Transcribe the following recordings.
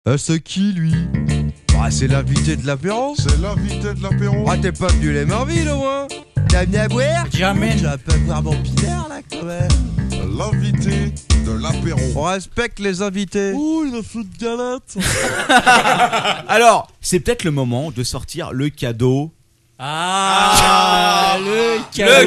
C'est qui lui? C'est l'invité de l'apéro. C'est l'invité de l'apéro. T'es pas venu les Marvilles au moins? T'as venu à boire? Jamais. Tu vas pas boire mon pinard là quand même. L'invité de l'apéro. On respecte les invités. Oh, il a fait de galette. Alors, c'est peut-être le moment de sortir le cadeau. Le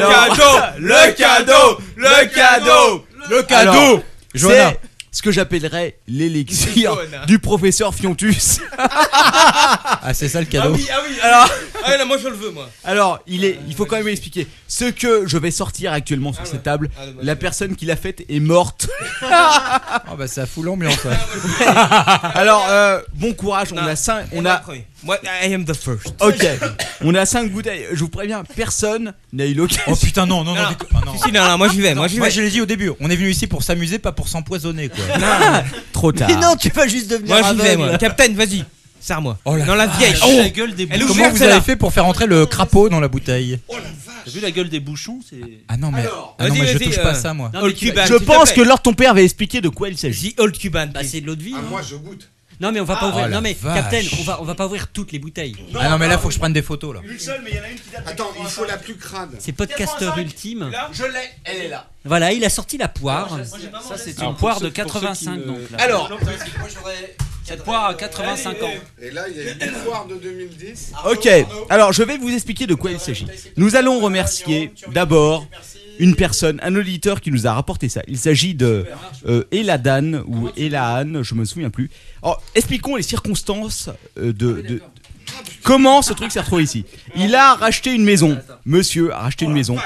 cadeau. Alors, Johanna. C'est ce que j'appellerais l'élixir du professeur Fiontus. C'est ça le cadeau. Alors, là, moi je le veux, moi. alors, il faut quand même expliquer ce que je vais sortir actuellement sur cette table. La personne qui l'a faite est morte. Ça fout l'ambiance. Ouais. Alors, bon courage. On a 5. Moi, I am the first. Ok. On a 5 bouteilles. Je vous préviens, personne n'a eu l'occasion. Oh putain non. Non, moi j'y vais. Moi je l'ai dit au début. On est venu ici pour s'amuser, pas pour s'empoisonner quoi. Trop tard. Mais non, tu vas juste devenir Moi j'y vais, aveugle. moi. Captain, vas-y. Serre-moi. Oh la dans la vieille. vache. La gueule des Elle bouchons. ouvre Comment vous celle-là. avez fait pour faire entrer le crapaud dans la bouteille? T'as vu la gueule des bouchons, c'est. Ah non mais, Vas-y, je vas-y, touche pas à ça moi. Non, mais Old tu vas- Cuban. Je s'il te pense que plaît. Lord ton père va expliquer de quoi il s'agit. The Old Cuban. Bah c'est de l'eau de vie. Moi, je goûte. Non mais on va pas ouvrir. Oh, la Non mais vache. Captain, on va pas ouvrir toutes les bouteilles. Ah non mais là faut que je prenne des photos là. Attends, il faut la plus crade. C'est podcasteur ultime. Je l'ai, elle est là. Voilà, il a sorti la poire. Ça, c'est une poire de 85 donc. Là. Alors, Cette poire à 85 ans. Et là, il y a une poire de 2010. ok. Alors, je vais vous expliquer de quoi il s'agit. Nous allons remercier d'abord une personne, un auditeur qui nous a rapporté ça. Il s'agit de Eladan ou Elahan, je me souviens plus. Alors, expliquons les circonstances de comment ce truc s'est retrouvé ici. Il a racheté une maison. Monsieur a racheté une maison.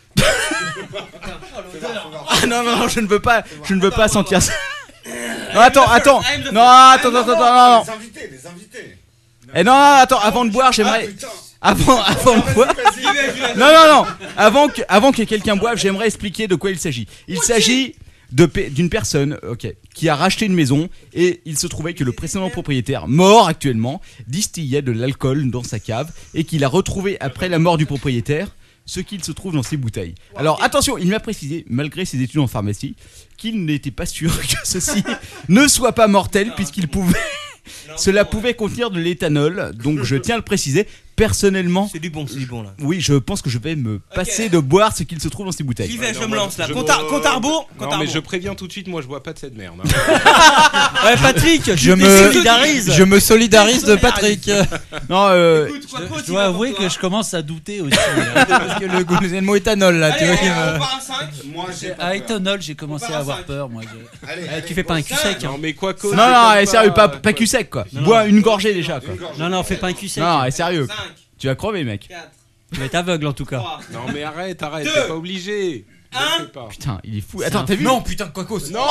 Ah non, je ne veux pas sentir ça. Non, attends. Non. Les invités. Eh non, attends, avant de boire, j'aimerais. Avant de boire. Non. Avant que quelqu'un boive, j'aimerais expliquer de quoi il s'agit. Il s'agit d'une personne, qui a racheté une maison et il se trouvait que le précédent propriétaire, mort actuellement, distillait de l'alcool dans sa cave et qu'il a retrouvé après la mort du propriétaire ce qu'il se trouve dans ses bouteilles. Alors attention, il m'a précisé, malgré ses études en pharmacie, qu'il n'était pas sûr que ceci ne soit pas mortel puisqu'il pouvait... Cela pouvait contenir de l'éthanol, donc je tiens à le préciser. Personnellement, C'est du bon là. oui, je pense que je vais me passer de boire ce qu'il se trouve dans ces bouteilles. J'y vais, je me moi, lance là. je Compte bois- à rebours. Non, mais je préviens tout de suite, moi je bois pas de cette merde. Ouais Patrick, Je me solidarise de Patrick. Non, Je dois avouer que je commence à douter aussi. Parce que le mot éthanol là, tu vois. On part à 5. Moi, j'ai pas À peur. éthanol, j'ai commencé à avoir peur. Moi, Allez, tu fais pas un cul sec. Non, mais quoi que. non, sérieux, pas cul sec quoi. Bois une gorgée déjà quoi. Non, fais pas un cul sec. Non, sérieux, 5, tu vas crever mec. 4, Tu vas être aveugle en tout cas. 3. Non, mais arrête, Deux. t'es pas obligé. Ne le fais pas. Putain, il est fou. Attends, t'as vu? Non putain quoi cause. Non.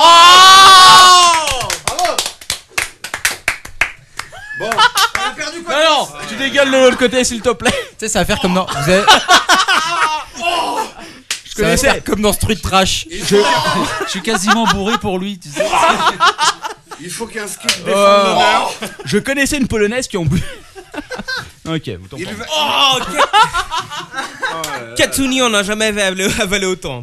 bon. Non, tu dégueules de l'autre côté s'il te plaît. Tu sais ça va faire comme dans. Vous avez... Ça va connaissais. faire comme dans Street Trash. je suis quasiment bourré pour lui. Tu sais. Il faut qu'un skip défende l'honneur. Je connaissais une polonaise qui ont bu. Ok, vous Il t'entendez. va- Oh, Katsuni, on n'a jamais avalé autant.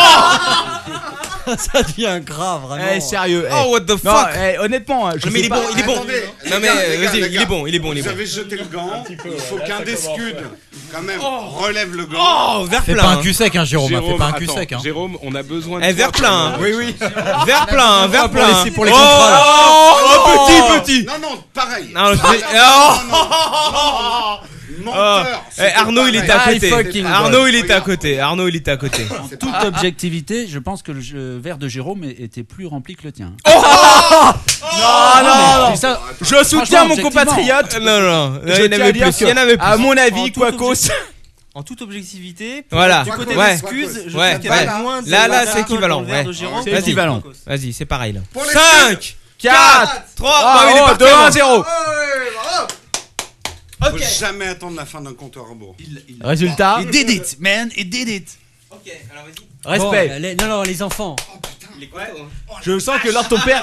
Ça devient grave vraiment. Eh, sérieux. Oh, what the Non, fuck. honnêtement, je Non, mais sais pas. il est bon. Attendez, Non, mais les gars, vas-y, les il gars. est bon. Vous avez jeté le gant. Il faut qu'un des scuds, quand même, relève le gant. Oh, verre Fais plein. pas un cul sec hein Jérôme, fais pas un cul attends, sec hein. Jérôme, on a besoin de. Eh, toi verre pour plein. moi. Oui. Verre plein, verre Pour plein. les Oh, contrats, là. petit. Non, pareil. Non, Menteur. Arnaud, il était à I côté. fucking Arnaud, il était à côté. En toute objectivité, je pense que le verre de Jérôme était plus rempli que le tien. Non. C'est ça. Je soutiens mon objectivement. compatriote. Non, Je il y en tiens à avait dire plus. que, Il y en avait plus. à mon avis, En toute Quacos. En toute objectivité, Voilà. du côté Ouais. des excuses, je Ouais, trouve qu'il y a ouais. moins de Là, d'alcool c'est équivalent, dans le verre ouais. de Jérôme. C'est Vas-y. équivalent. Vas-y, c'est pareil là. Pour les 5, 4, 3. Ah, il est parti 2 1 avant. 0. Faut jamais attendre la fin d'un compte à rebours. Résultat. He did it, man, he did it. Ok, alors vas-y. Respect. Bon, non, les enfants. Il est content, hein. Je sens que Lord ton père.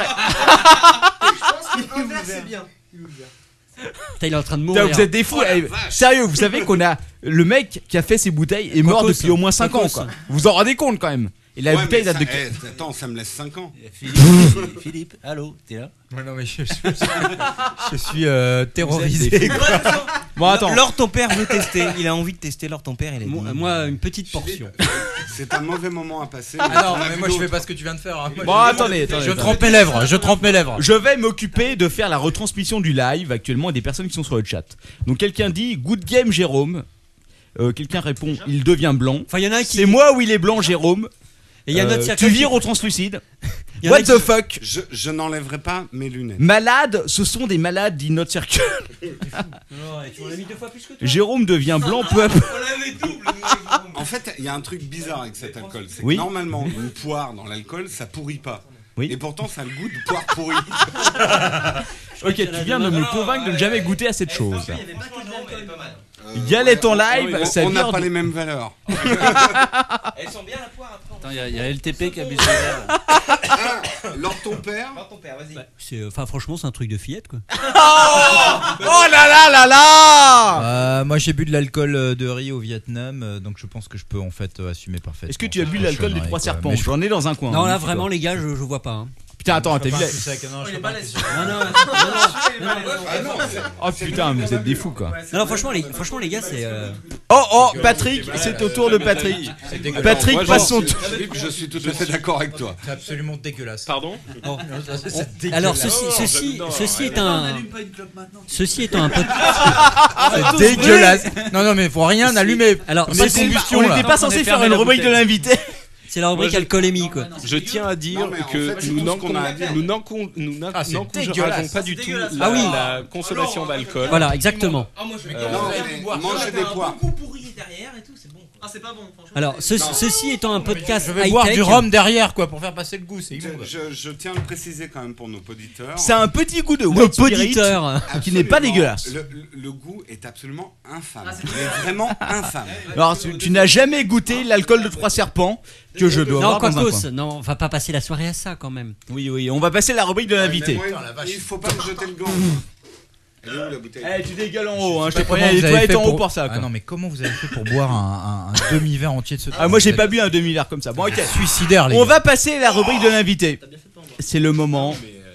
Un verre, c'est bien. Putain, il est en train de Putain, mourir. vous êtes des fous. Sérieux, vous savez qu'on a le mec qui a fait ces bouteilles est mort Quacos. depuis au moins 5 ans quoi. Vous vous en rendez compte quand même. Et la bouteille date de. Attends, ça me laisse 5 ans. Philippe, allô, t'es là? Ouais, non, mais je suis terrorisé. Bon, attends. Lors ton père veut tester. Il a envie de tester. Lors ton père, il a dit. Moi, une petite portion. C'est un mauvais moment à passer. Ah non, mais moi je fais pas ce que tu viens de faire. Hein. Moi, Bon, attendez. je trempe mes lèvres. Je vais m'occuper de faire la retransmission du live actuellement et des personnes qui sont sur le chat. Donc quelqu'un dit Good game Jérôme. Quelqu'un répond il devient blanc. Enfin, il y en a un qui. C'est moi où il est blanc Jérôme. Et il y a notre tu vires au translucide. Il y en a What the fuck. Je n'enlèverai pas mes lunettes. Malades, ce sont des malades dit Not Circle. Tu l'as mis 2 fois plus que toi. Jérôme devient blanc peu à peu. En fait, il y a un truc bizarre avec cet alcool. C'est Oui. que normalement, une poire dans l'alcool, ça pourrit pas. Oui. Et pourtant, ça a le goût de poire pourrie. Ok, tu viens de me convaincre de ne jamais goûter à cette chose. Il y avait pas que de l'alcool, pas mal. Galette en live, ça On n'a vire. pas les mêmes valeurs. Elles sont bien la poire après. Attends, il y a LTP qui a bu ce verre. Lors ton père. Lors ton père, vas-y. Enfin, franchement, c'est un truc de fillette, quoi. Oh là là là là. moi j'ai bu de l'alcool de riz au Vietnam, donc je pense que je peux en fait assumer parfaitement. Est-ce que tu as bu l'alcool des 3 serpents? Mais je- J'en ai dans un coin. Non, là, hein, vraiment, les gars, je vois pas. Hein. Putain, attends, t'as vu la... Oh putain, mais vous êtes des fous quoi. Non, franchement, les gars, c'est. Oh, Patrick, c'est au tour de Patrick. Patrick Moi, passe son tour. Philippe, je suis tout à fait d'accord avec toi. C'est absolument dégueulasse. Pardon? Alors, ceci étant un peu. C'est dégueulasse. Non, mais faut rien allumer. Alors, Mais c'est- c'est combustion, On là. n'était pas censé faire une rubrique de l'invité. c'est la rubrique alcoolémie, quoi. Je tiens à dire Non, mais en que fait, c'est nous tout ce qu'on a à dire. Ah, c'est n'encourageons dégueulasse. pas du tout Ah oui. la consommation d'alcool. Voilà, exactement. Ah, moi je vais Manger des poires. beaucoup pourri derrière et tout, c'est bon. Ah, c'est pas bon, franchement. Alors, ceci étant un podcast Je vais boire high-tech, du rhum derrière, quoi, pour faire passer le goût. C'est immonde. Je tiens à le préciser quand même pour nos auditeurs. C'est un petit goût de nos white spirit auditeurs. qui n'est pas Absolument, dégueulasse. Le goût est absolument infâme. Il est vraiment infâme. Alors, tu n'as jamais goûté l'alcool de 3 serpents que je dois Non, avoir dans un Quacos, coin. non, on va pas passer la soirée à ça quand même. Oui, on va passer la rubrique de l'invité. Mais moi, il faut pas me jeter le gant. Elle est où la bouteille? Eh, tu dégueules en haut, hein, je te Comment préviens, les vous avez toilettes fait en haut pour ça. Ah Quoi. non, mais comment vous avez fait pour boire un demi-verre entier de ce truc? Ah, moi j'ai pas bu un demi-verre comme ça. Bon, ok. Suicidaire, les On gars. va passer la rubrique de l'invité. C'est le moment.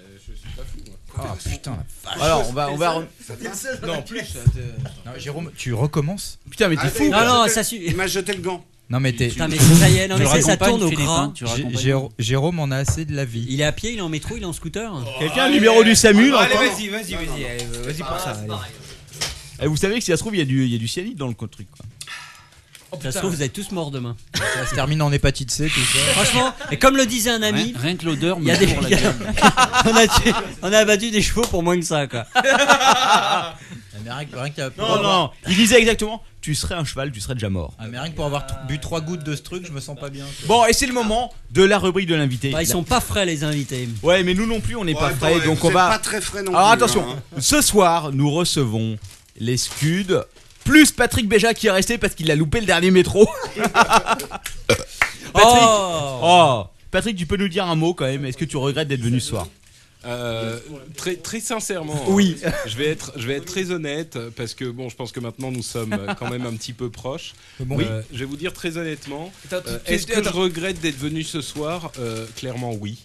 Ah putain. Alors, on va. Non, plus. Non, Jérôme, tu recommences? Putain, mais t'es fou. Non, ça suffit. Il m'a jeté le gant. Non, mais t'es. Putain, mais ça y est, non, Tu mais ça raccompagnes, tourne au Philippe, gras. hein, tu raccompagnes. Jérôme en a assez de la vie. Il est à pied, il est en métro, il est en scooter. Quelqu'un a le numéro du SAMU là, Allez, encore vas-y pour ça. allez. Eh, vous savez que si ça se trouve, il y a du cyanide dans le truc. Quoi. Ça se trouve, vous êtes tous morts demain. Ça se termine en hépatite C, tout ça. Franchement, et comme le disait un ami, Rien que l'odeur il y a me des. court la gueule. on a abattu des chevaux pour moins que ça, quoi. Mais rien que Non, il disait exactement tu serais un cheval, tu serais déjà mort. Ah, mais rien que pour avoir bu 3 gouttes de ce truc, je me sens pas bien. Bon, et c'est le moment de la rubrique de l'invité. Bah, ils sont pas frais, les invités. Ouais, mais nous non plus, on n'est pas Ouais, frais, attends, donc vous on êtes va. pas très frais non Alors plus, attention, hein. ce soir, nous recevons les Scuds, plus Patrick Béja qui est resté parce qu'il a loupé le dernier métro. Patrick, Patrick, tu peux nous dire un mot quand même? Est-ce que tu regrettes d'être venu ce soir? Très sincèrement, Oui. je vais être très honnête parce que bon, je pense que maintenant nous sommes quand même un petit peu proches. Bon, Je vais vous dire très honnêtement, est-ce que je regrette d'être venu ce soir? Clairement oui.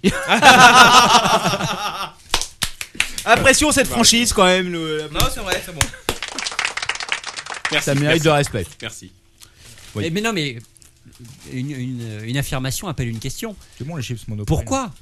Apprécions cette franchise quand même. Non, c'est vrai, c'est bon. Merci, Ça mérite merci, de respect. Merci. Oui. Mais non, mais une affirmation appelle une question. C'est bon les chips Monoprix. Pourquoi?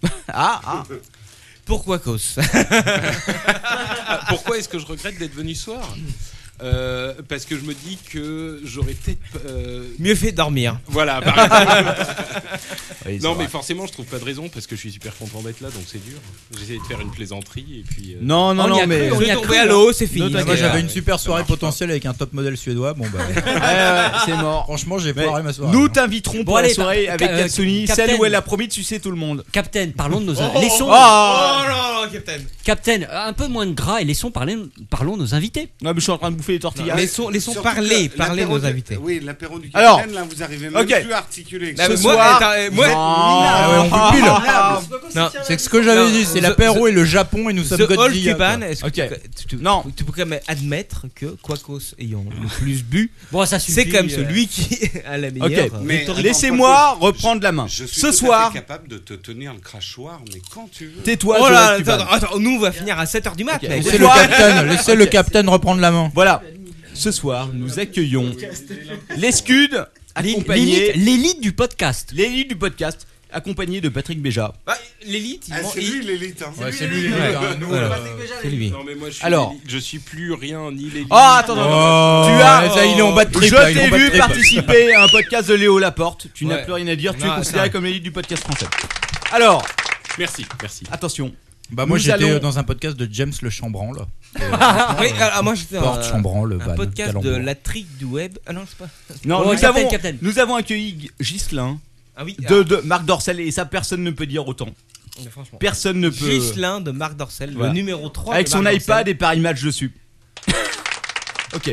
Pourquoi cause? Pourquoi est-ce que je regrette d'être venu ce soir? Parce que je me dis que j'aurais peut-être Mieux fait dormir. voilà. Par exemple. Oui, Non c'est mais vrai. forcément je trouve pas de raison parce que je suis super content d'être là donc c'est dur. J'essaie de faire une plaisanterie et puis. Non, On y a mais. cru, on y a Tombé cru, à hein. l'eau, c'est fini. Moi j'avais une super soirée potentielle avec un top modèle suédois. Bon bah. Ouais, c'est mort. Franchement, j'ai Mais foiré ma soirée. nous t'inviterons pour Bon, la allez, soirée avec Katsuni, Captain. celle où elle a promis de sucer tout le monde. Captain, parlons de nos laissons. Oh non, Captain. Captain, un peu moins de gras et parlons de nos invités. Non, mais je suis en train de bouffer les tortillas. Laissons Surtout parler que l'apéro nos de- invités. Oui, l'apéro du Alors, capitaine, là, vous arrivez même ok. plus à articuler. Là, Ce mais moi, soir, attends, moi, Ah ouais, on vous pile. Non. C'est ce que j'avais Non, dit, c'est The- l'apéro et le Japon et nous sommes The All Godzilla. Cuban, quoi. est-ce Ok. que tu peux quand même admettre que Quacos ayant le plus bu, Bon, ça suffit. c'est quand même celui qui a la meilleure. Ok, Mais rhétorique. laissez-moi reprendre la main. Je suis Ce tout à fait soir, capable de te tenir le crachoir, mais quand tu veux. tais-toi. Oh là, Joël Cuban. attends, nous on va finir à 7h du mat, Ok. mec. Laissez le capitaine, laissez le capitaine reprendre la main. Voilà. Ce soir, nous accueillons les Scuds, accompagnés L'élite du podcast. l'élite du podcast, accompagné de Patrick Béja. Bah, l'élite, Ah, c'est lui l'élite. Hein. Ouais, c'est lui, nous. c'est lui. Non mais moi Alors. je suis plus rien ni l'élite. Oh, attends, Tu as- ça, il est en bas de trip. Je là, il est en t'ai bas de vu trip. participer à un podcast de Léo Laporte. Tu n'as Ouais. plus rien à dire. Tu Non, es considéré ça. comme l'élite du podcast français. Alors, Merci. attention. Bah moi Nous j'étais allons- dans un podcast de James le Chambran là. Oui, moi j'étais Porte Chambran, le un van. podcast de Calembour. la trique du web. Ah non, c'est pas. Non, Oh, nous, Captain. nous avons accueilli Ghislain Ah oui, de Marc Dorcel et ça personne ne peut dire autant. franchement. Personne ne peut. Ghislain de Marc Dorcel, Voilà. le numéro 3. Avec de son Marc iPad Dorcel. et Paris Match dessus. Ok.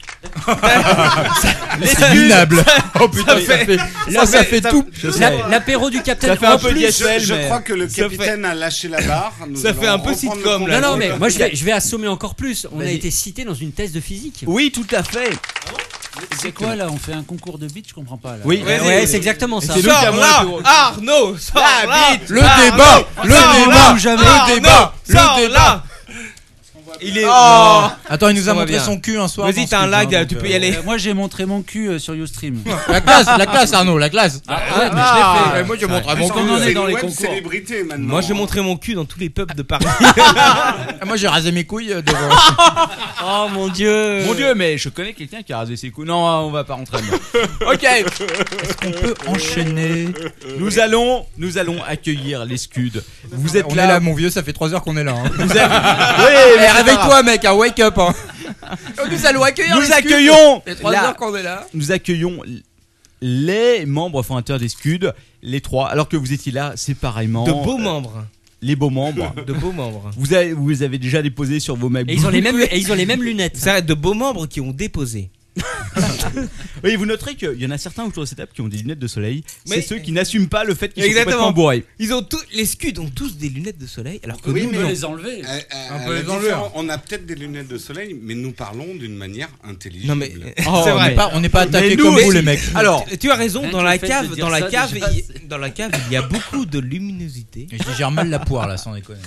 C'est minable. Oh putain, ça fait tout. Je sais. L'apéro du capitaine. Ça fait un en peu plus- DSL, Je mais- crois que le Ça capitaine a lâché la barre. Nous ça fait allons un peu reprendre sitcom, le là. Non, non, contrôle. mais moi je vais assommé encore plus. On a Vas-y. été cité dans une thèse de physique. Oui, tout à fait. C'est quoi là? On fait un concours de beat, je comprends pas là. Oui, Ouais, c'est exactement ça. c'est nous qui Sors avons là, été au- Arnaud, sors là. Le débat, le débat, le débat, Sors le débat. là. Il est. Attends, il nous a Ça va montré bien. son cul un soir. Vas-y, dans t'as un ce lag, truc, hein, tu donc, peux y aller. Moi j'ai montré mon cul sur Ustream. La classe Arnaud, la classe. Ouais, mais je l'ai fait. Moi je montrerai mon Parce cul. qu'on en est C'est dans une les web concours. Célébrité maintenant. Moi, j'ai montré mon cul dans tous les pubs de Paris. Moi j'ai rasé mes couilles devant. Oh mon dieu. Mon dieu, mais je connais quelqu'un qui a rasé ses couilles. Non, on va pas rentrer dedans. Ok, On peut enchaîner. nous allons accueillir les Scuds. Vous êtes On là. est là, mon vieux, ça fait 3 heures qu'on est là. hein. Vous êtes... Oui, Eh, mais c'est réveille-toi, mec, hein, wake up. Hein. Nous allons accueillir. Nous accueillons. Les 3 la- heures qu'on est là. Nous accueillons les membres fondateurs des Scuds, les trois, alors que vous étiez là séparément. De beaux membres. Les beaux membres. De beaux membres. Vous avez déjà déposé sur vos MacBooks. Et ils ont les mêmes lunettes. Ça, de beaux membres qui ont déposé. Oui, vous noterez qu'il y en a certains autour de cette table qui ont des lunettes de soleil. Mais- C'est ceux qui n'assument pas le fait qu'ils sont Exactement. complètement bourrés. Ils ont tous, les Scuds ont tous des lunettes de soleil, alors que Oui, nous, mais non. les enlever. À peut la les enlever. différence, on a peut-être des lunettes de soleil, mais nous parlons d'une manière intelligible. Non mais Oh, c'est vrai. On n'est pas attaqué Mais nous, comme vous, mais- les mecs. Alors, Tu as raison. Rien Dans que la le fait de cave, dire dans la ça, cave, déjà, dans la cave, il y a beaucoup de luminosité. Je digère mal la poire là, sans déconner.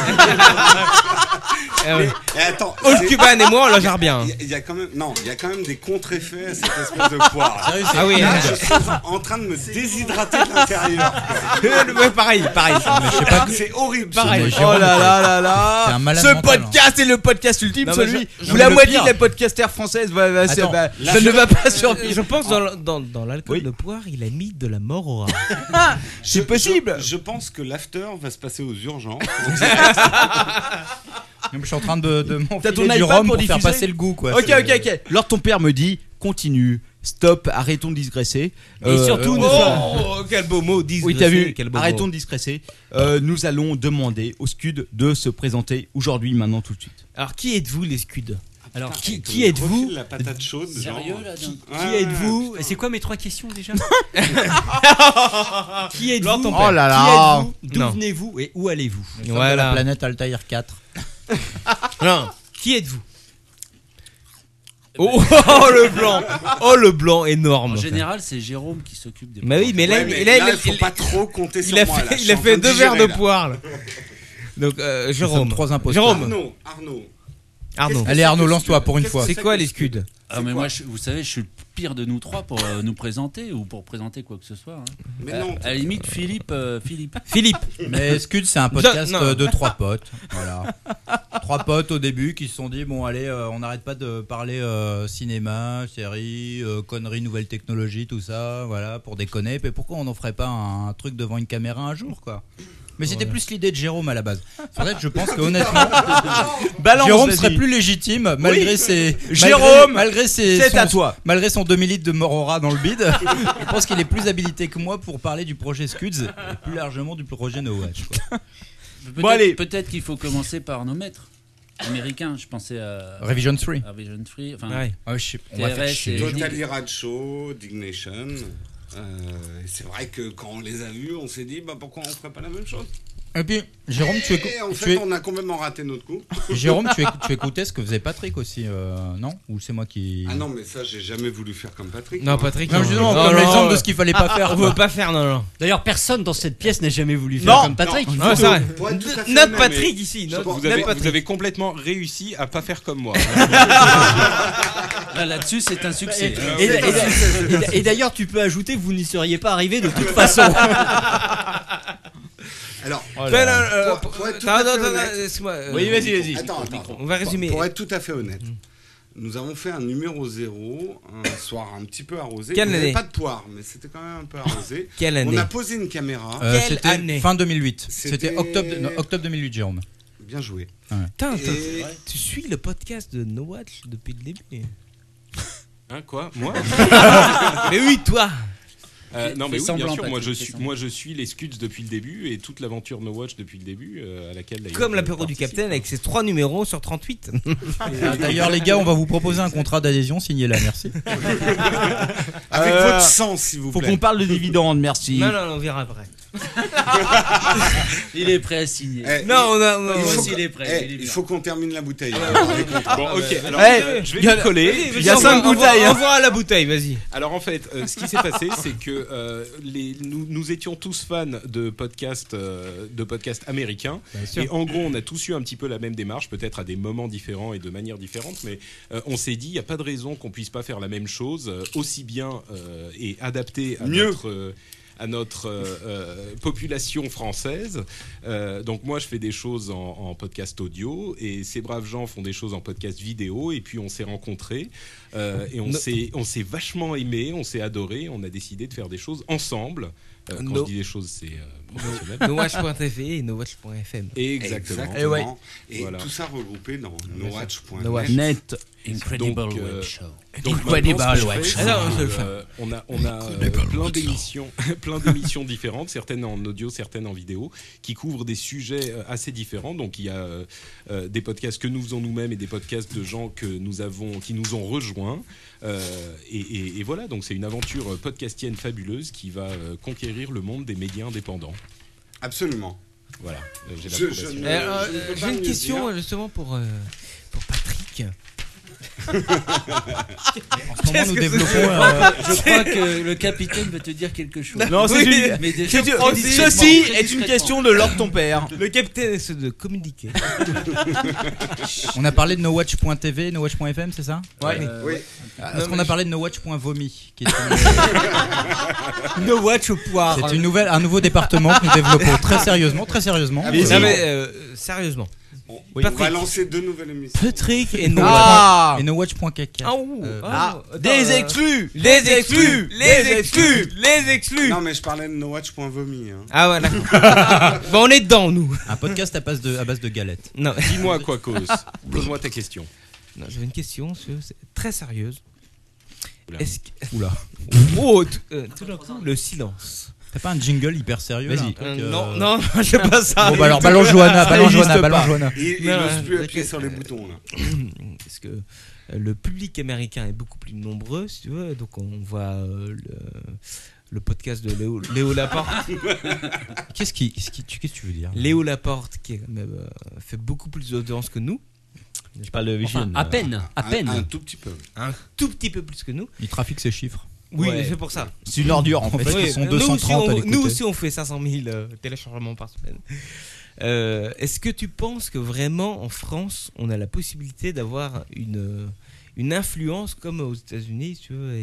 Et attends, Old Cuban et moi, on la gère bien. il y a quand même, non, il y a quand même des contre-effets à cette espèce de poire. Sérieux, c'est Ah oui. Là, je suis en train de me déshydrater de l'intérieur. Ouais, pareil. je sais pas. C'est horrible. Pareil. ce oh là là là là. C'est un malade Ce mental, podcast est le podcast ultime, Non, mais celui je- où non, la mais le moitié pire- de la podcastère française Attends, ça ne va pas survivre. Je pense dans l'alcool Oui. de poire, il a mis de la mort au rat. C'est possible. Je pense que l'after va se passer aux urgences. Je suis en train de T'as ton m'enfiler du iPad rhum pour pour faire diffuser passer le goût quoi. Ok, C'est- ok, ok. Alors ton père me dit, continue, stop, arrêtons de digresser. Et surtout, ne Oh, quel beau mot, disent. Oui, t'as vu, Quel beau arrêtons mot. de digresser. Nous allons demander aux Scuds de se présenter aujourd'hui, maintenant, tout de suite. Alors, qui êtes-vous, les Scuds? Alors, Putain, qui il êtes-vous? refile la patate chaude. Sérieux genre. là Qui Ouais, êtes-vous? Et c'est quoi mes 3 questions déjà? Qui êtes-vous? Lors ton Qui père. Oh là là. êtes-vous? D'où Non. venez-vous et où allez-vous? Nous sommes de Voilà. la planète Altair 4. Non. Qui êtes-vous? Oh, le blanc! Oh, le blanc énorme. En général, c'est Jérôme qui s'occupe des. Mais oui, mais là, Ouais, mais là, là, il- il faut il- pas trop compter sur il a moi. fait, là. Je il suis a en fait train 2 verres de digérer, là. poire, là. Donc, Nous Jérôme. sommes 3 imposteurs. Jérôme. Arnaud. Arnaud. Allez Arnaud, lance-toi pour une fois. C'est quoi les Scuds? Ah, mais moi, vous savez, je suis le pire de nous trois pour nous présenter ou pour présenter quoi que ce soit. Hein. Mais non. À la limite, Philippe. Philippe. Mais Scud, c'est un podcast Non. de 3 potes. Voilà. 3 potes au début qui se sont dit bon, allez, on n'arrête pas de parler cinéma, séries, conneries, nouvelles technologies, tout ça, voilà, pour déconner. Et pourquoi on n'en ferait pas un truc devant une caméra un jour, quoi? Mais c'était plus l'idée de Jérôme à la base. En fait, je pense que honnêtement, Balance, Jérôme vas-y. serait plus légitime malgré ses. Jérôme, malgré ses. c'est à toi. Malgré son demi-litre de Morora dans le bide, je pense qu'il est plus habilité que moi pour parler du projet Scuds et plus largement du projet No Watch, quoi. Peut-être allez. peut-être qu'il faut commencer par nos maîtres américains. Je pensais à Revision 3. Revision 3. Enfin, Ouais. Ah, je sais, on va faire TRS chier. et- les gens. Total Irad Show, Dignation. Et c'est vrai que quand on les a vus, on s'est dit pourquoi on ferait pas la même chose. Et puis, Jérôme, on a complètement raté notre coup. Jérôme, tu écoutais ce que faisait Patrick aussi, non? Ou c'est moi qui... Ah non, mais ça, j'ai jamais voulu faire comme Patrick. Non, Patrick. Non, justement, comme l'exemple de ce qu'il fallait pas faire. On veut pas faire, non. D'ailleurs, personne dans cette pièce n'a jamais voulu faire comme Patrick. Non, c'est vrai. Notre Patrick ici. Vous avez complètement réussi à pas faire comme moi. Là-dessus, c'est un succès. Et d'ailleurs, tu peux ajouter, vous n'y seriez pas arrivé de toute façon. Alors, excuse-moi. Oui, vas-y. Attends. On va résumer. Pour être tout à fait honnête, nous avons fait un numéro 0, un soir un petit peu arrosé. Quelle Il n'y avait année? pas de poire, mais c'était quand même un peu arrosé. Quelle année? On a posé une caméra. C'était année? fin 2008. C'était- C'était octobre 2008, Jérôme. Bien joué. Putain, Et- tu suis le podcast de No Watch depuis le début. Hein, quoi? Moi? Mais oui, toi. Non, mais oui, semblant, bien sûr. Patrick, Moi, je suis les Scuds depuis le début et toute l'aventure No Watch depuis le début, à laquelle d'ailleurs, Comme je l'apéro du participe. Capitaine avec ses 3 numéros sur 38. D'ailleurs, les gars, on va vous proposer un contrat d'adhésion, signé là, merci. Avec votre sang, s'il vous Faut plaît. qu'on parle de dividendes, merci. Non, on verra après. Il est prêt à signer. Non, Il est prêt. Il faut qu'on termine la bouteille. Bon, ok. Alors, je vais y a- me coller. Il y a 5 bouteilles. Envoie à la bouteille, vas-y. Alors en fait, ce qui s'est passé, c'est que nous étions tous fans de podcasts américains. Et en gros, on a tous eu un petit peu la même démarche, peut-être à des moments différents et de manières différentes, mais on s'est dit, il n'y a pas de raison qu'on puisse pas faire la même chose, aussi bien et adapté à Mieux. notre population française. Donc moi je fais des choses en podcast audio et ces braves gens font des choses en podcast vidéo, et puis on s'est rencontrés et on s'est vachement aimés, on s'est adorés, on a décidé de faire des choses ensemble. Quand je dis des choses, c'est émotionnel. NoWatch.tv et NoWatch.fm. Exactement. Et, ouais. Voilà. Tout ça regroupé dans nowatch.net. No Watch. Net. Incredible Donc, Web Show. Donc Incredible maintenant, ce que je Web fais, Show. c'est Alors, que, on a plein d'émissions différentes, certaines en audio, certaines en vidéo, qui couvrent des sujets assez différents. Donc il y a des podcasts que nous faisons nous-mêmes et des podcasts de gens qui nous ont rejoints. Et voilà, donc c'est une aventure podcastienne fabuleuse qui va conquérir le monde des médias indépendants. Absolument. Voilà, j'ai Je- l'approbation. je- ne peux J'ai pas une mieux question dire. justement pour Patrick. En ce moment, nous que développons. Je crois que le capitaine veut te dire quelque chose. Non, c'est Oui, une- Mais déjà, Ceci est une question de l'ordre de ton père. Le capitaine essaie de communiquer. On a parlé de nowatch.tv, nowatch.fm, c'est ça? Oui. Est-ce qu'on a parlé de nowatch.vomi, qui est No Watch au poire. c'est un nouveau département que nous développons très sérieusement. Non mais sérieusement. On va lancer 2 nouvelles émissions. Patrick et Ah, Et nowatch.caca. des exclus. Les exclus. Non, mais je parlais de nowatch.vomi. Hein. Ah voilà. Bon, on est dedans nous. Un podcast à base de galettes. Non, Dis-moi, Quacos, pose-moi ta question. non j'avais une question c'est très sérieuse. Oula. Est-ce que... Oula. Oh, tout d'un coup, le silence. T'as pas un jingle hyper sérieux là, Vas-y. un truc, Non, j'ai pas ça. Bon bah alors balance Johanna. Il Non, n'ose plus d'accord. appuyer sur les boutons. Là. Parce que le public américain est beaucoup plus nombreux, si tu veux. Donc on voit le podcast de Léo Laporte. Qu'est-ce que tu veux dire? Léo Laporte qui quand même, fait beaucoup plus d'audience que nous. Je parle de Vision. Enfin, à peine. Un tout petit peu. Un tout petit peu plus que nous. Il trafique ses chiffres. Oui, Ouais. mais c'est pour ça. C'est une ordure en fait. fait, Oui, ils sont nous, 230 à l'écouter. Nous aussi, on fait 500 000 téléchargements par semaine. Est-ce que tu penses que vraiment en France, on a la possibilité d'avoir une influence comme aux États-Unis, tu vois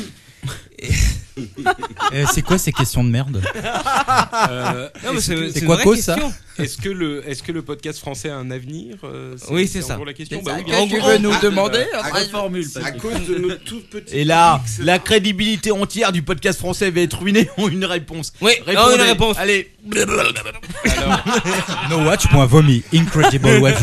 C'est quoi ces questions de merde? Non, mais c'est quoi une vraie cause, ça question. Est-ce que le podcast français a un avenir Oui, c'est en ça. gros la question. C'est Bah ça oui, que bien tu sûr. veux nous demander? Reformule, À Patrick. cause de notre tout petit. Et là, public, c'est la ça. crédibilité entière du podcast français va être ruinée en une réponse. Oui, Répondez. une réponse. Allez. Nowatch.vomi. Incredible Web.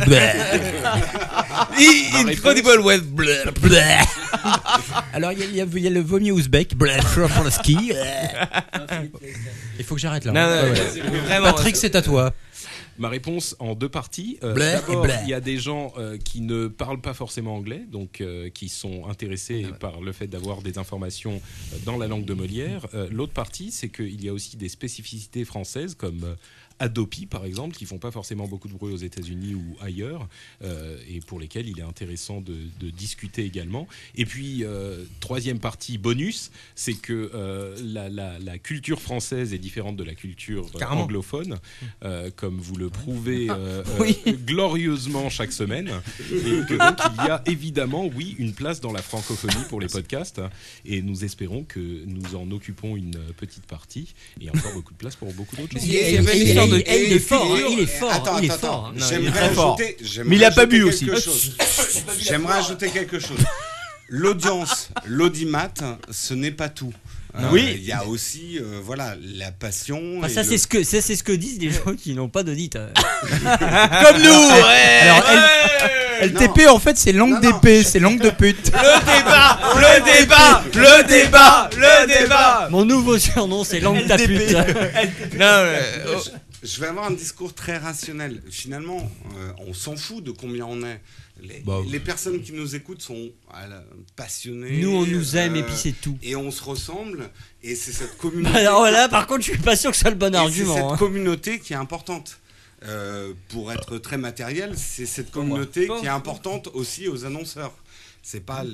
Incredible Web. Alors il y a le vomi ouzbek. Pour le ski. Il faut que j'arrête là. Non, Ouais, ouais. vraiment. Patrick, c'est à toi. Ma réponse en 2 parties. Blé et D'abord, blé. il y a des gens qui ne parlent pas forcément anglais, donc qui sont intéressés par le fait d'avoir des informations dans la langue de Molière. L'autre partie, c'est qu'il y a aussi des spécificités françaises comme Adopi, par exemple, qui font pas forcément beaucoup de bruit aux États-Unis ou ailleurs, et pour lesquels il est intéressant de discuter également. Et puis, troisième partie bonus, c'est que la culture française est différente de la culture anglophone, comme vous le prouvez glorieusement chaque semaine, et que donc il y a évidemment, oui, une place dans la francophonie pour les podcasts, et nous espérons que nous en occupons une petite partie, et encore beaucoup de place pour beaucoup d'autres choses. Il est fort, il est fort. Attends. hein. Mais il a pas bu aussi. J'aimerais ajouter quelque chose. L'audience, l'audimat, ce n'est pas tout. Oui. Il y a aussi la passion. Enfin, ça, c'est ce que disent les gens qui n'ont pas d'auditeurs. Comme nous. Alors, LTP, en fait, c'est langue d'épée, c'est langue de pute. Le débat. Mon nouveau surnom, c'est langue ta pute. Je vais avoir un discours très rationnel. Finalement, on s'en fout de combien on est. Les personnes qui nous écoutent sont passionnées. Nous, on nous aime et puis c'est tout. Et on se ressemble. Et c'est cette communauté. Alors là, par contre, je suis pas sûr que ce soit le bon argument. C'est cette hein. communauté qui est importante. Pour être très matériel, c'est cette communauté qui est importante aussi aux annonceurs. C'est pas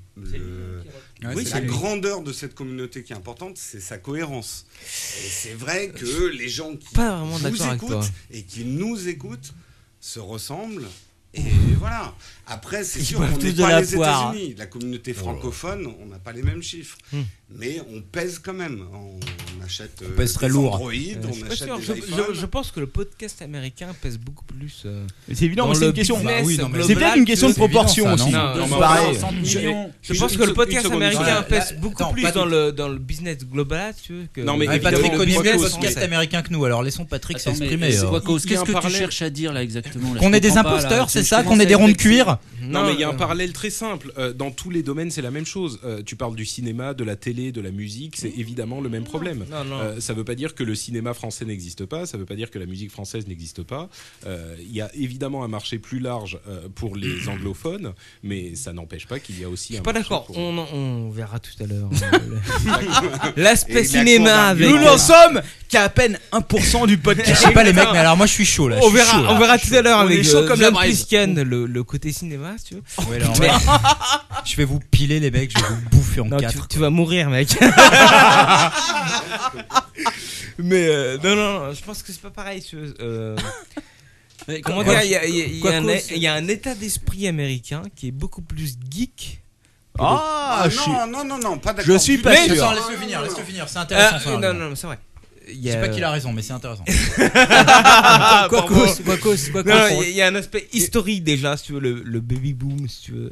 la grandeur de cette communauté qui est importante, c'est sa cohérence. Et c'est vrai que les gens qui vous écoutent et qui nous écoutent se ressemblent. Et voilà. Après, c'est sûr qu'on n'est pas les États-Unis. La communauté francophone, on n'a pas les mêmes chiffres. Mais on pèse quand même. On achète très des lourd. Android, on achète des iPhones. Je pense que le podcast américain pèse beaucoup plus. C'est évident, mais c'est une question. business C'est peut-être une question de proportion évident, ça, aussi. non Pareil. Je pense que le podcast américain pèse beaucoup Attends, plus pas dans le business global, tu veux, que. Non, mais Patrick évidemment, connaît mieux le podcast podcast américain que nous, alors laissons Patrick s'exprimer. Qu'est-ce que tu cherches à dire là exactement là, Qu'on je est des comprends pas, imposteurs, là. c'est Je ça? commence Qu'on est des à ronds de être cuir? Non, mais il y a un parallèle très simple. Dans tous les domaines, c'est la même chose. Tu parles du cinéma, de la télé, de la musique, c'est évidemment le même problème. Ça ne veut pas dire que le cinéma français n'existe pas, ça ne veut pas dire que la musique française n'existe pas. Il y a évidemment un marché plus large pour les anglophones, mais ça n'empêche pas qu'il y a aussi Je un suis pas marché d'accord. pour- On verra tout à l'heure. L'aspect cinéma avec. Nous n'en sommes qu'à peine 1% du podcast. Je sais pas les mecs, mais alors moi je suis chaud là. On verra tout à l'heure On est avec chaud comme la John braise. Plisken, le côté cinéma, si tu veux. Ouais, alors, je vais vous piler les mecs, je vais vous bouffer en Non, 4. tu vas mourir, mec. Mais non, je pense que c'est pas pareil. Tu veux, comment dire, il y a un état d'esprit américain qui est beaucoup plus geek. Non, pas d'accord. Je suis pas sûr. Laisse-le finir, c'est intéressant ça. Non, c'est vrai. Je sais pas qu'il a raison, mais c'est intéressant. Quoi Non, il y a un aspect historique déjà, si tu veux, le baby boom, si tu veux.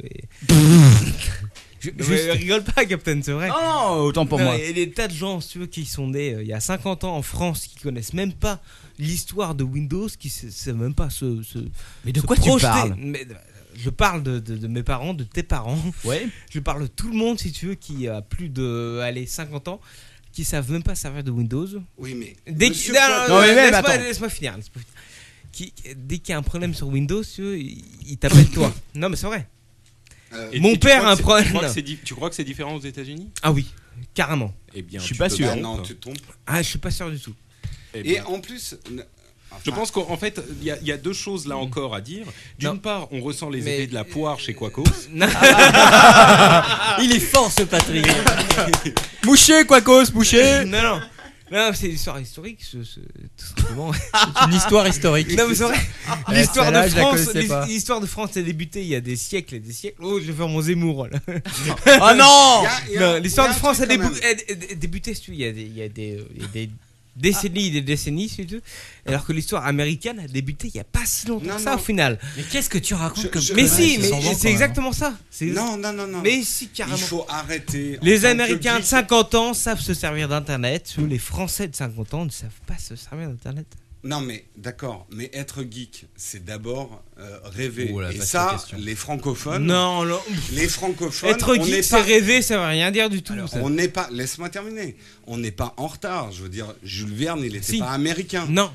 Rigole pas, Captain, c'est vrai. Non, autant pour moi. Il y a des tas de gens, si tu veux, qui sont nés il y a 50 ans en France, qui connaissent même pas l'histoire de Windows, qui savent même pas Mais de se quoi tu projeter. parles? Je parle de mes parents, de tes parents. Ouais. Je parle de tout le monde, si tu veux, qui a plus de 50 ans, qui savent même pas servir de Windows. Oui, mais. Laisse-moi finir. Dès qu'il y a un problème sur Windows, tu veux, il t'appelle toi. Non, mais c'est vrai. Et Mon tu père crois a un que problème. tu crois que c'est différent aux États-Unis? Ah oui, carrément. Eh bien, Je suis tu pas te sûr. trompes. Non, tu te trompes. Ah, je suis pas sûr du tout. Eh Et bien, en plus. je pense qu'en fait, il y a deux choses là encore à dire. D'une part, on ressent les effets de la poire chez Quacos. Il est fort ce Patrick. Moucher, Quacos, moucher. Non, c'est une histoire historique, tout simplement. C'est une histoire historique. Non, mais c'est vrai. L'histoire celle-là, de je la France, connaissais pas. l'histoire de France a débuté il y a des siècles et des siècles. Oh, je vais faire mon Zemmour là. Ah non. Non, l'histoire de France a quand même. débuté, si tu veux, il y a des décennies et des décennies, si tu veux. Alors que l'histoire américaine a débuté il y a pas si longtemps que ça au final. Mais qu'est-ce que tu racontes comme Mais conneries, si, mais c'est exactement ça. Non. Mais si, carrément. Il faut arrêter. En Les tant que Américains de geek, 50 ans savent se servir d'Internet. Les Français de 50 ans ne savent pas se servir d'Internet. Non, mais d'accord. Mais être geek, c'est d'abord rêver. Oh, la Et vaste ça, question. les francophones. Non. Les francophones. Être on geek, n'est c'est pas. rêver, ça veut rien dire du tout. ça. On n'est pas. Laisse-moi terminer. On n'est pas en retard. Je veux dire, Jules Verne, il n'était Si. pas américain. Non.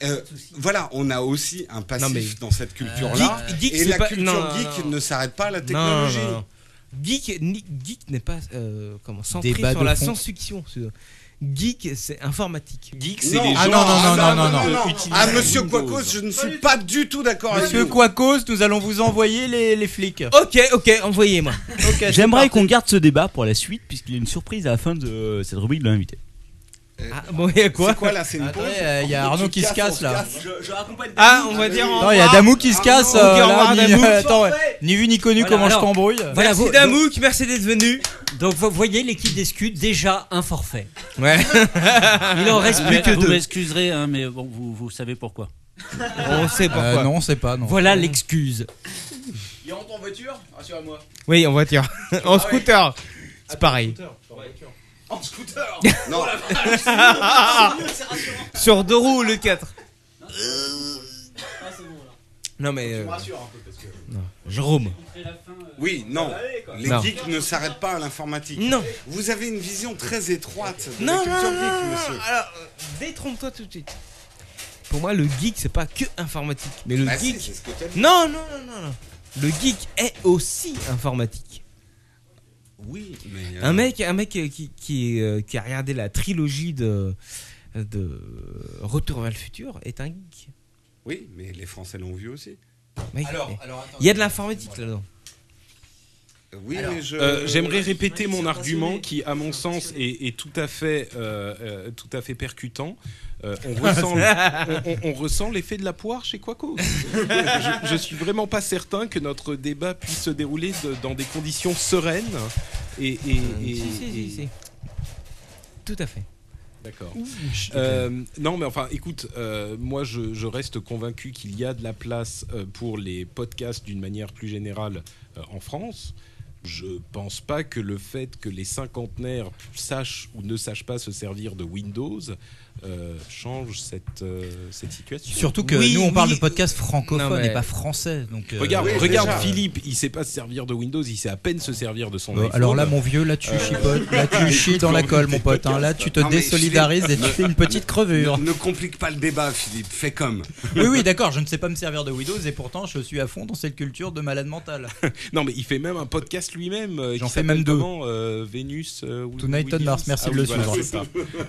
Voilà, on a aussi un passif Non, mais- dans cette culture-là. Geek, et c'est la pas- culture non, geek non. ne s'arrête pas à la technologie. Non. Geek n'est pas centré Débat sur de la fond. science-fiction. Geek, c'est informatique. Geek, c'est Non. les gens. Ah non. Ah, monsieur Quacos, je ne suis pas du tout d'accord avec Monsieur vous. Quacos, nous allons vous envoyer les flics. Ok, envoyez-moi. J'aimerais qu'on garde ce débat pour la suite, puisqu'il y a une surprise à la fin de cette rubrique de l'invité. Ah, bon, il y a quoi C'est quoi là? C'est une pause? Attendez, il y a Arnaud qui se casse là. Ah, on va dire. Non, il y a Damou qui se casse. On dit au revoir, là, Damou. attends, ouais. Ni vu ni connu, Voilà, comment je alors, t'embrouille. Voilà, Merci vous- Damouk, merci d'être venu. Donc vous voyez l'équipe des Scuds, déjà un forfait. Ouais. Il en reste plus que Vous 2. m'excuserez, hein, mais bon, vous savez pourquoi. On sait pourquoi. Non, c'est pas, non. Voilà l'excuse. Il rentre en voiture? Rassure-moi. Oui, en voiture. En scooter. C'est pareil. En scooter. Non, Sur 2 roues, le 4. Non, mais. Rassure un peu parce que. Jérôme. oui, non. Les Non. geeks ne s'arrêtent pas à l'informatique. Non. Vous avez une vision très étroite de Non, la culture non, geek, non, monsieur. alors, détrompe-toi tout de suite. Pour moi, le geek, c'est pas que informatique. Mais le Bah si, geek. c'est ce que t'as dit. Non. Le geek est aussi informatique. Oui, mais Un mec qui a regardé la trilogie de Retour vers le futur est un geek. oui, mais les Français l'ont vu aussi. Mec, Alors, il y a de l'informatique là-dedans. Oui, mais je. J'aimerais répéter mon argument qui, à mon sens, est tout à fait percutant. On ressent l'effet de la poire chez Quacos. Je suis vraiment pas certain que notre débat puisse se dérouler dans des conditions sereines et Si. Tout à fait. D'accord. Non, mais enfin, écoute, moi, je reste convaincu qu'il y a de la place pour les podcasts d'une manière plus générale en France. Je pense pas que le fait que les cinquantenaires sachent ou ne sachent pas se servir de Windows change cette situation. surtout que Oui, nous on parle oui. de podcast francophone Non, mais- et pas français. Donc, Regarde, oui, regarde déjà. Philippe, il sait pas se servir de Windows, il sait à peine se servir de son iPhone. alors là, mon vieux, là tu chipotes, là tu chies dans la colle, mon pote. Hein. Là, tu te Non, mais désolidarises et tu fais une petite crevure. Ne complique pas le débat, Philippe. Fais comme. Oui, d'accord, je ne sais pas me servir de Windows et pourtant je suis à fond dans cette culture de malade mental. Non, mais il fait même un podcast lui-même. J'en qui fais même s'appelle 2. comment, Vénus. Tonight on Williams. Mars, merci de oui, le voilà, suivre. c'est ça.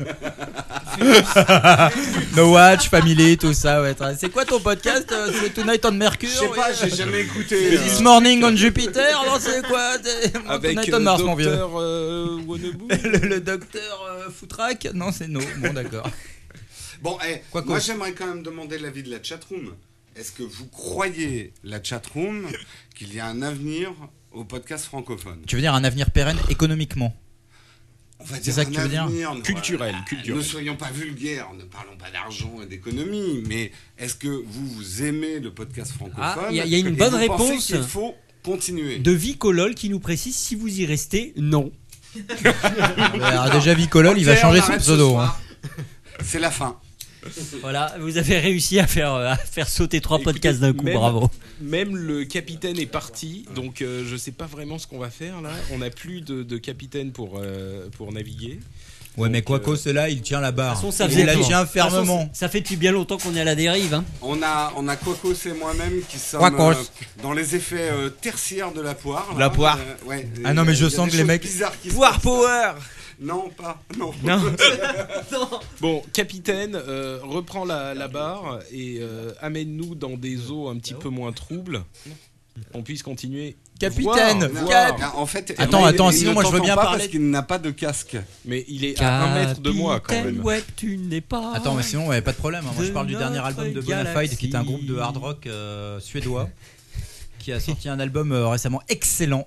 No Watch, Family, tout ça. Ouais. C'est quoi ton podcast? C'est Tonight on Mercure? Je sais pas, j'ai jamais écouté. This Morning on Jupiter? Non, c'est quoi? Avec Tonight on Mars, mon vieux. Docteur Wannabe. Le docteur Foutraque? Non, c'est no. Bon, d'accord. Bon, Quoi moi cause. j'aimerais quand même demander l'avis de la chatroom. Est-ce que vous croyez, la chatroom, qu'il y a un avenir au podcast francophone? Tu veux dire un avenir pérenne économiquement? On va C'est dire ça que un tu veux dire avenir, Culturel. Ne soyons pas vulgaires, ne parlons pas d'argent et d'économie, mais est-ce que vous aimez le podcast francophone? Ah, il y a une et bonne vous pensez réponse. qu'il faut continuer. De Vicolol qui nous précise si vous y restez, non. Alors, déjà, Vicolol, il va Ok, changer on son arrête ce pseudo. soir. C'est la fin. Voilà, vous avez réussi à faire sauter 3 Écoutez, podcasts d'un coup, même- bravo. Même le capitaine est parti, donc je sais pas vraiment ce qu'on va faire là. On n'a plus de capitaine pour naviguer. Ouais, mais Donc, Quaco, c'est là, il tient la barre. De toute façon, ça Il faisait la longtemps. tient De toute façon, fermement. ça fait depuis bien longtemps qu'on est à la dérive. Hein. On a Quacos et moi-même qui sommes Quacos. dans les effets tertiaires de la poire. La poire. Ouais, Ah non, mais je il y a sens des que les choses mecs- bizarres qui se Power passent. Power. Non, pas. Non. Non. Bon, capitaine, reprends la barre et amène-nous dans des eaux un petit peu moins troubles. On puisse continuer. Capitaine, Voir. Ah, en fait, Attends, il sinon, ne moi, je veux t'entend bien pas parler. parce qu'il n'a pas de casque. Mais il est à 1 mètre de moi quand Capitaine même. Web, tu n'es pas. Attends, mais sinon, ouais, pas de problème. hein. Moi, je De parle du dernier album de notre Bonafide, qui est un groupe de hard rock suédois, qui a sorti un album récemment excellent.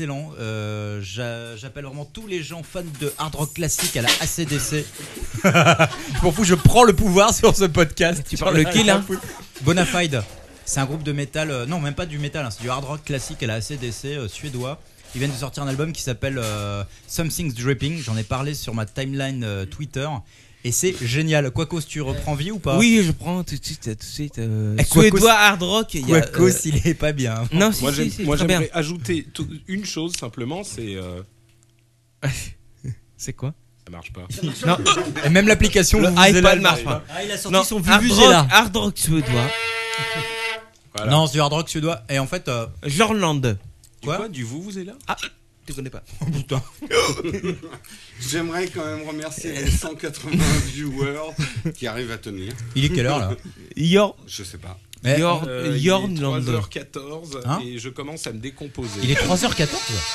J'appelle vraiment tous les gens fans de hard rock classique à la ACDC. Pour vous, je prends le pouvoir sur ce podcast. Tu parles lequel là? Bonafide. C'est un groupe de métal, non même pas du métal, hein, c'est du hard rock classique à la ACDC suédois. Ils viennent de sortir un album qui s'appelle Something's Dripping. J'en ai parlé sur ma timeline Twitter. Et c'est génial. Quacos, tu reprends vie ou pas? Oui, je prends tout de suite. Quacos- Suédois hard rock. Il y a, Quacos, il est pas bien. Non, si, Moi, si, moi, très bien. j'aimerais ajouter une chose simplement, c'est C'est quoi? Ça marche pas. Non. Et même l'application Le Vuvuzela, iPad elle marche pas. Ah, il a sorti Non, son Vuvuzela. Hard Rock suédois. Voilà. Non, c'est du hard rock suédois. Et en fait, Jorland. quoi Du Vuvuzela? Tu connais pas. Oh putain. J'aimerais quand même remercier les 180 viewers qui arrivent à tenir. Il est quelle heure là? Je sais pas. Mais, Il est Jorland. 3h14 Hein et je commence à me décomposer. Il est 3h14.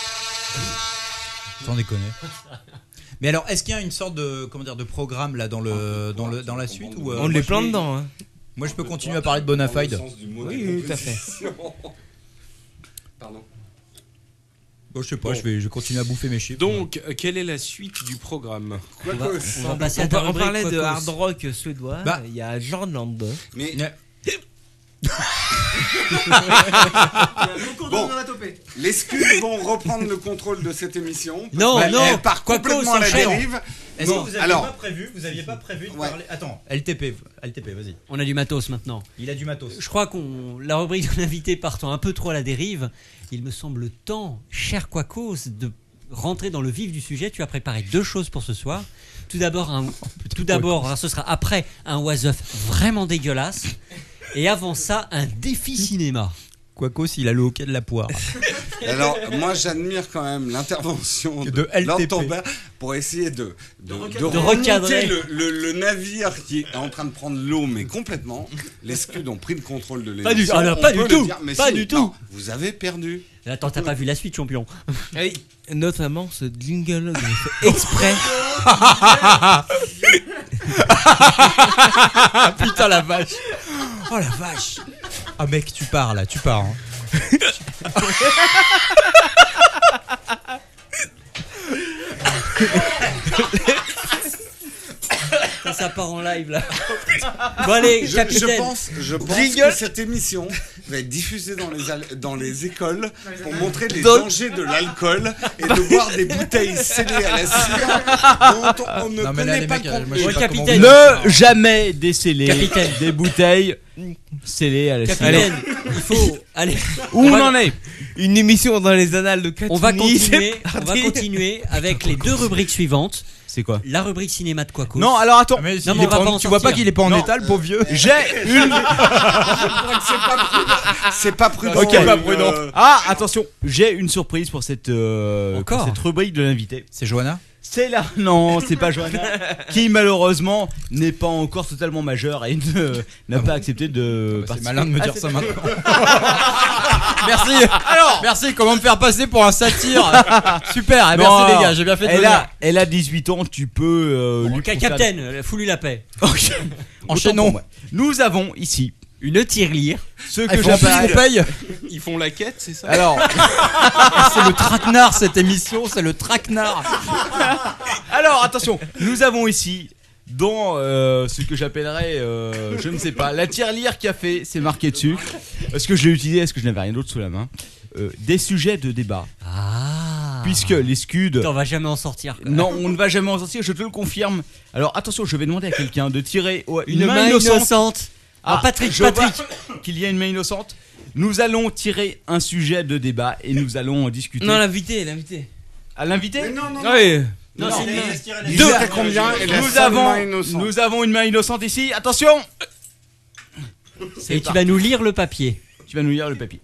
Sans déconner. Mais alors, est-ce qu'il y a une sorte de de programme là dans la suite ou On est plein dedans. Hein. Moi, je peux continuer à parler de Bonafide. Oui, tout à fait. Pardon. Bon, je sais pas, je vais continuer à bouffer mes chips. Donc, quelle est la suite du programme? On va passer à ta On rubrique parlait de Quacos. hard rock suédois. Bah. Il y a Jorland. Mais Bon. les Scuds vont reprendre le contrôle de cette émission. Non, Parce non, qu'elle part Quacos complètement à la s'enchaîne. dérive. Est-ce Bon, que vous alors, aviez pas prévu de Ouais. parler... Attends, LTP, vas-y. On a du matos maintenant. Il a du matos. Je crois la rubrique de l'invité partant un peu trop à la dérive, il me semble temps, cher Quacos, de rentrer dans le vif du sujet. Tu as préparé 2 choses pour ce soir. Tout d'abord, ce sera après un was-of vraiment dégueulasse. Et avant ça, un défi cinéma. Quacos, il a le hockey de la poire. alors, moi, j'admire quand même l'intervention De de LTP. Lord Torbert pour essayer de recadrer. remonter le navire qui est en train de prendre l'eau, mais complètement. Les Scuds ont pris le contrôle de Pas du- l'émission. ah non, On pas du peut le tout. dire, mais Pas si, du tout. non, vous avez perdu. Attends, t'as pas vu la suite, champion? Oui. Notamment ce jingle que j'ai fait exprès. Putain la vache. Oh la vache. Ah mec, tu pars là, tu pars. Hein. Ça part en live là. Bon allez, Je capitaine. pense que cette émission va être diffusée dans les écoles pour montrer les dangers de l'alcool et de boire des bouteilles scellées à la cire dont on ne Non, mais là, connaît les pas mecs, le moi, contenu. je sais Ouais, pas comment capitaine. vous- Ne jamais déceler Capitaine. des bouteilles scellées à la Capitaine, il faut. Allez. Où on en est? Une émission dans les annales de Catuni. On va continuer, c'est on va parti. continuer avec les 2 rubriques suivantes. C'est quoi? La rubrique cinéma de Quacos. Non, alors attends. Ah, mais Non, il mais est on va pas pas en- en tu vois pas sortir. qu'il est pas en Non. étal, pauvre vieux. J'ai une. C'est pas prudent. Ok. Pas Ah, attention, j'ai une surprise pour cette Encore rubrique de l'invité. C'est Johanna? C'est là, non, c'est pas Johanna, qui malheureusement n'est pas encore totalement majeure et n'a pas accepté de. C'est participer. malin de me Ah, dire c'est- ça maintenant. Merci. Alors, merci. Comment me faire passer pour un satire? Super. Non, Merci les gars, j'ai bien fait de venir. elle a 18 ans, tu peux. lui Ok, faire- capitaine, fous-lui la paix. Ok. Enchaînons. Autant pour moi. Nous avons ici Une tirelire. ce Ah, que il faut en plus qu'on j'appelle. paye. Ils font la quête, c'est ça? Alors, C'est le traquenard cette émission, c'est le traquenard. alors attention, nous avons ici dans ce que j'appellerais, je ne sais pas, la tirelire café, c'est marqué dessus. Est-ce que je l'ai utilisé? Est-ce que je n'avais rien d'autre sous la main? Des sujets de débat. Ah. Puisque les Scuds. Putain, on va jamais en sortir. quoi. Non, on ne va jamais en sortir, je te le confirme. Alors attention, je vais demander à quelqu'un de tirer Une main innocente. Ah, Patrick, je Patrick. vois qu'il y a une main innocente. Nous allons tirer un sujet de débat et nous allons en discuter. Non, l'invité. À l'invité? Mais non, non, Ah oui. Non, Non. c'est une main. Il Deux. était combien et la Nous seule avons, main innocente. nous avons une main innocente ici. Attention! Et tu vas nous lire le papier. Tu vas nous lire le papier.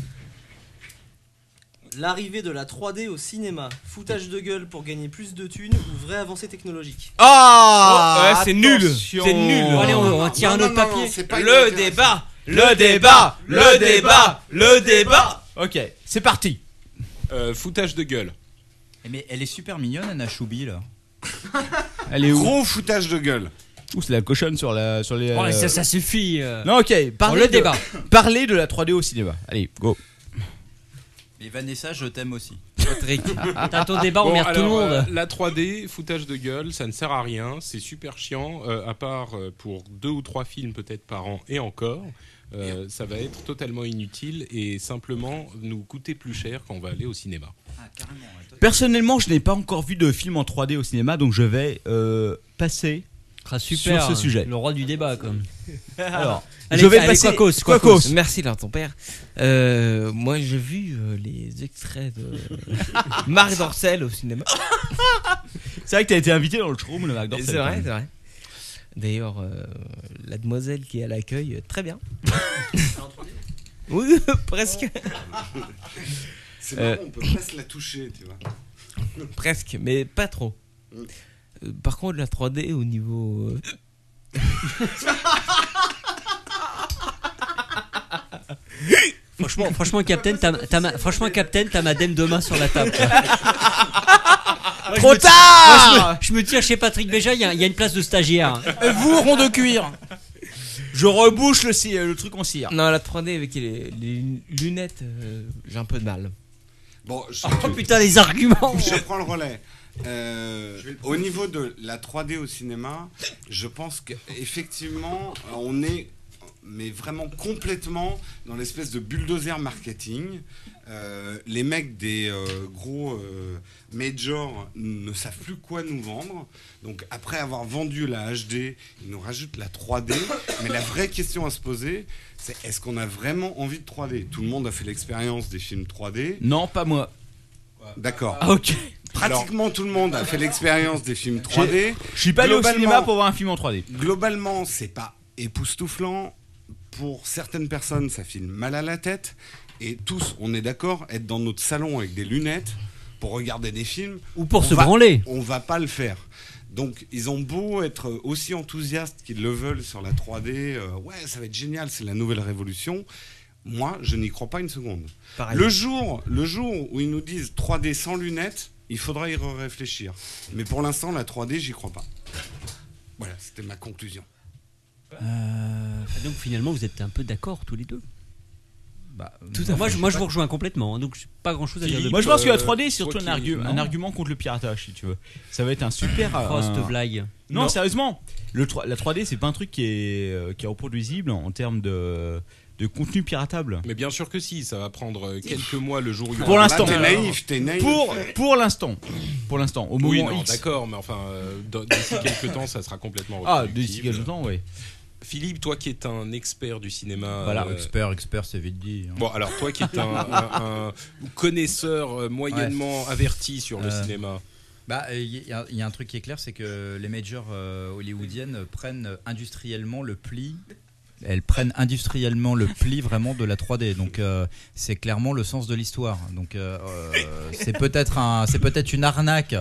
L'arrivée de la 3D au cinéma. Foutage de gueule pour gagner plus de thunes ou vraie avancée technologique. Ah! Oh, ouais, c'est nul. Attention. C'est nul. Bon, allez, on tire un autre papier. c'est pas Le intéressant. débat. Le débat! Le débat! Le débat! Ok, c'est parti. Foutage de gueule. Mais elle est super mignonne, Anna Choubi là. Elle est où? Gros foutage de gueule. Ouh, c'est la cochonne sur les. Oh, ça suffit. Non, ok. Le débat. Parlez de la 3D au cinéma. Allez, go. Et Vanessa, je t'aime aussi. Patrick. T'as ton débat, on merde tout le alors, monde. la 3D, foutage de gueule, ça ne sert à rien, c'est super chiant, à part pour 2 ou 3 films peut-être par an et encore. Ça va être totalement inutile et simplement nous coûter plus cher quand on va aller au cinéma. Ah, carrément. Personnellement, je n'ai pas encore vu de film en 3D au cinéma, donc je vais passer super, sur ce sujet. le roi du débat, comme. Alors, Allez, je vais allez, passer. Quacos. Merci là, ton père. Moi, j'ai vu les extraits de Marc Dorcel au cinéma. C'est vrai que t'as été invité dans le showroom de Marc Dorcel. C'est vrai, c'est vrai. D'ailleurs, la demoiselle qui est à l'accueil, très bien. Oui, presque. C'est marrant, on peut presque la toucher, tu vois. Presque, mais pas trop. Par contre, la 3D au niveau. Franchement, Captain, t'as ma dème de main sur la table. Trop tard. Je me tiens chez Patrick Béja, il y a une place de stagiaire. Vous, rond de cuir. Je rebouche le truc en cire. Non, la 3D avec les lunettes, j'ai un peu de mal. Bon, Oh putain, les arguments. je prends le relais. Au niveau de la 3D au cinéma, je pense qu'effectivement, on est mais vraiment complètement dans l'espèce de bulldozer marketing. Les mecs des gros majors ne savent plus quoi nous vendre. Donc après avoir vendu la HD, ils nous rajoutent la 3D. Mais la vraie question à se poser, c'est est-ce qu'on a vraiment envie de 3D ? Tout le monde a fait l'expérience des films 3D. Non, pas moi. D'accord. Ah, ok. Pratiquement tout le monde a fait l'expérience des films 3D. Je suis pas allé au cinéma pour voir un film en 3D. Globalement, c'est pas époustouflant. Pour certaines personnes, ça file mal à la tête. Et tous, on est d'accord, être dans notre salon avec des lunettes pour regarder des films. Ou pour se branler. On va pas le faire. Donc, ils ont beau être aussi enthousiastes qu'ils le veulent sur la 3D. Ouais, ça va être génial, c'est la nouvelle révolution. Moi, je n'y crois pas une seconde. Pareil. Le jour où ils nous disent 3D sans lunettes, il faudra y réfléchir. Mais pour l'instant, la 3D, j'y crois pas. Voilà, c'était ma conclusion. Donc finalement, vous êtes un peu d'accord tous les deux. Tout à Moi, je vous rejoins complètement. Hein, donc, j'ai pas grand-chose à dire. Moi, je pense que la 3D est surtout un argument contre le piratage, si tu veux. Ça va être un super. Frost blague. Non, sérieusement. La 3D, c'est pas un truc qui est reproduisible en termes de contenu piratable. Mais bien sûr que si, ça va prendre quelques mois le jour où il y aura. Pour l'instant, t'es naïf. Pour l'instant, au moment oui, non, X. d'accord, mais enfin, d'ici quelques temps, ça sera complètement. Ah, d'ici quelques temps, oui. Philippe, toi qui es un expert du cinéma. Voilà, expert, c'est vite dit. Hein. Bon, alors toi qui es un connaisseur moyennement averti sur le cinéma. Il y a un truc qui est clair, c'est que les majors hollywoodiennes prennent industriellement le pli. Elles prennent industriellement le pli vraiment de la 3D. Donc c'est clairement le sens de l'histoire. Donc c'est peut-être une arnaque.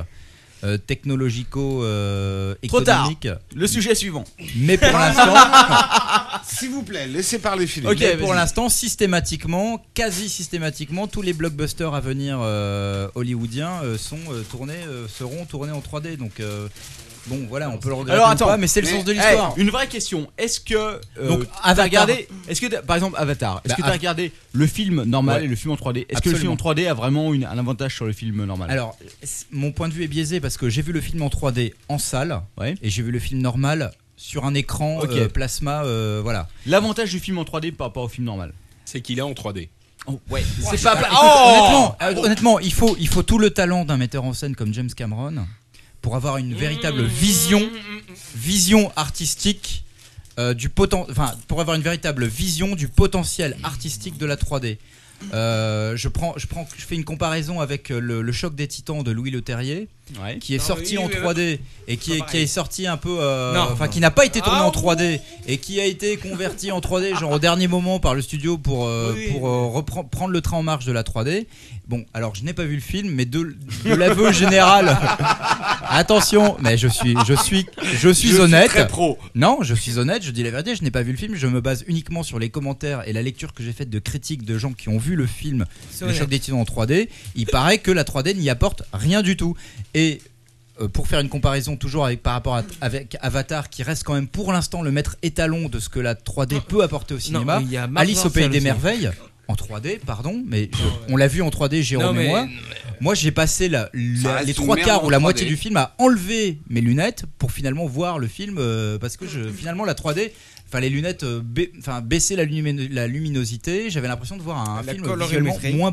Technologico-économique. Trop tard. Le sujet suivant. Mais pour l'instant, s'il vous plaît, laissez parler Philippe. Ok, pour l'instant, quasi systématiquement, tous les blockbusters à venir hollywoodiens seront tournés en 3D. Donc bon, voilà, on peut le regretter ou pas, mais c'est le sens de l'histoire. Une vraie question. Est-ce que t'as regardé par exemple Avatar, est-ce que t'as regardé le film normal et le film en 3D? Est-ce que le film en 3D a vraiment un avantage sur le film normal? Alors, mon point de vue est biaisé parce que j'ai vu le film en 3D en salle et j'ai vu le film normal sur un écran plasma. Voilà. L'avantage du film en 3D par rapport au film normal, c'est qu'il est en 3D. Oh, ouais. C'est pas. Honnêtement, il faut tout le talent d'un metteur en scène comme James Cameron pour avoir une véritable vision artistique pour avoir une véritable vision du potentiel artistique de la 3D. Je fais une comparaison avec le choc des Titans de Louis Leterrier, qui est sorti en 3D et qui est sorti un peu, qui n'a pas été tourné en 3D et qui a été converti en 3D genre au dernier moment par le studio pour prendre le train en marche de la 3D. Bon, alors je n'ai pas vu le film, mais de l'aveu général, attention, mais je suis honnête. Très pro. Non, je suis honnête, je dis la vérité, je n'ai pas vu le film, je me base uniquement sur les commentaires et la lecture que j'ai faite de critiques de gens qui ont vu le film Le Choc des Titans en 3D. Il paraît que la 3D n'y apporte rien du tout. Et pour faire une comparaison toujours par rapport avec Avatar, qui reste quand même pour l'instant le maître étalon de ce que la 3D peut apporter au cinéma, Alice au Pays des Merveilles. En 3D, pardon, mais on l'a vu en 3D, Jérôme et moi. Moi, j'ai passé les trois quarts ou la moitié du film à enlever mes lunettes pour finalement voir le film parce que finalement la 3D, les lunettes baissaient la luminosité. J'avais l'impression de voir un film visuellement moins beau.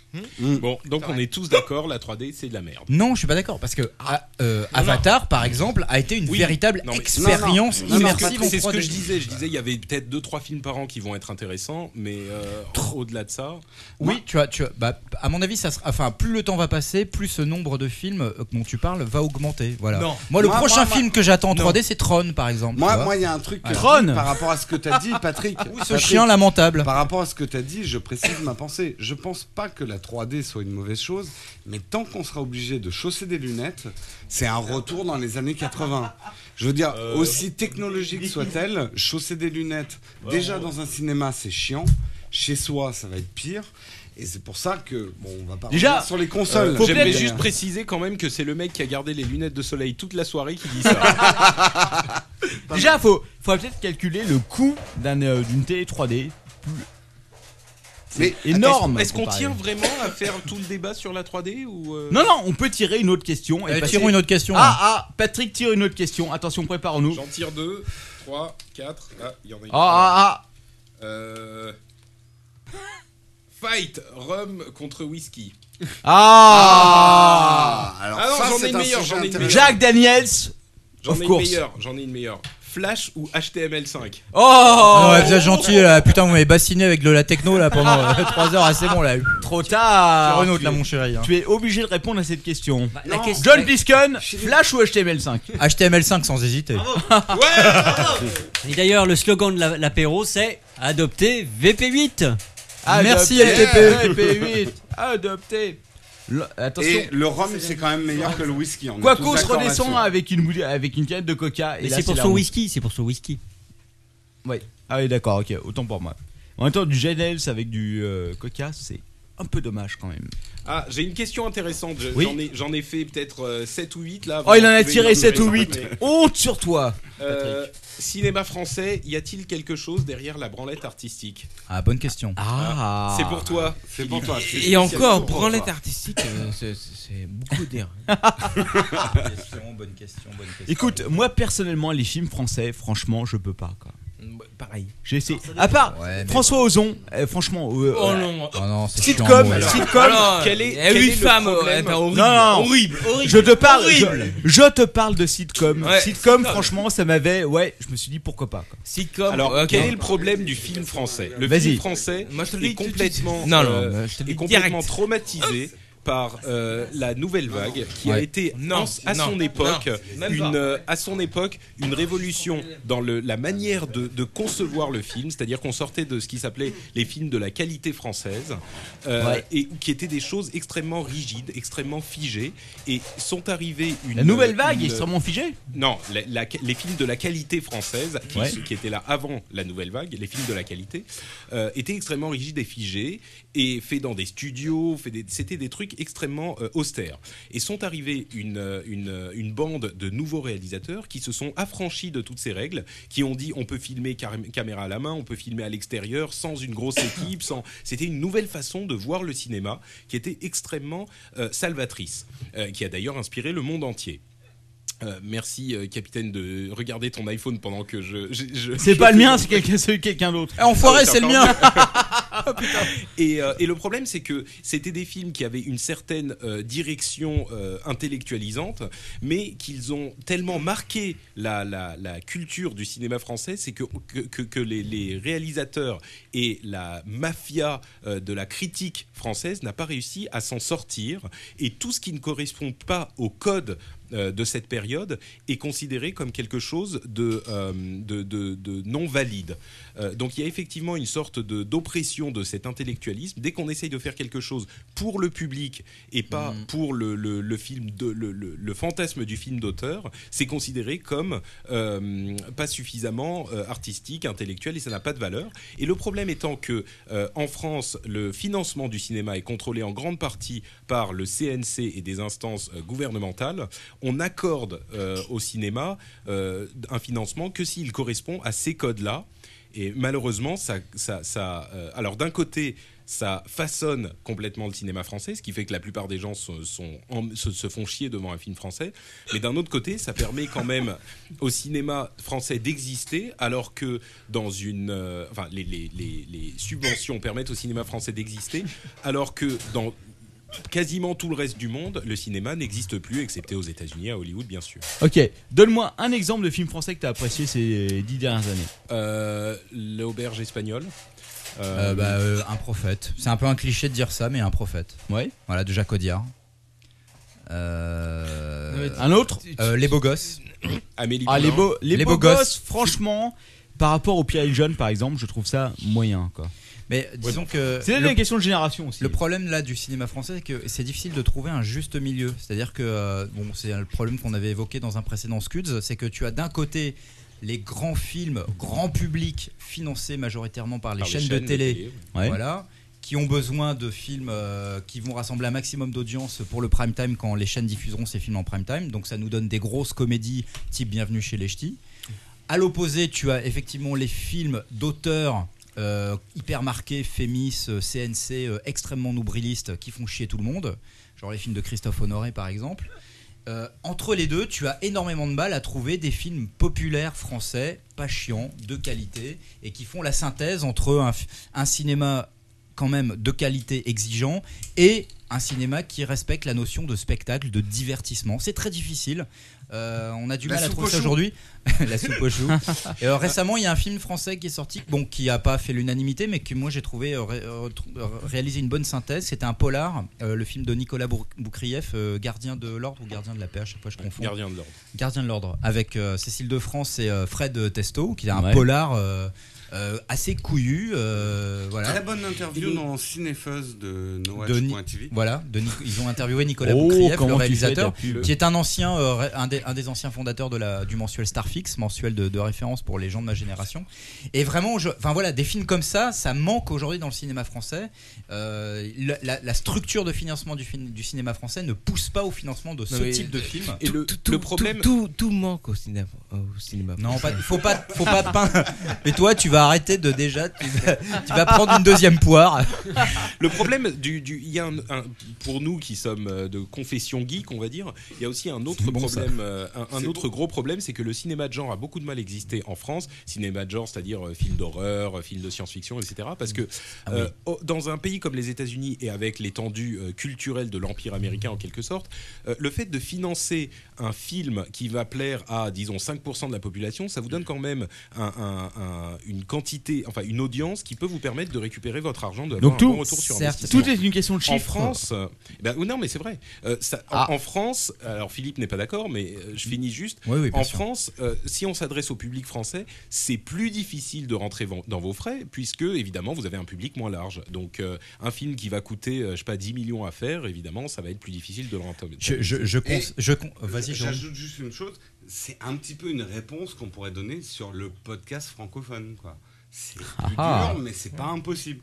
Bon, donc on est tous d'accord, la 3D c'est de la merde. Non, je suis pas d'accord parce que Avatar, par exemple, a été une véritable expérience immersive en 3D. C'est ce que je disais. Je disais, il y avait peut-être 2-3 films par an qui vont être intéressants, mais au-delà de ça. Oui, tu as. À mon avis, ça sera. Enfin, plus le temps va passer, plus ce nombre de films dont tu parles va augmenter. Voilà. Non. Moi, le prochain film que j'attends en 3D, c'est Tron, par exemple. Moi, il y a un truc. Tron. Par rapport à ce que t'as dit, Patrick. Ce chien lamentable. Par rapport à ce que t'as dit, je précise ma pensée. Je pense pas que la 3D soit une mauvaise chose, mais tant qu'on sera obligé de chausser des lunettes, c'est un retour dans les années 80. Je veux dire, aussi technologique soit-elle, chausser des lunettes, déjà dans un cinéma, c'est chiant. Chez soi, ça va être pire. Et c'est pour ça que, bon, on va pas revenir sur les consoles. J'aimerais juste préciser quand même que c'est le mec qui a gardé les lunettes de soleil toute la soirée qui dit ça. Déjà, faut peut-être calculer le coût d'une télé 3D. C'est énorme. Est-ce qu'on tient vraiment à faire tout le débat sur la 3D ou Non, on peut tirer une autre question. Tirons une autre question. Patrick tire une autre question. Attention, prépare-nous. J'en tire 2, 3, 4. Ah, il y en a une. Fight, rhum contre whisky. Alors j'en ai une meilleure. Jack Daniels. J'en ai une meilleure. Flash ou HTML5. Vous êtes gentil là. Putain, vous m'avez bassiné avec de la techno là pendant 3 heures. C'est bon là. Trop tard. Renaud là, mon chéri. Tu es obligé de répondre à cette question. John Plisken, Flash ou HTML5? HTML5 sans hésiter. Et d'ailleurs, le slogan de l'apéro, c'est adopter VP8. Merci LTP. VP8. Adopter. Attention. Et le rhum, c'est quand même meilleur que le whisky. Quacos redescend avec une canette de coca. Et c'est pour son whisky. C'est pour son whisky. Ouais. Ah oui, d'accord, ok. Autant pour moi. En même temps, du Janels avec du coca, c'est un peu dommage quand même. Ah, j'ai une question intéressante. J'en ai fait peut-être 7 ou 8 là. Il en a tiré 7 ou 8. Honte sur toi. Cinéma français, y a-t-il quelque chose derrière la branlette artistique? Bonne question. C'est pour toi. C'est pour toi. Et encore, branlette artistique, c'est beaucoup dire. Bonne question. Écoute, moi personnellement, les films français, franchement, je peux pas quoi. Pareil. J'ai essayé. À part François Ozon, franchement. non, c'est sitcom. Quel est 8 le femmes. problème Horrible. Je te parle de sitcom. Sitcom, franchement, ça m'avait. Ouais, je me suis dit pourquoi pas. Quoi. Sitcom. Alors, quel est le problème du film français? Le film français est complètement traumatisé par la nouvelle vague qui a été à son époque une révolution dans la manière de concevoir le film, c'est-à-dire qu'on sortait de ce qui s'appelait les films de la qualité française et qui étaient des choses extrêmement rigides, extrêmement figées, et sont arrivés la nouvelle vague est extrêmement figée. Non, les films de la qualité française qui étaient là avant la nouvelle vague, les films de la qualité étaient extrêmement rigides et figés et faits dans des studios, c'était des trucs extrêmement austères. Et sont arrivés une bande de nouveaux réalisateurs qui se sont affranchis de toutes ces règles, qui ont dit on peut filmer caméra à la main, on peut filmer à l'extérieur sans une grosse équipe, c'était une nouvelle façon de voir le cinéma qui était extrêmement salvatrice, qui a d'ailleurs inspiré le monde entier. Merci capitaine de regarder ton iPhone pendant que c'est pas le mien, c'est quelqu'un d'autre. Enfoiré, c'est le mien. Et le problème, c'est que c'était des films qui avaient une certaine direction intellectualisante, mais qu'ils ont tellement marqué la culture du cinéma français, c'est que les réalisateurs et la mafia de la critique française n'a pas réussi à s'en sortir, et tout ce qui ne correspond pas au code de cette période est considéré comme quelque chose de non valide. Donc il y a effectivement une sorte d'oppression de cet intellectualisme. Dès qu'on essaye de faire quelque chose pour le public et pas pour le film le fantasme du film d'auteur, c'est considéré comme pas suffisamment artistique, intellectuel, et ça n'a pas de valeur. Et le problème étant que en France, le financement du cinéma est contrôlé en grande partie par le CNC et des instances gouvernementales. On accorde au cinéma un financement que s'il correspond à ces codes-là. Et malheureusement, alors d'un côté, ça façonne complètement le cinéma français, ce qui fait que la plupart des gens se font chier devant un film français. Mais d'un autre côté, ça permet quand même au cinéma français d'exister, alors que dans les subventions permettent au cinéma français d'exister, alors que dans quasiment tout le reste du monde, le cinéma n'existe plus, excepté aux États-Unis, à Hollywood, bien sûr. Ok, donne-moi un exemple de film français que tu as apprécié ces 10 dernières années. L'auberge espagnole. Un prophète. C'est un peu un cliché de dire ça, mais un prophète. Ouais. Voilà, de Jacques Audiard. Un autre Les Beaux Gosses. Amélie les Poulain. beaux gosses, franchement, par rapport au Pierre et le Jeune, par exemple, je trouve ça moyen, quoi. Mais disons que c'est une question de génération aussi. Le problème là du cinéma français, c'est que c'est difficile de trouver un juste milieu. C'est-à-dire que c'est le problème qu'on avait évoqué dans un précédent Scuds, c'est que tu as d'un côté les grands films, grand public, financés majoritairement par les chaînes de télé, voilà, qui ont besoin de films qui vont rassembler un maximum d'audience pour le prime time quand les chaînes diffuseront ces films en prime time. Donc ça nous donne des grosses comédies type Bienvenue chez les Ch'tis. À l'opposé, tu as effectivement les films d'auteurs hyper marqués, Fémis, CNC, extrêmement nombrilistes, qui font chier tout le monde, genre les films de Christophe Honoré par exemple. Entre les deux, tu as énormément de mal à trouver des films populaires français, pas chiants, de qualité, et qui font la synthèse entre un cinéma quand même de qualité exigeant et un cinéma qui respecte la notion de spectacle, de divertissement. C'est très difficile. On a du mal à trouver ça aujourd'hui. La soupe aux choux. Et, récemment, il y a un film français qui est sorti, qui n'a pas fait l'unanimité, mais que moi j'ai trouvé réaliser une bonne synthèse. C'était un polar, le film de Nicolas Boukrieff, Gardien de l'ordre ou Gardien de la paix, à chaque fois je confonds. Gardien de l'ordre. Gardien de l'ordre, avec Cécile de France et Fred Testo, qui est un polar assez couillu. Voilà. Très bonne interview dans Cinépheuse de NoWatch.tv. Voilà, ils ont interviewé Nicolas Boukrieff, le réalisateur, qui est un ancien, un des anciens fondateurs du mensuel Starfix, mensuel de référence pour les gens de ma génération. Et vraiment, des films comme ça manque aujourd'hui dans le cinéma français. La structure de financement du cinéma français ne pousse pas au financement de ce type de film. Et le problème, tout manque au cinéma. Non, il faut pas peindre. Mais toi, tu vas arrêter de déjà. Tu vas prendre une deuxième poire. Le problème il y a pour nous qui sommes de confession geek, on va dire, il y a aussi un autre problème, un autre gros problème, c'est que le cinéma de genre a beaucoup de mal à exister en France. Cinéma de genre, c'est-à-dire film d'horreur, film de science-fiction, etc. Parce que dans un pays comme les États-Unis et avec l'étendue culturelle de l'empire américain en quelque sorte, le fait de financer un film qui va plaire à, disons, 5% de la population, ça vous donne quand même une quantité, enfin une audience qui peut vous permettre de récupérer votre argent, d'avoir un bon retour sur investissement. Tout est une question de chiffres. En France, non mais c'est vrai. En France, alors Philippe n'est pas d'accord, mais je finis juste. Oui, en France, si on s'adresse au public français, c'est plus difficile de rentrer dans vos frais, puisque évidemment vous avez un public moins large. Donc un film qui va coûter, je sais pas, 10 millions à faire, évidemment, ça va être plus difficile de le rentabiliser. Vas-y, j'ajoute juste une chose. C'est un petit peu une réponse qu'on pourrait donner sur le podcast francophone, quoi. C'est plus dur, mais c'est pas impossible.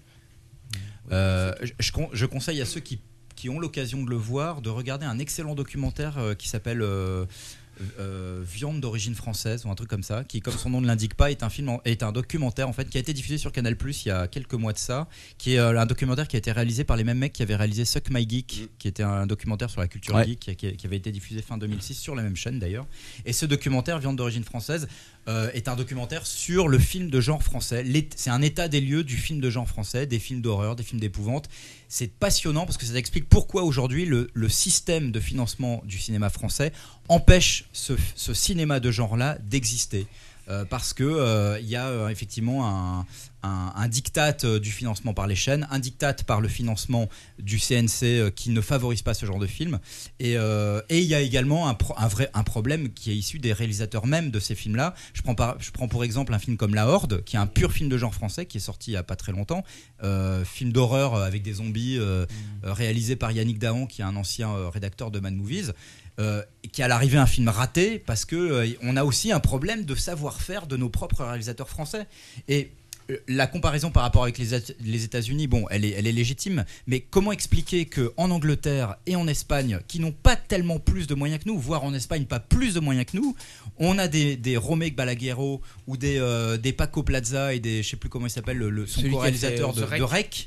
Je conseille à ceux qui ont l'occasion de le voir de regarder un excellent documentaire qui s'appelle Viande d'origine française ou un truc comme ça, qui, comme son nom ne l'indique pas, est un documentaire en fait qui a été diffusé sur Canal+ il y a quelques mois de ça, qui est un documentaire qui a été réalisé par les mêmes mecs qui avaient réalisé Suck My Geek, qui était un documentaire sur la culture geek qui avait été diffusé fin 2006 sur la même chaîne d'ailleurs. Et ce documentaire Viande d'origine française est un documentaire sur le film de genre français. C'est un état des lieux du film de genre français, des films d'horreur, des films d'épouvante. C'est passionnant parce que ça explique pourquoi aujourd'hui le système de financement du cinéma français empêche ce cinéma de genre-là d'exister. Parce que il y a effectivement un diktat du financement par les chaînes, un diktat par le financement du CNC qui ne favorise pas ce genre de film, et il y a également un problème qui est issu des réalisateurs même de ces films-là. Je prends pour exemple un film comme La Horde, qui est un pur film de genre français qui est sorti il y a pas très longtemps, film d'horreur avec des zombies, réalisé par Yannick Dahan, qui est un ancien rédacteur de Mad Movies. Qui à l'arrivée un film raté parce que on a aussi un problème de savoir-faire de nos propres réalisateurs français. Et la comparaison par rapport avec les États-Unis, bon, elle est légitime, mais comment expliquer qu'en Angleterre et en Espagne, qui n'ont pas tellement plus de moyens que nous, voire en Espagne pas plus de moyens que nous, on a des Romek Balaguerro ou des Paco Plaza et des, je sais plus comment il s'appelle, son co-réalisateur de REC,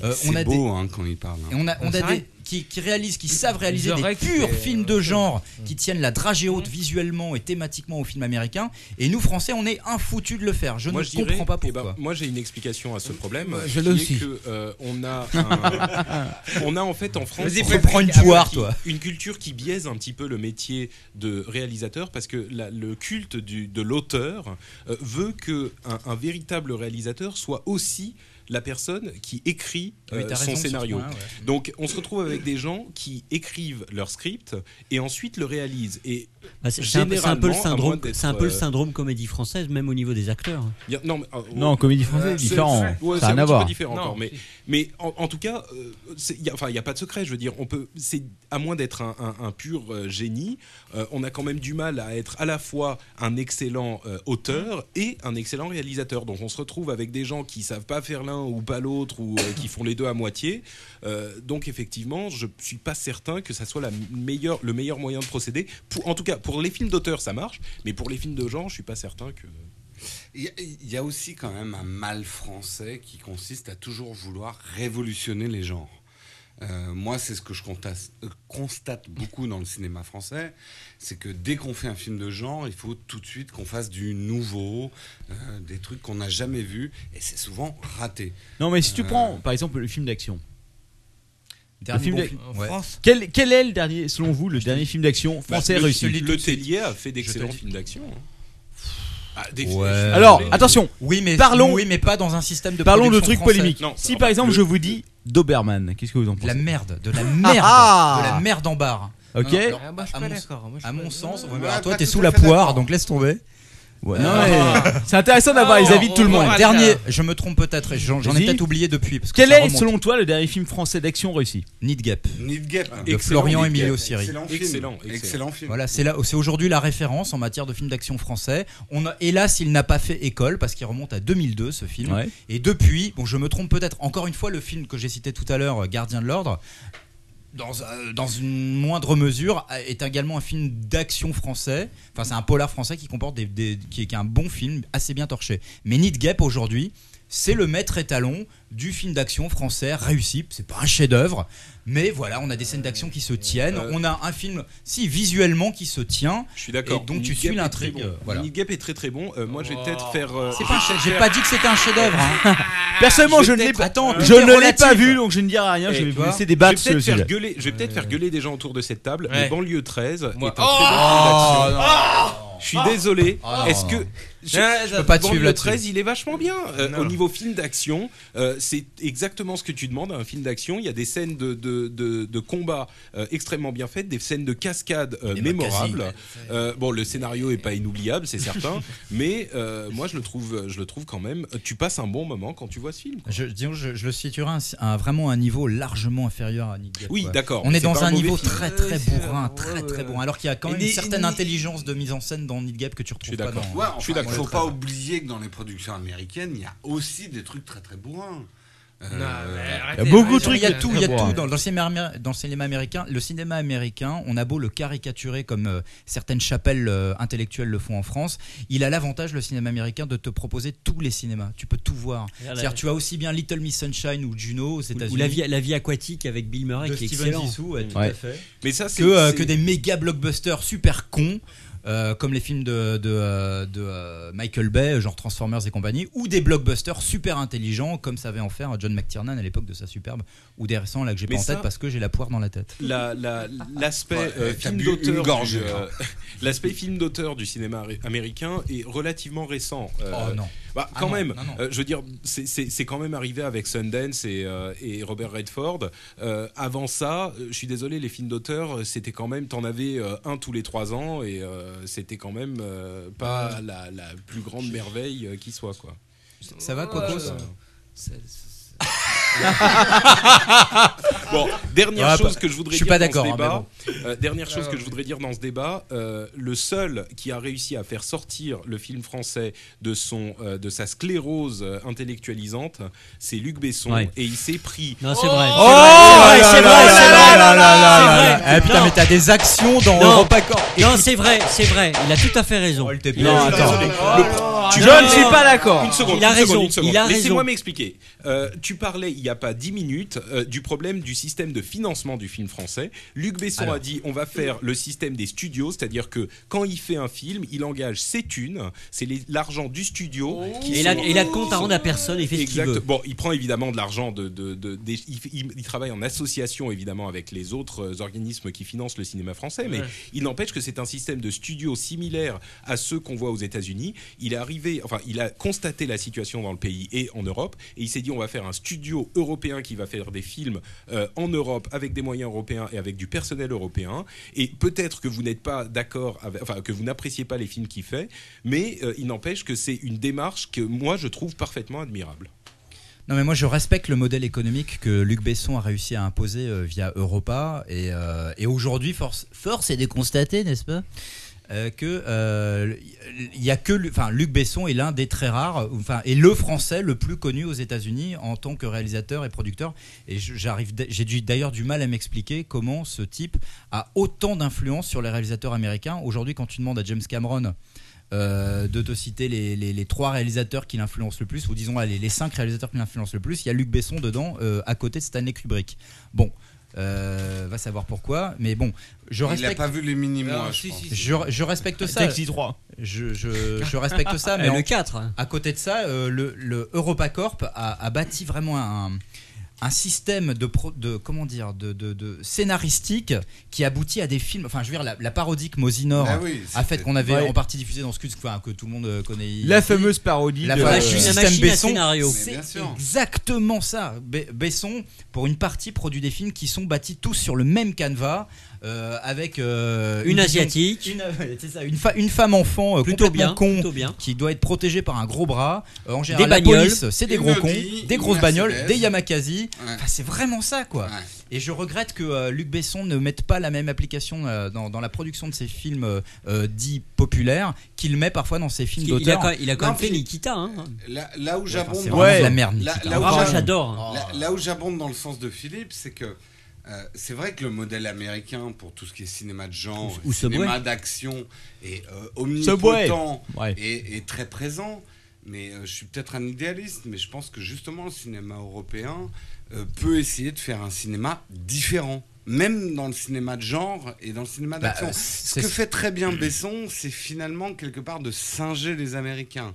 C'est beau quand il parle. Et on a qui réalisent, qui savent réaliser des purs films de genre qui tiennent la dragée haute visuellement et thématiquement au film américain. Et nous Français, on est infoutus de le faire. Je ne comprends pas pourquoi. Moi, j'ai une explication à ce problème. Je l'ai aussi. On a en fait en France une culture qui biaise un petit peu le métier de réalisateur parce que le culte de l'auteur veut que un véritable réalisateur soit aussi la personne qui écrit son scénario. Point, ouais. Donc on se retrouve avec des gens qui écrivent leur script et ensuite le réalisent. Et c'est un peu le syndrome comédie française, même au niveau des acteurs. Non, comédie française c'est différent. Ça n'a rien à voir. Différent encore, mais en tout cas, il n'y a pas de secret. Je veux dire, à moins d'être un pur génie, on a quand même du mal à être à la fois un excellent auteur et un excellent réalisateur. Donc on se retrouve avec des gens qui savent pas faire l'un ou pas l'autre ou qui font les deux à moitié. Donc effectivement, je suis pas certain que ça soit le meilleur moyen de procéder. En tout cas, pour les films d'auteur, ça marche, mais pour les films de genre, je suis pas certain que. Il y a aussi quand même un mal français qui consiste à toujours vouloir révolutionner les genres. Moi, c'est ce que je constate beaucoup dans le cinéma français, c'est que dès qu'on fait un film de genre, il faut tout de suite qu'on fasse du nouveau, des trucs qu'on n'a jamais vus, et c'est souvent raté. Non, mais si tu prends, par exemple, le film d'action. France. Quel est le dernier, selon vous, le dernier film d'action français réussi? Le Tellier a fait d'excellents films d'action. Alors, attention. Oui, mais pas dans un système de. Parlons de production trucs français. polémiques. Si par exemple je vous dis Doberman, qu'est-ce que vous en pensez? De la merde en barre. Ok. À mon sens, toi t'es sous la poire, donc laisse tomber. Ouais, non, c'est intéressant d'avoir les avis de tout le monde. Dernier, je me trompe peut-être, j'en ai peut-être oublié depuis. Parce que quel est, selon toi, le dernier film français d'action réussi? Need Gap. De Florian Emilio Siri. Excellent film. Voilà, c'est aujourd'hui la référence en matière de film d'action français. Hélas, il n'a pas fait école parce qu'il remonte à 2002 ce film. Ouais. Et depuis, je me trompe peut-être. Encore une fois, le film que j'ai cité tout à l'heure, Gardien de l'ordre. Dans une moindre mesure, est également un film d'action français. Enfin, c'est un polar français qui comporte qui est un bon film, assez bien torché. Mais Need Gap aujourd'hui, c'est le maître étalon du film d'action français réussi. C'est pas un chef-d'œuvre, mais voilà, on a des scènes d'action qui se tiennent. On a un film, visuellement, qui se tient. Je suis d'accord. Et donc tu suis l'intrigue. Voilà. Need Gap est très très bon. Moi, je vais peut-être faire. J'ai pas dit que c'était un chef-d'œuvre. Hein. Personnellement, je ne l'ai pas vu, donc je ne dirai rien. Je vais vous laisser débattre sur le sujet. Je vais peut-être faire gueuler des gens autour de cette table. Mais Banlieue 13 est un très bon film d'action. Je suis désolé. Est-ce que je peux pas te suivre là-dessus. 13, il est vachement bien. Au niveau film d'action, c'est exactement ce que tu demandes à un film d'action. Il y a des scènes de combat extrêmement bien faites, des scènes de cascade mémorables. Le scénario est pas inoubliable, c'est certain, mais moi je le trouve quand même. Tu passes un bon moment quand tu vois ce film. Je le situerai vraiment un niveau largement inférieur à Nick Gap. Oui, d'accord. On est dans un niveau très très bourrin, très très bourrin, alors qu'il y a quand même une certaine intelligence de mise en scène dans Nick Gap que tu retrouves pas dans. Je suis d'accord. Il ne faut pas oublier que dans les productions américaines, il y a aussi des trucs très très bourrins. Il y a beaucoup de trucs. Il y a tout. Dans le cinéma américain, on a beau le caricaturer comme certaines chapelles intellectuelles le font en France, il a l'avantage, le cinéma américain, de te proposer tous les cinémas. Tu peux tout voir. C'est-à-dire, tu as aussi bien Little Miss Sunshine ou Juno aux États-Unis. Ou la vie aquatique avec Bill Murray qui est excellent. Tout à fait. Mais ça, que des méga blockbusters super cons. Comme les films de Michael Bay, genre Transformers et compagnie, ou des blockbusters super intelligents comme savait en faire John McTiernan à l'époque de sa Superbe, ou des récents là que j'ai pas en tête parce que j'ai la poire dans la tête. L'aspect film d'auteur du cinéma américain est relativement récent. Non. Je veux dire, c'est quand même arrivé avec Sundance et Robert Redford. Avant ça, je suis désolé, les films d'auteur, c'était quand même, t'en avais un tous les 3 ans et c'était quand même pas la plus grande merveille qui soit, quoi. Ça va, Quacos? Bon, dernière chose que je voudrais dire dans ce débat. Dernière chose que je voudrais dire dans ce débat, le seul qui a réussi à faire sortir le film français de sa sclérose intellectualisante, c'est Luc Besson, et il s'est pris. Non, c'est vrai. C'est vrai. Putain, mais t'as des actions dans EuropaCorp. Non, c'est vrai. Il a tout à fait raison. Non, attends. Je ne suis pas d'accord. Une seconde, Il a une seconde, raison, une seconde. il a Laissez-moi raison. m'expliquer. Tu parlais il n'y a pas 10 minutes du problème du système de financement du film français. Luc Besson a dit on va faire le système des studios, c'est-à-dire que quand il fait un film, il engage ses thunes, c'est l'argent du studio. Et il a de compte à rendre à personne, il fait ce qu'il veut. Bon, il prend évidemment de l'argent il travaille en association évidemment avec les autres organismes qui financent le cinéma français, mais il n'empêche que c'est un système de studio similaire à ceux qu'on voit aux États-Unis. Il a constaté la situation dans le pays et en Europe, et il s'est dit on va faire un studio européen qui va faire des films en Europe avec des moyens européens et avec du personnel européen. Et peut-être que vous n'êtes pas d'accord, que vous n'appréciez pas les films qu'il fait, mais il n'empêche que c'est une démarche que moi je trouve parfaitement admirable. Non mais moi je respecte le modèle économique que Luc Besson a réussi à imposer via Europa et aujourd'hui force est de constater, n'est-ce pas, que il y a que Luc Besson est l'un des très rares, est le Français le plus connu aux États-Unis en tant que réalisateur et producteur. Et j'ai d'ailleurs du mal à m'expliquer comment ce type a autant d'influence sur les réalisateurs américains. Aujourd'hui, quand tu demandes à James Cameron de te citer les 3 réalisateurs qui l'influencent le plus, ou disons les 5 réalisateurs qui l'influencent le plus, il y a Luc Besson dedans, à côté de Stanley Kubrick. Bon. Va savoir pourquoi, mais bon, je respecte. Il a pas vu les mini-mois, je respecte ça. Taxi 3. Je respecte ça, mais le 4. À côté de ça, le EuropaCorp a bâti vraiment un système de scénaristique qui aboutit à des films. Enfin, je veux dire, la parodie que Mosinor a faite, qu'on avait en partie diffusée dans Scuds, que tout le monde connaît. La fameuse parodie du système Besson. Scénario. C'est exactement ça. Besson, pour une partie, produit des films qui sont bâtis tous sur le même canevas. Avec une asiatique, une femme enfant plutôt complètement bien, qui doit être protégée par un gros bras. En général, des la bagnoles, police, c'est des gros cons, des grosses bagnoles, des Yamakasi. Ouais. Enfin, c'est vraiment ça, quoi. Ouais. Et je regrette que Luc Besson ne mette pas la même application dans la production de ses films dits populaires qu'il met parfois dans ses films d'auteur. Il a quand même fait Nikita. Hein. Là où j'abonde, la merde, Nikita. J'adore. Là où j'abonde dans le sens de Philippe, c'est que c'est vrai que le modèle américain pour tout ce qui est cinéma de genre, ou cinéma d'action est omnipotent et très présent. Mais je suis peut-être un idéaliste, mais je pense que justement le cinéma européen peut essayer de faire un cinéma différent, même dans le cinéma de genre et dans le cinéma d'action. Ce que fait très bien Besson, c'est finalement quelque part de singer les Américains.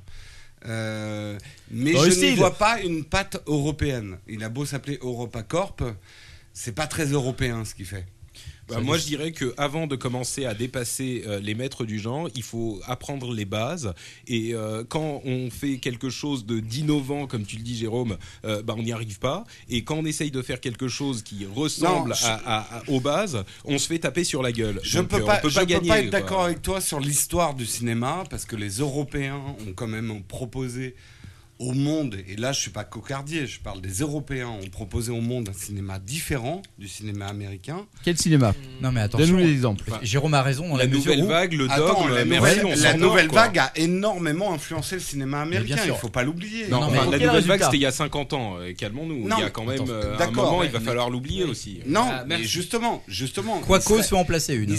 Mais je n'y vois pas une patte européenne. Il a beau s'appeler EuropaCorp, c'est pas très européen ce qu'il fait. Moi, je dirais qu'avant de commencer à dépasser les maîtres du genre, il faut apprendre les bases. Et quand on fait quelque chose d'innovant, comme tu le dis, Jérôme, on n'y arrive pas. Et quand on essaye de faire quelque chose qui ressemble aux bases, on se fait taper sur la gueule. Je ne peux pas être d'accord avec toi sur l'histoire du cinéma, parce que les Européens ont quand même proposé au monde, et là je suis pas cocardier, je parle des Européens, ont proposé au monde un cinéma différent du cinéma américain. Quel cinéma? Non mais attention, donne-nous des exemples. Jérôme a raison dans la nouvelle vague, le dogme, la nouvelle vague a énormément influencé le cinéma américain, il faut pas l'oublier. Non, la nouvelle vague c'était il y a 50 ans, calmons-nous. Il y a quand même un moment, il va falloir l'oublier aussi. Non, mais justement. Quaco se fait en placer une.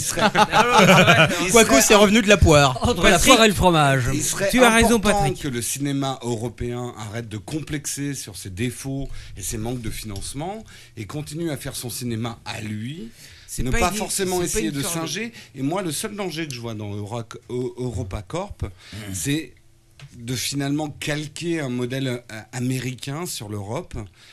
Quaco c'est revenu de la poire. Entre la poire et le fromage. Tu as raison, Patrick. Que le cinéma européen arrête de complexer sur ses défauts et ses manques de financement et continue à faire son cinéma à lui, ne pas forcément essayer de singer. Et moi, le seul danger que je vois dans EuropaCorp, c'est de finalement calquer un modèle américain sur l'Europe.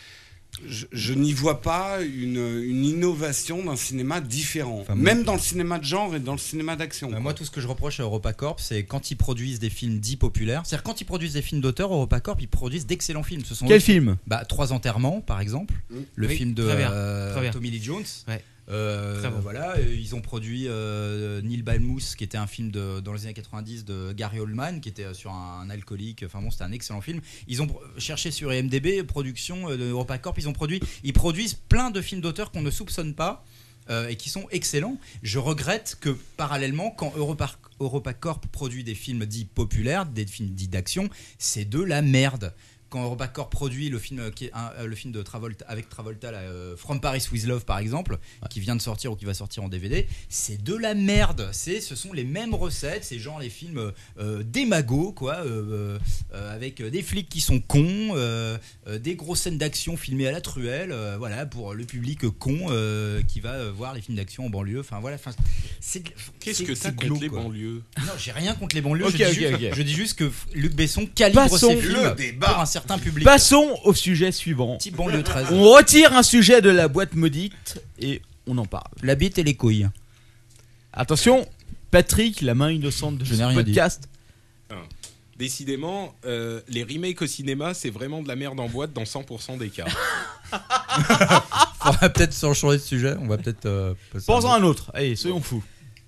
Je n'y vois pas une innovation d'un cinéma différent, même dans le cinéma de genre et dans le cinéma d'action. Moi, tout ce que je reproche à EuropaCorp, c'est quand ils produisent des films dits populaires, c'est-à-dire quand ils produisent des films d'auteur, EuropaCorp, ils produisent d'excellents films. Quel film ? 3 enterrements, par exemple, le film de Tommy Lee Jones. Ouais. Voilà, ils ont produit Neil Balmous, qui était un film dans les années 90 de Gary Oldman, qui était sur un alcoolique. Enfin bon, c'était un excellent film. Ils ont cherché sur IMDb, production de EuropaCorp, ils produisent plein de films d'auteur qu'on ne soupçonne pas et qui sont excellents. Je regrette que parallèlement, quand EuropaCorp produit des films dits populaires, des films dits d'action, c'est de la merde. quand Robacor produit le film le film de Travolta avec Travolta là, From Paris with Love par exemple, qui vient de sortir ou qui va sortir en DVD, c'est de la merde. Ce sont les mêmes recettes, c'est genre les films des magots quoi, avec des flics qui sont cons, des grosses scènes d'action filmées à la truelle, voilà pour le public con qui va voir les films d'action en banlieue. Enfin voilà. Qu'est-ce que t'as contre les banlieues? Non, j'ai rien contre les banlieues. Okay. Je dis juste que Luc Besson calibre ses films pour un certain public. Passons au sujet suivant. Type banlieue 13. On retire un sujet de la boîte maudite et on en parle. La bite et les couilles. Attention, Patrick, la main innocente de ce podcast. Décidément, les remakes au cinéma, c'est vraiment de la merde en boîte dans 100% des cas. On va peut-être changer de sujet. On va peut-être. Pensons à un autre. Allez, soyons fous.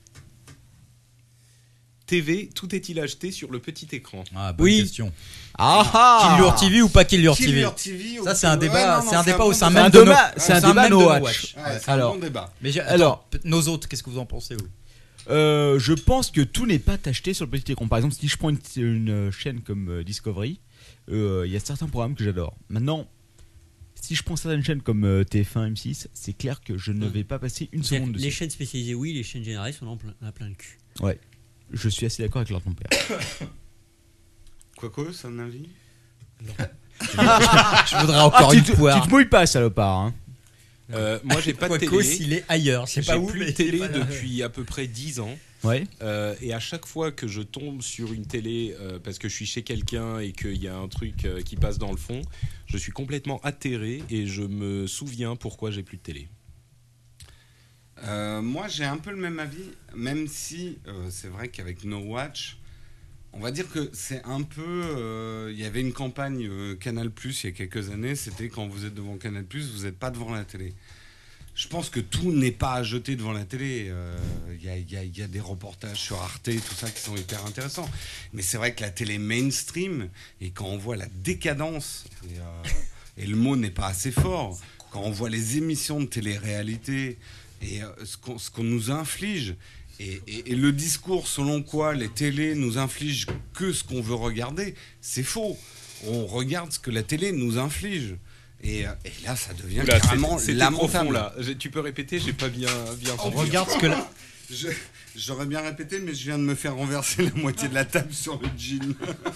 TV, tout est-il acheté sur le petit écran? Ah, bonne question. Killer TV ou pas Killer TV? Ça, c'est un débat. C'est un débat au sein même de nos. C'est un débat No Watch. C'est un bon débat. Mais alors, nos autres, qu'est-ce que vous en pensez vous? Je pense que tout n'est pas acheté sur le petit écran. Par exemple, si je prends une chaîne comme Discovery, il y a certains programmes que j'adore. Maintenant, si je prends certaines chaînes comme TF1, M6, c'est clair que je ne vais pas passer une seconde dessus. Les chaînes spécialisées, oui, les chaînes généralistes, on en a plein le cul. Ouais, je suis assez d'accord avec leur ton père. Quoique, c'est un avis? Je voudrais encore une poire. Tu te mouilles pas, salopard. Hein. Moi j'ai pas de télé. S'il est ailleurs, j'ai pas plus de télé depuis à peu près 10 ans. Ouais. Et à chaque fois que je tombe sur une télé parce que je suis chez quelqu'un et qu'il y a un truc qui passe dans le fond, je suis complètement atterré et je me souviens pourquoi j'ai plus de télé. Moi j'ai un peu le même avis, même si c'est vrai qu'avec No Watch, on va dire que c'est un peu... Il y avait une campagne Canal+, il y a quelques années, c'était quand vous êtes devant Canal+, vous n'êtes pas devant la télé. Je pense que tout n'est pas à jeter devant la télé. Il y a des reportages sur Arte, tout ça, qui sont hyper intéressants. Mais c'est vrai que la télé mainstream, et quand on voit la décadence, et le mot n'est pas assez fort, quand on voit les émissions de télé-réalité, et ce qu'on nous inflige... Et le discours selon quoi les télés nous infligent que ce qu'on veut regarder, c'est faux. On regarde ce que la télé nous inflige. Et là, ça devient carrément lamentable. Là. Tu peux répéter, j'ai pas bien on regarde ce que la... J'aurais bien répété, mais je viens de me faire renverser la moitié de la table sur le jean.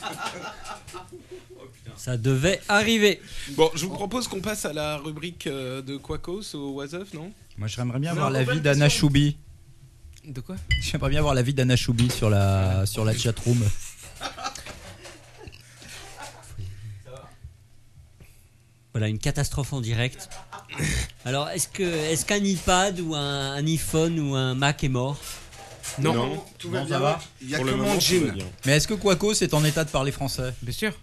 Ça devait arriver. Bon, je vous propose qu'on passe à la rubrique de Quacos au Was Of, non? Moi, j'aimerais bien voir l'avis d'Anna Choubi. De quoi? J'aimerais bien voir l'avis d'Anna Choubi sur la chatroom. Voilà, une catastrophe en direct. Alors, est-ce qu'un iPad ou un iPhone ou un Mac est mort? Non, tout va bien. Va. Il y a que mon jean. Mais est-ce que Quacos est en état de parler français? Bien sûr.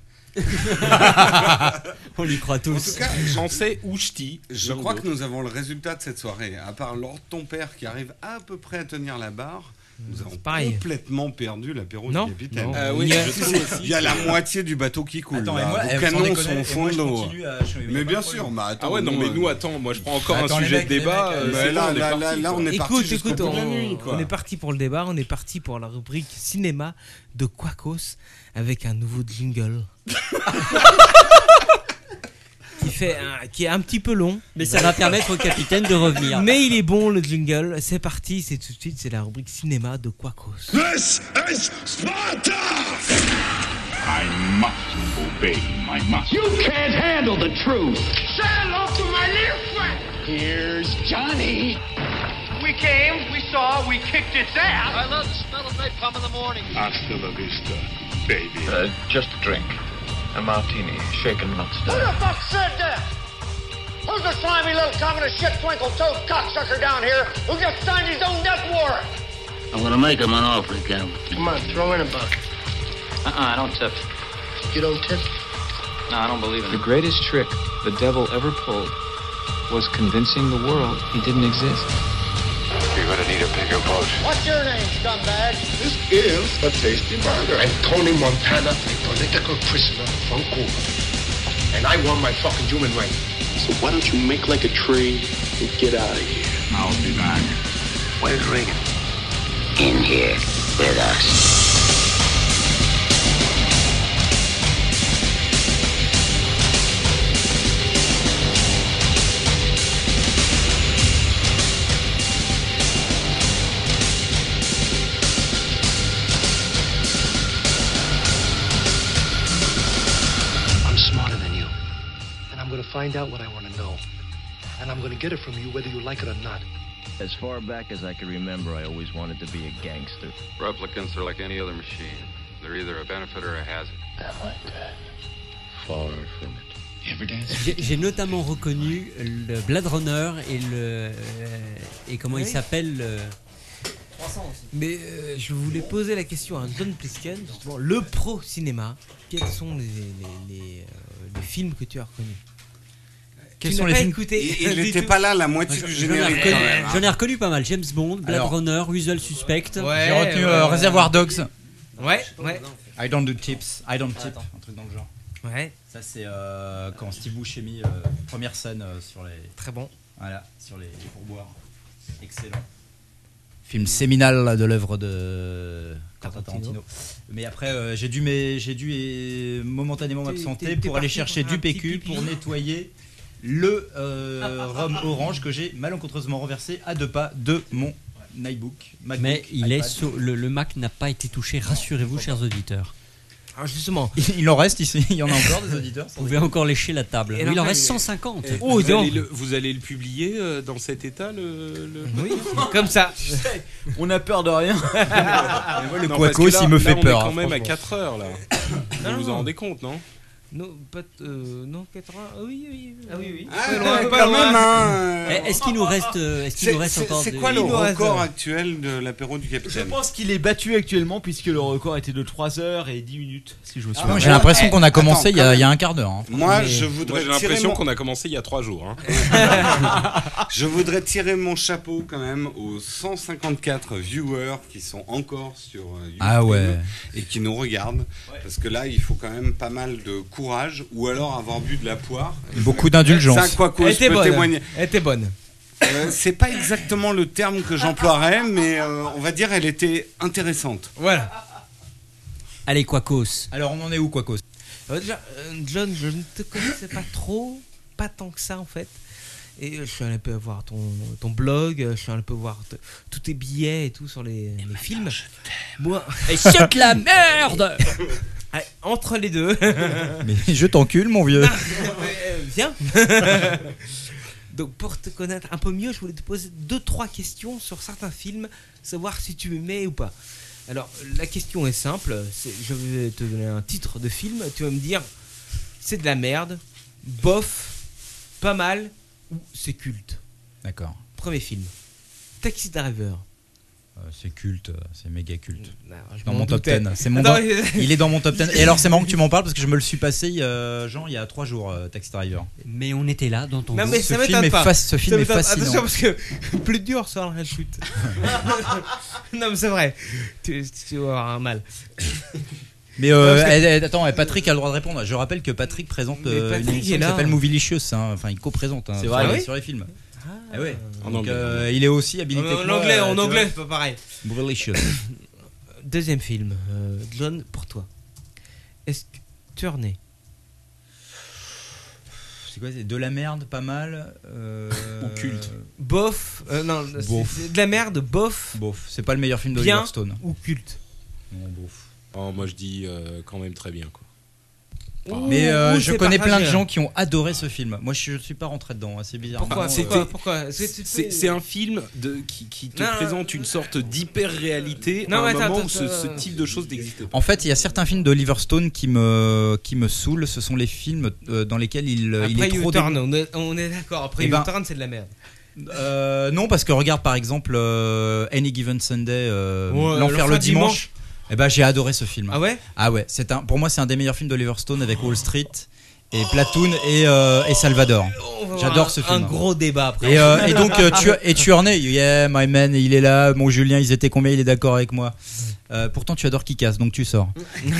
On y croit tous. En tout cas, français ou ch'ti. Je crois que nous avons le résultat de cette soirée. À part Lord ton père qui arrive à peu près à tenir la barre, nous avons complètement perdu l'apéro du capitaine. Oui, il y a la moitié du bateau qui coule. Attends, là. Vos canons sont au fond de l'eau. Mais bien sûr. Ah ouais, non, mais nous, attends, moi je prends encore un sujet de débat. Là, on est parti jusqu'au bout de la nuit. On est parti pour le débat, on est parti pour la rubrique cinéma de Quacos avec un nouveau jingle. qui est un petit peu long, mais ça va permettre au capitaine de revenir. Mais il est bon le jingle. C'est parti, c'est tout de suite, c'est la rubrique cinéma de Quacos. This is Sparta! I must obey my master. You can't handle the truth. Say hello to my little friend. Here's Johnny. We came, we saw, we kicked its ass. I love the smell of napalm in the morning. Hasta la vista, baby. Just a drink. A martini, shaken, not stirred. Who the fuck said that? Who's the slimy little communist shit twinkle-toed cocksucker down here who just signed his own death warrant? I'm gonna make him an offer, Captain. Come on, throw in a buck. I don't tip. You don't tip? No, I don't believe in it. The greatest trick the devil ever pulled was convincing the world he didn't exist. You're gonna need a bigger boat. What's your name, scumbag? This is a tasty burger. I'm Tony Montana, a political prisoner from Cuba. And I want my fucking human rights. So why don't you make like a tree and get out of here? I'll be back. Where's Reagan? In here with us. find out what I want to know. And I'm going to get it from you whether you like it or not. As far back as I can remember, I always wanted to be a gangster. Replicants are like any other machine. They're either a benefit or a hazard. Am I dead? Far from it. J'ai notamment reconnu le Blade Runner et comment il s'appelle Mais je voulais poser la question à John Plisken, justement, le pro cinéma. Quels sont les films que tu as reconnus? Quels sont les films Il n'était pas là la moitié du générique. J'en ai reconnu pas mal. James Bond, Blade Runner, Usual Suspect. J'ai retenu Reservoir Dogs. Ouais. I don't do tips. I don't tip. Un truc dans le genre. Ouais. Ça c'est quand Steve Buscemi première scène sur les. Très bon. Voilà, sur les pourboires. Excellent. Film séminal de l'œuvre de Tarantino. Mais après j'ai dû momentanément m'absenter pour aller chercher du PQ pour nettoyer le rhum orange que j'ai malencontreusement renversé à 2 pas de mon MacBook. Mais le Mac n'a pas été touché, rassurez-vous, chers auditeurs. Alors justement, il en reste ici, il y en a encore des auditeurs. Vous pouvez encore lécher la table. Oui, il en reste 150. Vous allez le publier dans cet état Oui, comme ça. On a peur de rien. Moi, le Quacos, il me fait peur. On est quand même à 4 heures là. Vous vous en rendez compte, non? Non, 80. Oui. Ah oui. Pas loin. Même. Est-ce qu'il nous reste encore C'est quoi le record actuel de l'apéro du capitaine? Je pense qu'il est battu actuellement puisque le record était de 3h10 si je me souviens. J'ai l'impression qu'on a commencé il y a un quart d'heure. Hein. Moi, j'ai l'impression qu'on a commencé il y a 3 jours. Hein. Je voudrais tirer mon chapeau quand même aux 154 viewers qui sont encore sur YouTube et qui nous regardent. Parce que là, il faut quand même pas mal de courage ou alors avoir bu de la poire. Beaucoup d'indulgence. Ça, Quacos peut témoigner. Elle était bonne. C'est pas exactement le terme que j'emploierais, mais on va dire elle était intéressante. Voilà. Allez, Quacos. Alors on en est où, Quacos? Déjà, John, je ne te connaissais pas tant que ça en fait. Et je suis allé un peu voir ton blog, je suis allé un peu voir tous tes billets et tout sur les films. Moi, et chiotte la merde. Allez, entre les deux. Mais je t'encule, mon vieux. Viens. Donc pour te connaître un peu mieux, je voulais te poser 2-3 questions sur certains films, savoir si tu aimais ou pas. Alors la question est simple, je vais te donner un titre de film, tu vas me dire c'est de la merde, bof, pas mal ou c'est culte. D'accord. Premier film, Taxi Driver. C'est culte, c'est méga culte. Non, dans mon top 10. Il est dans mon top 10. Et alors c'est marrant que tu m'en parles parce que je me le suis passé il y a 3 jours, Taxi Driver. Mais on était là dans ton non, mais ce film est fascinant. Attention parce que plus dur sur la chute. Non mais c'est vrai. Tu vas avoir un mal. Mais attends, Patrick a le droit de répondre. Je rappelle que Patrick présente une émission qui s'appelle Movielicious. Enfin, il co-présente sur les films. Ah ouais. Donc il est aussi habilité. En anglais, c'est pas pareil. Movielicious. Deuxième film, John, pour toi. Est-ce que Tournée? C'est quoi? C'est de la merde, pas mal. Ou culte. Bof. Non, bof. C'est de la merde, bof. Bof. C'est pas le meilleur film d'Oliver Stone. Ou culte? Non, bof. Oh, moi je dis quand même très bien quoi. Mais je connais plein de gens qui ont adoré ce film. Moi je suis pas rentré dedans, c'est bizarre. Pourquoi C'est un film qui te présente une sorte d'hyper-réalité à un moment où ce type de choses n'existe pas. En fait, il y a certains films d'Oliver Stone qui me saoulent. Ce sont les films dans lesquels il est trop... On est d'accord, après U-Turn c'est de la merde. Non, parce que regarde par exemple Any Given Sunday, L'Enfer le dimanche. Eh ben j'ai adoré ce film. Ah ouais? Ah ouais, pour moi c'est un des meilleurs films d'Oliver Stone avec Wall Street et Platoon et Salvador. J'adore ce film. Un gros débat après. Et donc Tuerney, yeah my man, il est là, mon Julien, ils étaient combien, il est d'accord avec moi. Pourtant tu adores Kick-Ass, donc tu sors.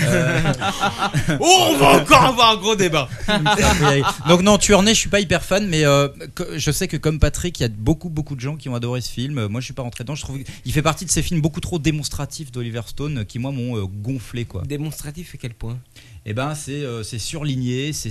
On va encore avoir un gros débat. Donc non, Tuerney, je suis pas hyper fan, mais je sais que comme Patrick, il y a beaucoup de gens qui ont adoré ce film. Moi je suis pas rentré dedans, je trouve qu'il fait partie de ces films beaucoup trop démonstratifs d'Oliver Stone qui moi m'ont gonflé quoi. Démonstratif à quel point? Eh ben c'est surligné, c'est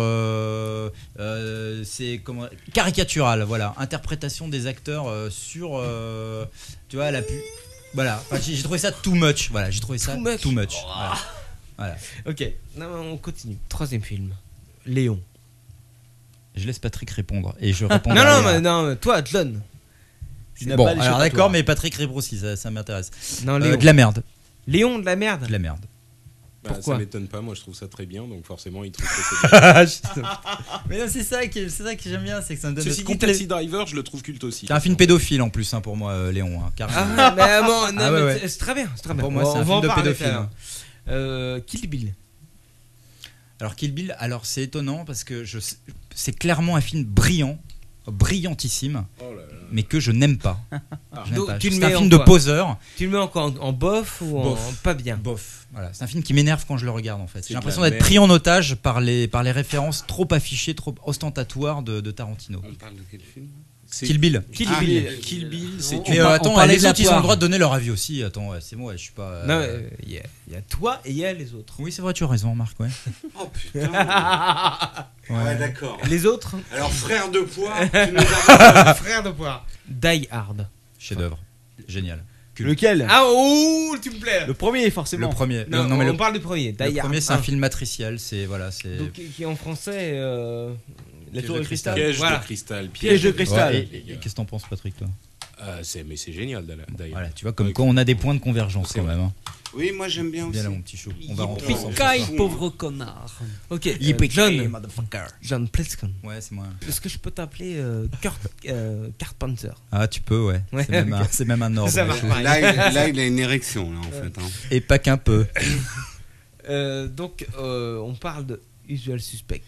c'est caricatural, voilà, interprétation des acteurs sur tu vois voilà, enfin, j'ai trouvé ça too much. Voilà, j'ai trouvé ça too much. Voilà. Ok, non, on continue. Troisième film, Léon. Je laisse Patrick répondre et je réponds. Non, toi, John. Bon, alors d'accord, mais Patrick répond aussi, ça m'intéresse. Non, Léon. De la merde. Léon, de la merde. De la merde. Ça m'étonne pas, moi je trouve ça très bien, donc forcément il trouve que c'est bien. Mais non, c'est ça que j'aime bien, c'est que ça me donne. Ceci dit, Taxi Driver, je le trouve culte aussi. C'est un film pédophile en plus pour moi, Léon. Ah, mais bon, c'est très bien, c'est très bien. Pour moi, c'est un film de pédophile. Kill Bill. Alors Kill Bill, c'est étonnant parce que c'est clairement un film brillantissime, mais que je n'aime pas. C'est un film de poseur. Tu le mets encore en bof ou en pas bien? Bof. Voilà, c'est un film qui m'énerve quand je le regarde en fait. J'ai l'impression d'être pris en otage par les références trop affichées, trop ostentatoires de Tarantino. On parle de quel film? Kill Bill. Kill Bill, c'est. Mais attends, les autres ils ont le droit de donner leur avis aussi. Attends, c'est moi, je suis pas. Non, il y a toi et il y a les autres. Oui, c'est vrai, tu as raison, Marc. Ouais. Oh putain. Ouais, d'accord. Les autres. Alors frère de poire, tu nous as... Frère de poire. Die Hard. Chef-d'œuvre. Génial. Lequel? Ah oh, tu me plais. Le premier, forcément. Le premier. Non, mais on parle du premier. Le premier, c'est un film matriciel. C'est Donc qui en français. La tour de cristal. Piège de cristal. Piège de cristal. Et qu'est-ce que t'en penses, Patrick, toi? Mais c'est génial d'ailleurs. Voilà, tu vois, comme quoi on a des points de convergence quand même. Oui, moi j'aime bien aussi. Bien là, mon petit chou. On va rentrer ensemble. Pauvre connard. Ok, John Plescon. Ouais, c'est moi. Est-ce que je peux t'appeler Carpenter? Ah, tu peux, ouais. C'est même un ordre. Ça marche pas. Là, il a une érection, là, en fait. Et pas qu'un peu. Donc, on parle de Usual Suspect.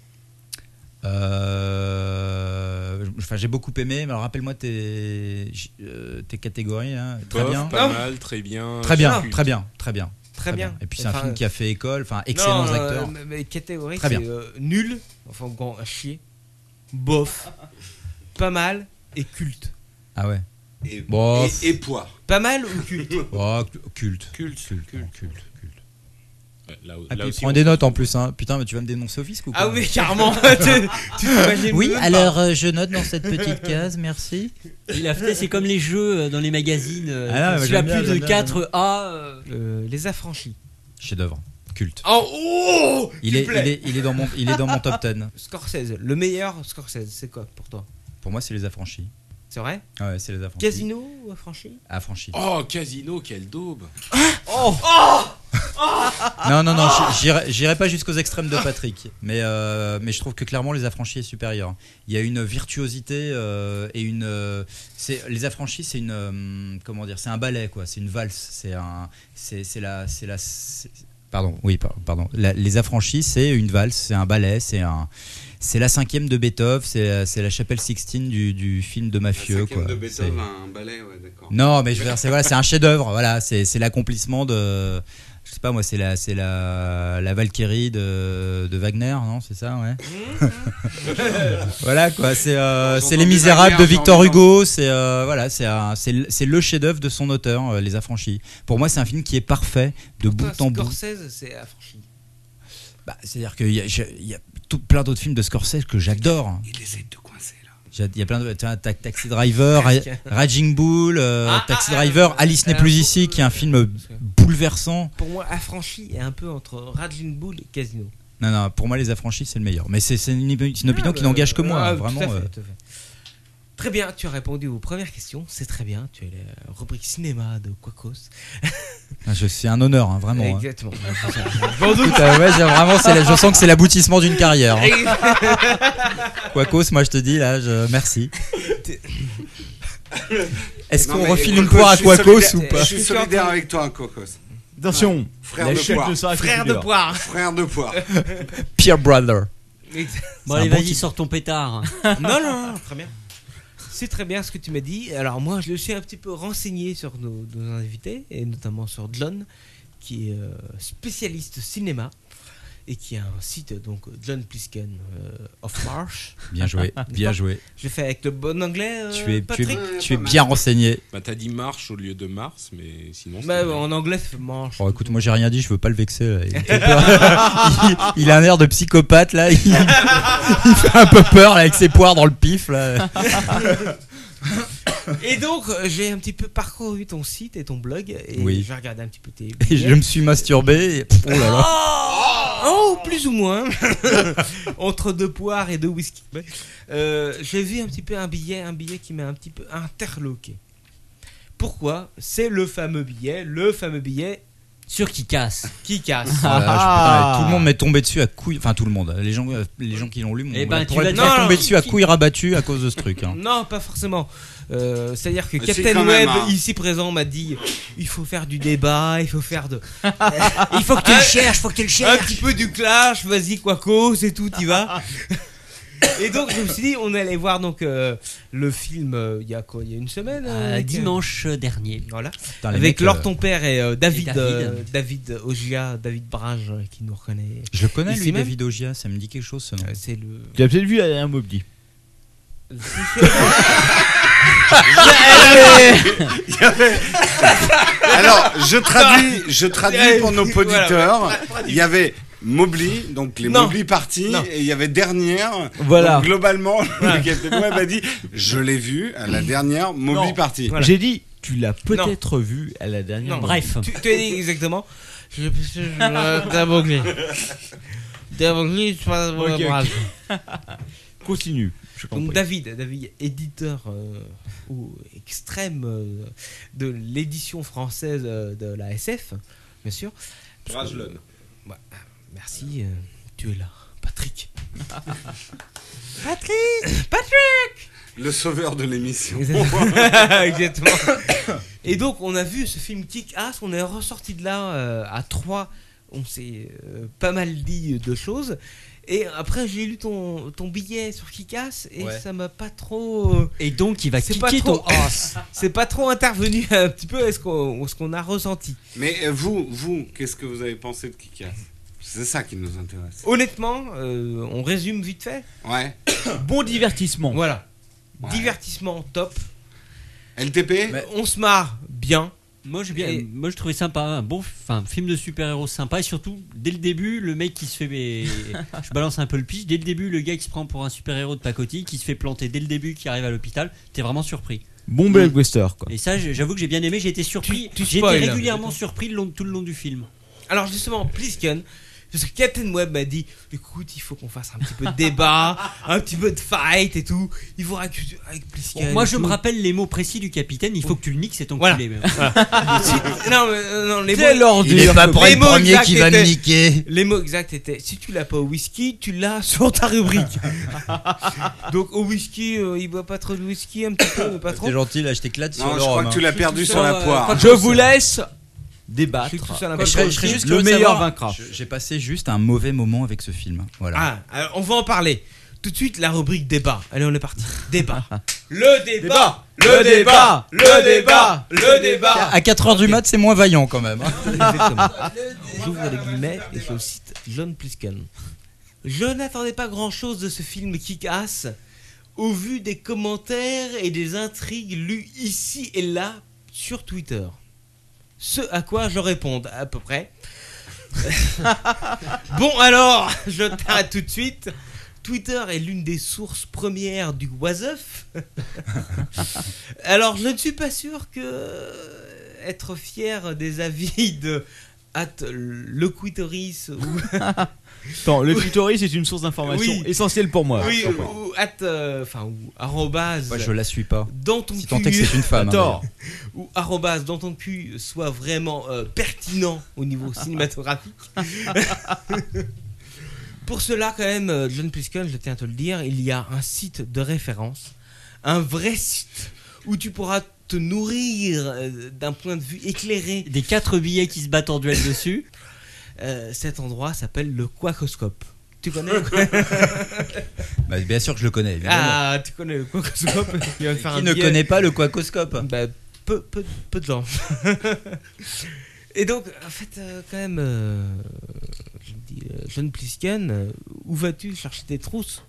J'ai beaucoup aimé, mais alors rappelle-moi tes catégories. Hein. Très bien. Pas mal, très bien. Très bien. Très bien. Et puis c'est un film qui a fait école, excellents acteurs. Mais catégorie, très c'est bien. Nul, enfin grand à chier, bof, pas mal et culte. Ah ouais. Et poire. Pas mal ou culte? Culte. Là puis prends des notes en plus, hein. Putain, mais tu vas me dénoncer au fisc ou quoi? Ah oui, carrément. Tu t'imagines? Oui, alors je note dans cette petite case, merci. C'est comme les jeux dans les magazines. Si tu as plus de 4A. Les Affranchis. Chef-d'œuvre, culte. Oh, il est dans mon top 10. Scorsese, le meilleur Scorsese, c'est quoi pour toi? Pour moi, c'est Les Affranchis. C'est vrai? Ouais, c'est Les Affranchis. Casino ou Affranchis? Affranchis. Oh, Casino, quelle daube. Non, j'irai pas jusqu'aux extrêmes de Patrick, mais je trouve que clairement Les Affranchis est supérieur. Il y a une virtuosité et une. Les Affranchis, c'est une. Comment dire? C'est un ballet, quoi. C'est une valse. Pardon. Les Affranchis, c'est une valse, c'est un ballet, c'est la 5e de Beethoven, c'est la chapelle Sixtine du film de mafieux. La 5e de Beethoven, un ballet, ouais, d'accord. Non, mais je veux dire, c'est un chef-d'œuvre. Voilà, c'est l'accomplissement de. Je sais pas moi, c'est la Valkyrie de Wagner, non? C'est ça, ouais. Voilà quoi, c'est Les Misérables de Victor Hugo. C'est le chef-d'œuvre de son auteur, Les Affranchis. Pour moi, c'est un film qui est parfait de bout en bout. Scorsese, c'est Affranchis. C'est-à-dire qu'il y a plein d'autres films de Scorsese que j'adore. Il essaie de te coincer là. Il y a plein de Taxi Driver, Raging Bull, Taxi Driver, Alice n'est plus ici, qui est un film bouleversant. Pour moi, Affranchi est un peu entre Raging Bull et Casino. Non, pour moi, Les Affranchis, c'est le meilleur. Mais c'est une opinion qui n'engage que moi, vraiment. Tout à fait. Très bien, tu as répondu aux premières questions, c'est très bien. Tu es la rubrique cinéma de Quacos. C'est un honneur, hein, vraiment. Exactement. Vraiment, je sens que c'est l'aboutissement d'une carrière. Quacos, moi je te dis, là, merci. Est-ce qu'on refile une poire à Quacos ou pas? Je suis solidaire avec toi, Quacos. Attention, frère de poire. Frère de poire. Peer brother. Bon, allez, vas-y, sors ton pétard. Non, très bien. C'est très bien ce que tu m'as dit. Alors moi, je me suis un petit peu renseigné sur nos invités, et notamment sur John, qui est spécialiste cinéma, et qui a un site, donc John Plisken of Marsh. Bien joué. Je fais avec le bon anglais, Patrick. Tu es bien renseigné. T'as dit Marsh au lieu de Mars, mais sinon... en anglais, ça fait Marsh. Oh, écoute, moi j'ai rien dit, je veux pas le vexer. Il a un air de psychopathe, là. Il fait un peu peur là, avec ses poires dans le pif, là. Et donc, j'ai un petit peu parcouru ton site et ton blog, et j'ai regardé un petit peu tes... Et je me suis masturbé, et... Oh là là. Oh, plus ou moins. Entre 2 poires et 2 whisky. J'ai vu un petit peu un billet qui m'a un petit peu interloqué. Pourquoi ? C'est le fameux billet sur qui casse. Tout le monde m'est tombé dessus à couilles. Enfin, tout le monde. Les gens qui l'ont lu m'ont tombé dessus à couilles rabattues à cause de ce truc. Hein. Non, pas forcément. C'est-à-dire que Si, Captain quand Web, même, hein. ici présent, m'a dit il faut faire du débat, il faut faire de. Il faut que tu le cherches, Un petit peu du clash, vas-y, Quaco, c'est tout, t'y vas. Et donc, je me suis dit, on allait voir donc le film il y a une semaine dimanche dernier. Voilà. Putain, les avec mecs, Laure ton père et David David. David Brage qui nous reconnaît. Je le connais, Ici lui, même. David Ogia, ça me dit quelque chose ce nom. C'est le. Tu as peut-être vu un Mobli. Alors, je traduis pour nos auditeurs. Il y avait Mobli, donc les Mobli parties, et il y avait dernière. Voilà. Donc, globalement, le Captain Web a dit je l'ai vu à la dernière Mobli partie. Voilà. J'ai dit tu l'as peut-être vu à la dernière. Non, bref. Tu as dit exactement. D'Avogli, Continue. Donc David, éditeur ou extrême de l'édition française de la SF, bien sûr. Brajlon. Ouais, merci, tu es là, Patrick. Le sauveur de l'émission. Exactement. Et donc on a vu ce film Kick-Ass, on est ressorti de là à 3, on s'est pas mal dit de choses. Et après j'ai lu ton billet sur Kick-Ass et ça m'a pas trop. Et donc il va kicker ton ass. C'est pas trop intervenu un petit peu à ce qu'on a ressenti. Mais vous, qu'est-ce que vous avez pensé de Kick-Ass ? C'est ça qui nous intéresse. Honnêtement, on résume vite fait. Ouais. Bon divertissement. Voilà. Ouais. Divertissement top. LTP ? On se marre bien. Moi je trouvais sympa, un bon film de super-héros sympa, et surtout dès le début le mec qui se fait je balance un peu le pitch, dès le début le gars qui se prend pour un super-héros de pacotille, qui se fait planter dès le début, qui arrive à l'hôpital, t'es vraiment surpris. Bon blockbuster quoi. Et ça j'avoue que j'ai bien aimé, j'ai été surpris, j'ai été régulièrement surpris tout le long du film. Alors justement, Plisken, parce que Captain Web m'a dit écoute, il faut qu'on fasse un petit peu de débat, un petit peu de fight et tout. Il faut avec Plisken. Bon, moi je me rappelle les mots précis du capitaine, il faut que tu le niques, c'est ton culé. Non, les mots. Il est pas pour le premier qui va me niquer. Les mots exacts étaient si tu l'as pas au whisky, tu l'as sur ta rubrique. Donc au whisky, il boit pas trop de whisky, un petit peu, mais pas trop. C'est gentil, là je t'éclate sur Non, le je crois que tu l'as perdu sur la poire. Je vous laisse débattre. Je serais juste le meilleur vaincra. J'ai passé juste un mauvais moment avec ce film. Voilà. Ah, alors on va en parler. Tout de suite, la rubrique débat. Allez, on est parti. Débat. Le débat. Le débat. Le débat. Le débat. À 4h du mat, c'est moins vaillant quand même. Exactement. J'ouvre les guillemets et je cite John Plisken. Je n'attendais pas grand-chose de ce film Kick-Ass au vu des commentaires et des intrigues lues ici et là sur Twitter. Ce à quoi je réponds à peu près. Bon alors, je t'arrête tout de suite. Twitter est l'une des sources premières du was-of. Alors je ne suis pas sûr que être fier des avis de @lequitoris ou Attends, le clitoris est une source d'information essentielle pour moi. Oui, ou arrobase. Moi, je la suis pas. Dans ton si tant est que c'est une femme. Ou arrobase dans ton cul soit vraiment pertinent au niveau cinématographique. Pour cela, quand même, John Plisken, je tiens à te le dire, il y a un site de référence, un vrai site où tu pourras te nourrir d'un point de vue éclairé. Des 4 billets qui se battent en duel dessus. Cet endroit s'appelle le Quacoscope. Tu connais Bah, bien sûr que je le connais. Évidemment. Ah, tu connais le Quacoscope. Qui ne connaît pas le Quacoscope? Bah, peu de gens. Et donc, en fait, quand même, je me dis, John Plisken, où vas-tu chercher tes trousses?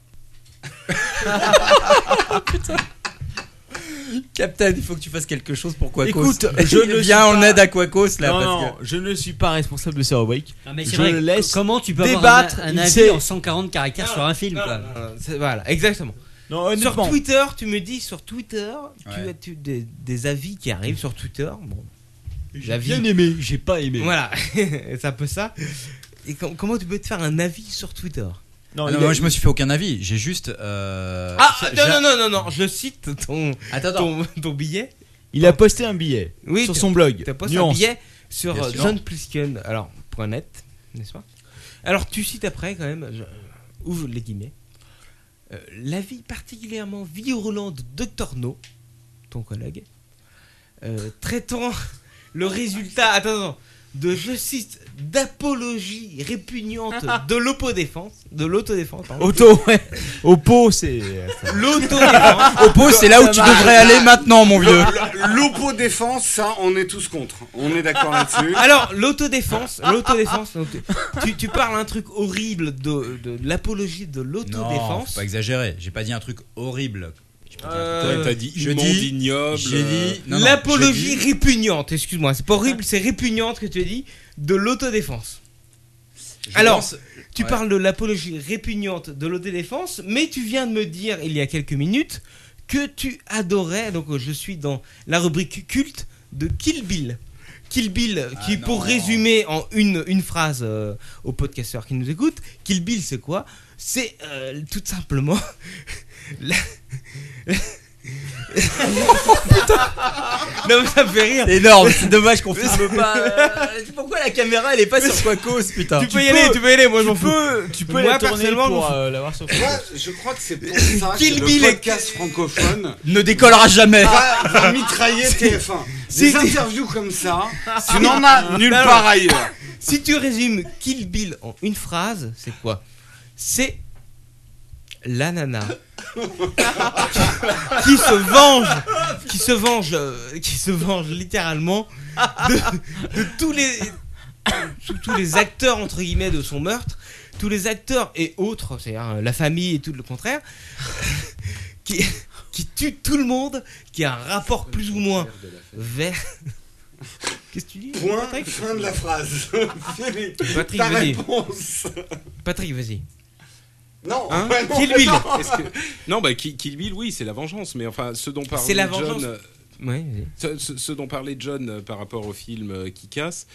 Putain. Captain, il faut que tu fasses quelque chose pour Quacos. Écoute, je ne viens en aide à Quacos là. Non, je ne suis pas responsable de Zero Break. Je le laisse. Comment tu peux débattre avoir un avis en 140 caractères sur un film quoi. Voilà, exactement. Non, sur Twitter, tu me dis sur Twitter, tu as des avis qui arrivent sur Twitter. Bon, j'ai bien aimé, j'ai pas aimé. Voilà, c'est un peu ça. Et comment tu peux te faire un avis sur Twitter? Non, moi je me suis fait aucun avis. J'ai juste. Non. Je cite ton billet. Il a posté un billet sur son blog. Tu as posté un billet sur John Plisken. Alors .net, n'est-ce pas? Alors tu cites après quand même. Ouvre les guillemets. L'avis particulièrement virulent de Dr No, ton collègue, traitant le résultat. Attends. Je cite, d'apologie répugnante de l'autodéfense. Oppo, c'est. L'autodéfense. Oppo, c'est là où tu devrais aller maintenant, mon vieux. L'autodéfense, ça, on est tous contre. On est d'accord là-dessus. Alors, l'autodéfense. Donc, tu parles un truc horrible de l'apologie de l'autodéfense. Non, faut pas exagérer. J'ai pas dit un truc horrible. T'as dit immonde, ignoble. J'ai dit l'apologie répugnante. Excuse-moi, c'est pas horrible, c'est répugnante que tu as dit de l'autodéfense. Tu parles de l'apologie répugnante de l'autodéfense, mais tu viens de me dire il y a quelques minutes que tu adorais. Donc je suis dans la rubrique culte de Kill Bill. Kill Bill, pour résumer en une phrase aux podcasteurs qui nous écoutent, Kill Bill c'est quoi? C'est tout simplement Non mais ça me fait rire. Énorme, c'est dommage qu'on filme pas. Pourquoi la caméra elle est pas sur Quacos, putain? Tu peux y aller, moi je m'en fous. Tu peux la tourner pour l'avoir sur Moi, je crois que c'est pour ça que Kill Bill le podcast francophone ne décollera jamais. va mitrailler TF1. Des interviews comme ça, tu n'en as nulle part ailleurs. Si tu résumes Kill Bill en une phrase, c'est quoi? C'est la nana qui se venge littéralement de tous les acteurs entre guillemets de son meurtre, tous les acteurs et autres, c'est-à-dire la famille et tout le contraire, qui tue tout le monde, qui a un rapport plus ou moins vers. Qu'est-ce que tu dis? Point, fin de la phrase. Patrick, ta vas-y. réponse. Patrick, vas-y. Non, hein? non, Kill Bill. Non, Kill Bill, oui, c'est la vengence, mais enfin, ce dont parlait C'est la vengeance. John, ouais, ce dont parlait John par rapport au film Kick-Ass,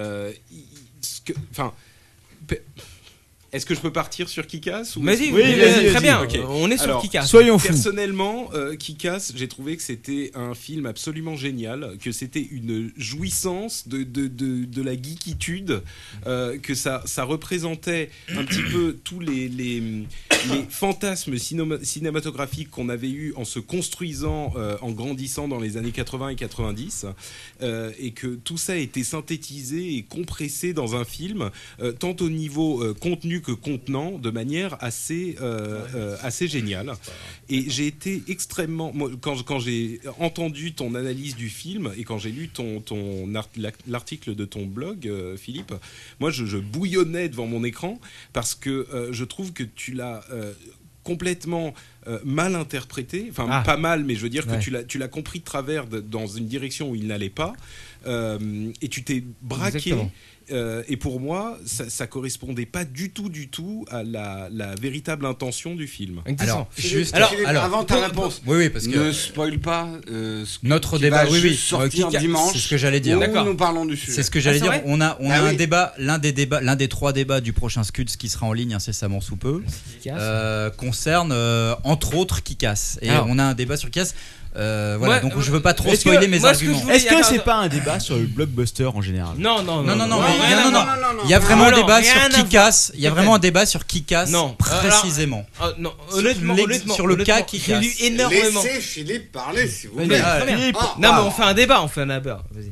est-ce que je peux partir sur Kick-Ass ou... Vas-y, très bien. Okay. On est sur Kick-Ass. Soyons fous. Personnellement, Kick-Ass, j'ai trouvé que c'était un film absolument génial, que c'était une jouissance de la geekitude, que ça représentait un petit peu tous les fantasmes cinématographiques qu'on avait eus en se construisant, en grandissant dans les années 80 et 90, et que tout ça a été synthétisé et compressé dans un film, tant au niveau contenu que contenant, de manière assez géniale. Et j'ai été extrêmement... Moi, quand j'ai entendu ton analyse du film et quand j'ai lu l'article de ton blog, Philippe, moi je bouillonnais devant mon écran parce que je trouve que tu l'as... complètement mal interprété, enfin pas mal, mais je veux dire que tu l'as compris de travers dans une direction où il n'allait pas, et tu t'es braqué. Et pour moi, ça correspondait pas du tout à la véritable intention du film. Alors, avant ta réponse, oui, parce que ne spoil pas notre débat. Sortir dimanche. C'est ce que j'allais dire. Nous parlons du sujet. C'est ce que j'allais dire. On a un débat, l'un des 3 débats du prochain Scuds qui sera en ligne incessamment sous peu, concerne entre autres Kick-Ass. Et on a un débat sur Kick-Ass. Voilà, donc je veux pas trop spoiler mes arguments. Est-ce que c'est pas un débat sur le blockbuster en général? Non. Il y a vraiment un débat sur Kick-Ass. Il y a vraiment un débat sur Kick-Ass précisément. Non, honnêtement, sur le cas Kick-Ass. J'ai lu énormément. Laissez Philippe parler, s'il vous plaît. Non, mais on fait un débat. Vas-y.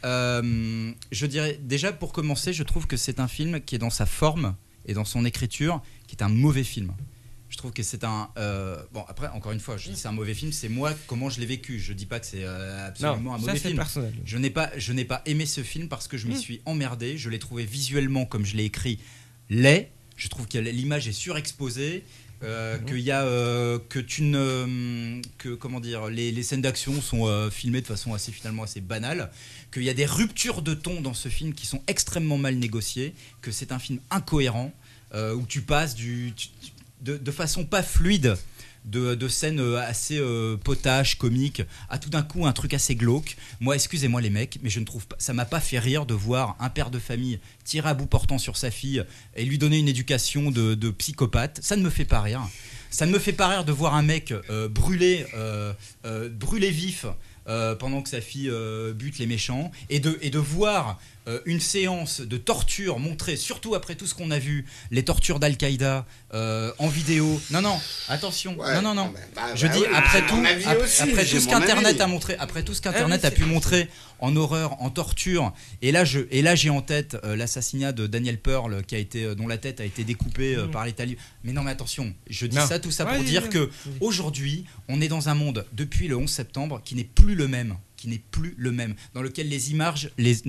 Je dirais déjà pour commencer, je trouve que c'est un film qui est dans sa forme et dans son écriture, qui est un mauvais film. Je trouve que c'est un... bon, après, encore une fois, je dis c'est un mauvais film, c'est moi, comment je l'ai vécu. Je dis pas que c'est absolument un mauvais film. Personnel. Je n'ai pas aimé ce film parce que je m'y suis emmerdé. Je l'ai trouvé visuellement, comme je l'ai écrit, laid. Je trouve que l'image est surexposée. Qu'il y a... comment dire... Les scènes d'action sont filmées de façon assez banale. Qu'il y a des ruptures de ton dans ce film qui sont extrêmement mal négociées. Que c'est un film incohérent, où tu passes de façon pas fluide de scènes assez potaches, comiques, à tout d'un coup un truc assez glauque. Moi, excusez-moi les mecs, mais je ne trouve pas, ça m'a pas fait rire de voir un père de famille tirer à bout portant sur sa fille et lui donner une éducation de psychopathe. Ça ne me fait pas rire. Ça ne me fait pas rire de voir un mec brûler vif pendant que sa fille bute les méchants et de voir une séance de torture montrée, surtout après tout ce qu'on a vu, les tortures d'Al-Qaïda en vidéo. Non, attention. Ouais, non. Je dis après tout ce qu'Internet a montré, après tout ce qu'Internet a pu montrer en horreur, en torture. Et là j'ai en tête l'assassinat de Daniel Pearl dont la tête a été découpée par les talibans. Mais non, mais attention, je dis tout ça pour dire que aujourd'hui, on est dans un monde depuis le 11 septembre qui n'est plus le même, dans lequel les images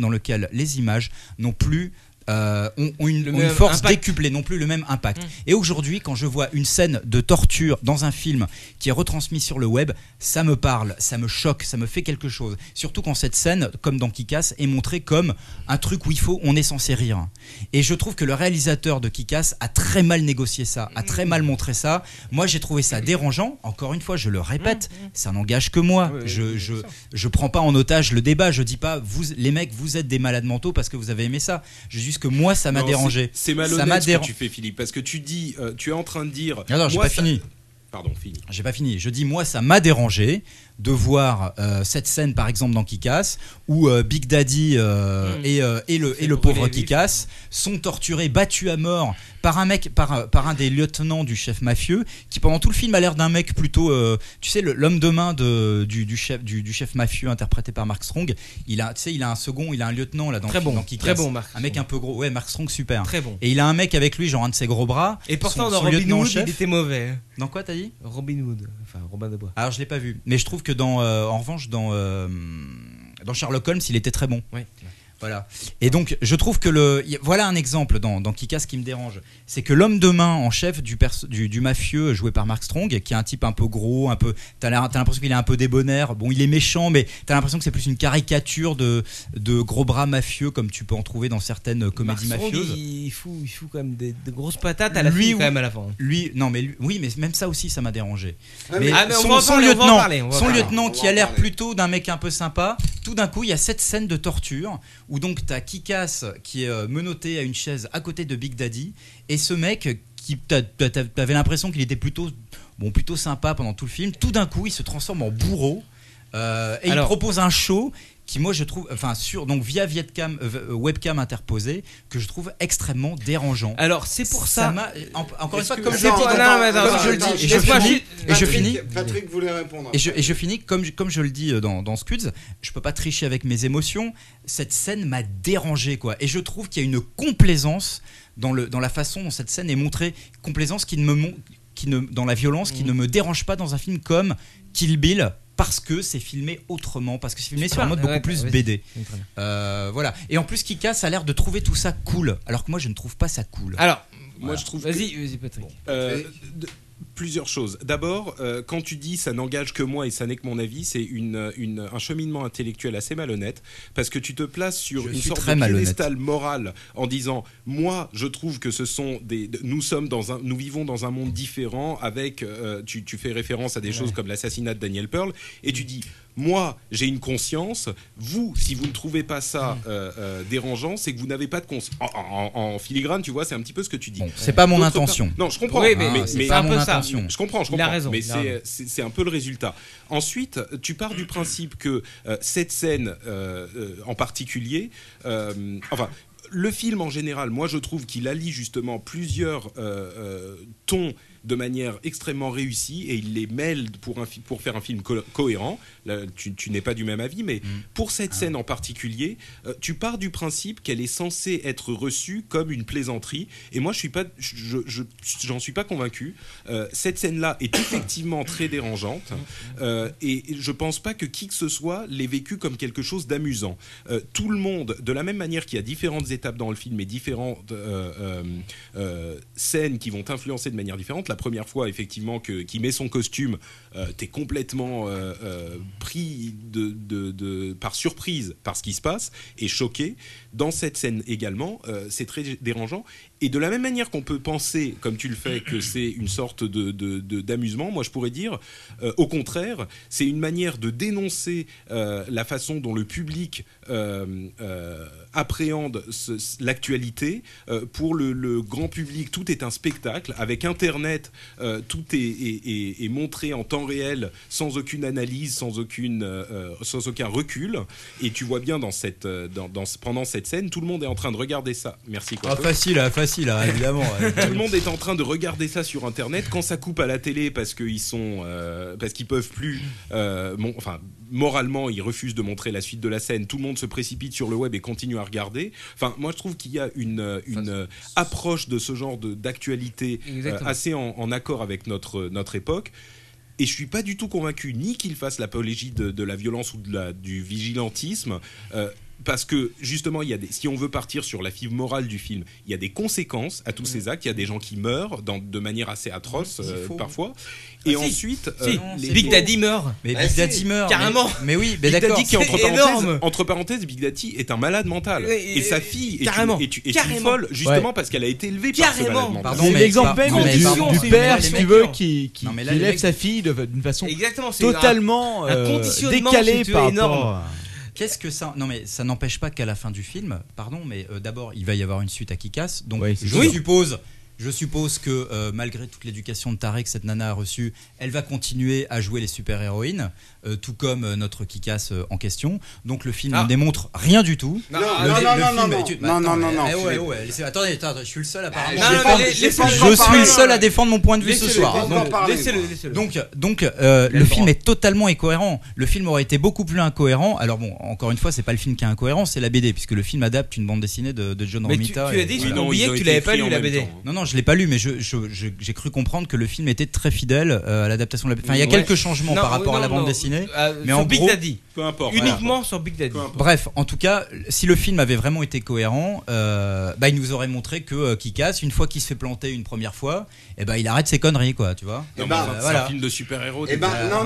n'ont plus ont une force impact. Décuplée, non plus le même impact. Et aujourd'hui, quand je vois une scène de torture dans un film qui est retransmise sur le web, ça me parle, ça me choque, ça me fait quelque chose. Surtout quand cette scène, comme dans Kick-Ass, est montrée comme un truc où on est censé rire. Et je trouve que le réalisateur de Kick-Ass a très mal négocié ça, a très mal montré ça. Moi, j'ai trouvé ça dérangeant. Encore une fois, je le répète, ça n'engage que moi. Je prends pas en otage le débat. Je dis pas, vous, les mecs, vous êtes des malades mentaux parce que vous avez aimé ça. Je dis que moi ça m'a dérangé. C'est malhonnête ce que tu fais, Philippe, parce que tu dis, tu es en train de dire. Non, j'ai pas fini. Pardon, fini. J'ai pas fini. Je dis moi ça m'a dérangé de voir cette scène par exemple dans Kick-Ass où Big Daddy et le pauvre Kick-Ass sont torturés, battus à mort par un mec, par un des lieutenants du chef mafieux qui pendant tout le film a l'air d'un mec plutôt, tu sais, l'homme de main du chef mafieux interprété par Mark Strong. Il a un lieutenant là dans Kick-Ass, très bon Mark. Un mec un peu gros, ouais, Mark Strong super. Très bon. Et il a un mec avec lui genre un de ses gros bras. Et pourtant dans Robin Hood il était mauvais. Dans quoi t'as dit? Robin Hood, enfin Robin des Bois. Alors je l'ai pas vu, mais je trouve que en revanche dans Sherlock Holmes il était très bon. Oui. Voilà. Et donc je trouve que voilà un exemple dans Kick-Ass qui me dérange, c'est que l'homme de main en chef du mafieux joué par Mark Strong, qui est un type un peu gros, un peu, t'as l'impression qu'il est un peu débonnaire. Bon, il est méchant, mais t'as l'impression que c'est plus une caricature de gros bras mafieux comme tu peux en trouver dans certaines comédies mafieuses. Il fout quand même des grosses patates à la fin, quand même à la fin. Oui, mais même ça aussi ça m'a dérangé. Mais son lieutenant qui a l'air plutôt d'un mec un peu sympa, tout d'un coup il y a cette scène de torture où donc t'as Kick-Ass qui est menotté à une chaise à côté de Big Daddy et ce mec qui t'avais l'impression qu'il était plutôt sympa pendant tout le film, tout d'un coup il se transforme en bourreau et il propose un show qui moi je trouve, donc via webcam interposée, que je trouve extrêmement dérangeant. Alors c'est pour ça encore une fois comme je le dis et je finis. Patrick voulait répondre. Et je finis comme je le dis dans Scuds, je peux pas tricher avec mes émotions. Cette scène m'a dérangé quoi, et je trouve qu'il y a une complaisance dans la façon dont cette scène est montrée, complaisance dans la violence qui ne me dérange pas dans un film comme Kill Bill. Parce que c'est filmé autrement, parce que c'est filmé sur un mode beaucoup plus BD. Voilà. Et en plus, Kick-Ass a l'air de trouver tout ça cool, alors que moi je ne trouve pas ça cool. Alors, moi je trouve. Vas-y, Patrick. Plusieurs choses. D'abord, quand tu dis ça n'engage que moi et ça n'est que mon avis, c'est un cheminement intellectuel assez malhonnête, parce que tu te places sur une sorte de piédestal moral en disant moi je trouve que nous vivons dans un monde différent avec tu fais référence à des choses comme l'assassinat de Daniel Pearl et tu dis moi j'ai une conscience, vous si vous ne trouvez pas ça dérangeant, c'est que vous n'avez pas de conscience. En filigrane, tu vois, c'est un petit peu ce que tu dis. Bon, c'est pas mon intention. Non, je comprends. Oui, mais c'est pas un peu ça. Je comprends. Il a raison. Mais c'est un peu le résultat. Ensuite, tu pars du principe que cette scène en particulier, le film en général, moi je trouve qu'il allie justement plusieurs tons de manière extrêmement réussie et il les mêle pour faire un film cohérent. Là, tu n'es pas du même avis, mais pour cette scène en particulier, tu pars du principe qu'elle est censée être reçue comme une plaisanterie et moi j'en suis pas convaincu. Cette scène-là est effectivement très dérangeante et je pense pas que qui que ce soit l'ait vécu comme quelque chose d'amusant. Tout le monde, de la même manière qu'il y a différentes étapes dans le film et différentes scènes qui vont t'influencer de manière différente. La première fois, effectivement, qu'il met son costume, t'es complètement pris par surprise par ce qui se passe et choqué. Dans cette scène également, c'est très dérangeant. Et de la même manière qu'on peut penser, comme tu le fais, que c'est une sorte d'amusement, moi je pourrais dire, au contraire, c'est une manière de dénoncer la façon dont le public appréhende l'actualité. Pour le grand public, tout est un spectacle. Avec Internet, tout est montré en temps réel, sans aucune analyse, sans aucun recul. Et tu vois bien pendant cette scène, tout le monde est en train de regarder ça. Merci. Facile, évidemment. Tout le monde est en train de regarder ça sur Internet. Quand ça coupe à la télé parce qu'ils peuvent plus, moralement, ils refusent de montrer la suite de la scène. Tout le monde se précipite sur le web et continue à regarder. Enfin, moi, je trouve qu'il y a une approche de ce genre d'actualité assez en accord avec notre époque. Et je suis pas du tout convaincu ni qu'il fasse l'apologie de la violence ou du vigilantisme. Parce que justement, si on veut partir sur la fibre morale du film, il y a des conséquences à tous ces actes. Il y a des gens qui meurent de manière assez atroce parfois. Et ensuite, Big Daddy meurt. Mais Big Daddy meurt. Carrément. Mais oui, Big d'accord. Daddy qui entre parenthèses, Big Daddy est un malade mental. Et sa fille est une folle justement parce qu'elle a été élevée par ce malade mental. C'est l'exemple même du père, si tu veux, qui élève sa fille d'une façon totalement décalée par rapport. Qu'est-ce que ça... Non mais ça n'empêche pas qu'à la fin du film, mais d'abord il va y avoir une suite à Kick-Ass, donc je suppose que malgré toute l'éducation de taré que cette nana a reçue, elle va continuer à jouer les super-héroïnes, tout comme notre Kick-Ass en question. Donc le film ne démontre rien du tout. Non. Attendez, je suis le seul apparemment. Je suis le seul à défendre mon point de vue ce soir. Laissez-le. Donc le film est totalement incohérent. Le film aurait été beaucoup plus incohérent. Alors bon, encore une fois, c'est pas le film qui est incohérent, c'est la BD, puisque le film adapte une bande dessinée de John Romita. Tu as dit, j'ai oublié que tu l'avais pas lu la BD. Non, je l'ai pas lu, mais j'ai cru comprendre que le film était très fidèle à l'adaptation de la BD. Enfin, il y a quelques changements par rapport à la bande dessinée, mais en Big gros, Daddy. Peu importe. Uniquement sur Big Daddy. Bref, en tout cas, si le film avait vraiment été cohérent, il nous aurait montré que Kick-Ass, une fois qu'il se fait planter une première fois, il arrête ses conneries, quoi, tu vois. C'est un film de super-héros. C'est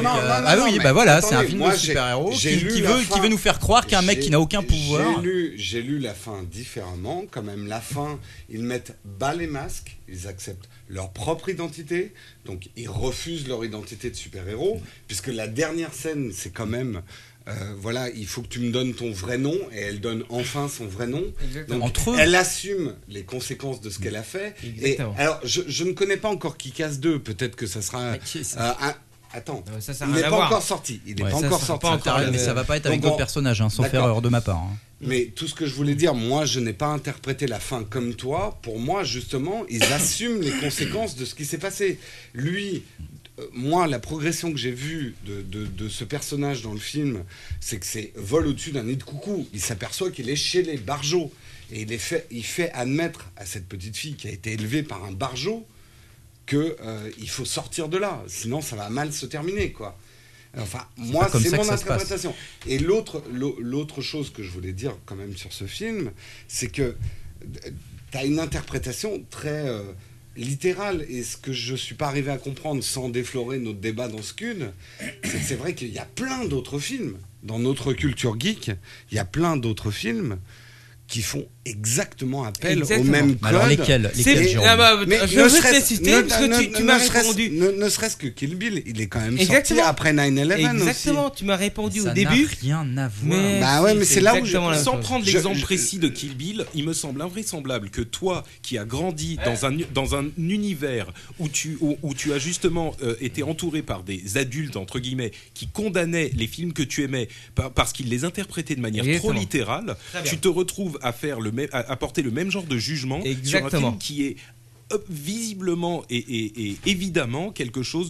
un film de super-héros qui veut nous faire croire qu'il y a un mec qui n'a aucun pouvoir. J'ai lu la fin différemment. Quand même, la fin, ils mettent bas les masques, ils acceptent leur propre identité, donc ils refusent leur identité de super-héros, puisque la dernière scène, c'est quand même... il faut que tu me donnes ton vrai nom, et elle donne enfin son vrai nom. Donc, elle assume les conséquences de ce qu'elle a fait. Et, alors, je ne connais pas encore Kick-Ass 2, peut-être que ça sera Attends, il n'est pas encore sorti. Il n'est pas encore sorti. Mais ça va pas être avec d'autres personnages, sauf erreur de ma part. Mais tout ce que je voulais dire, moi, je n'ai pas interprété la fin comme toi. Pour moi, justement, ils assument les conséquences de ce qui s'est passé. Lui, moi, la progression que j'ai vue de ce personnage dans le film, c'est que c'est vol au-dessus d'un nid de coucou. Il s'aperçoit qu'il est chez les barjots. Et il fait admettre à cette petite fille qui a été élevée par un barjot qu'il faut sortir de là. Sinon, ça va mal se terminer, quoi. Enfin, moi, c'est mon interprétation. Et l'autre chose que je voulais dire quand même sur ce film, c'est que tu as une interprétation très littérale. Et ce que je ne suis pas arrivé à comprendre sans déflorer notre débat dans Scud, c'est que c'est vrai qu'il y a plein d'autres films. Dans notre culture geek, il y a plein d'autres films qui font exactement appel au même code. Alors lesquels je veux t'insister parce que tu m'as répondu. Ne serait-ce que Kill Bill, il est quand même sorti après 9/11 Exactement, aussi. tu m'as répondu ça au début. Ça n'a rien à voir. Mais c'est là où sans prendre l'exemple précis de Kill Bill, il me semble invraisemblable que toi qui as grandi dans un univers où tu as justement été entouré par des adultes entre guillemets qui condamnaient les films que tu aimais parce qu'ils les interprétaient de manière trop littérale, tu te retrouves à faire à porter le même genre de jugement sur un film qui est visiblement et évidemment quelque chose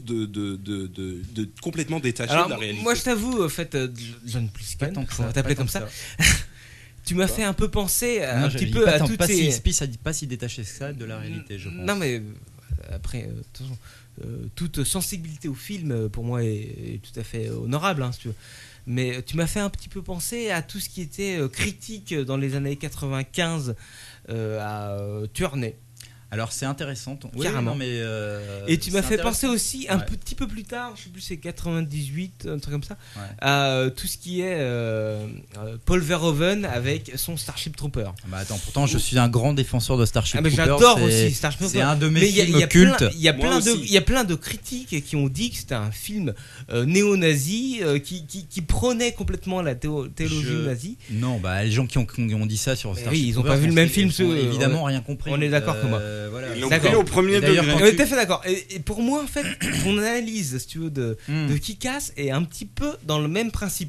de complètement détaché de la réalité. Moi je t'avoue, en fait, John Plisken, on va t'appeler comme ça. Tu m'as fait un peu penser un petit peu à toutes ces... Pas si détaché que ça de la réalité, je pense. Non mais après, toute sensibilité au film pour moi est tout à fait honorable, si tu veux. Mais tu m'as fait un petit peu penser à tout ce qui était critique dans les années 95 à Tuernay. Alors c'est intéressant. Carrément. Oui, non, mais, et tu m'as c'est fait penser intéressant. aussi un petit peu plus tard, je sais plus, c'est 98, un truc comme ça, Ouais. à tout ce qui est Paul Verhoeven avec son Starship Trooper. Bah attends, pourtant je suis un grand défenseur de Starship mais Troopers. j'adore c'est- aussi Starship Trooper. C'est un de mes Mais il y films a cultes. Il y a plein de critiques qui ont dit que c'était un film néo-nazi qui prônait complètement la théologie nazie. Non, bah les gens qui ont dit ça sur Starship Oui, ils ont Troopers, pas vu le même film. ils ont évidemment rien compris. On est d'accord que moi. Voilà. Ils l'ont pris au premier D'ailleurs, degré. quand On est tu- tout à fait d'accord. Et pour moi, en fait, ton analyse, si tu veux, de Kick-Ass est un petit peu dans le même principe.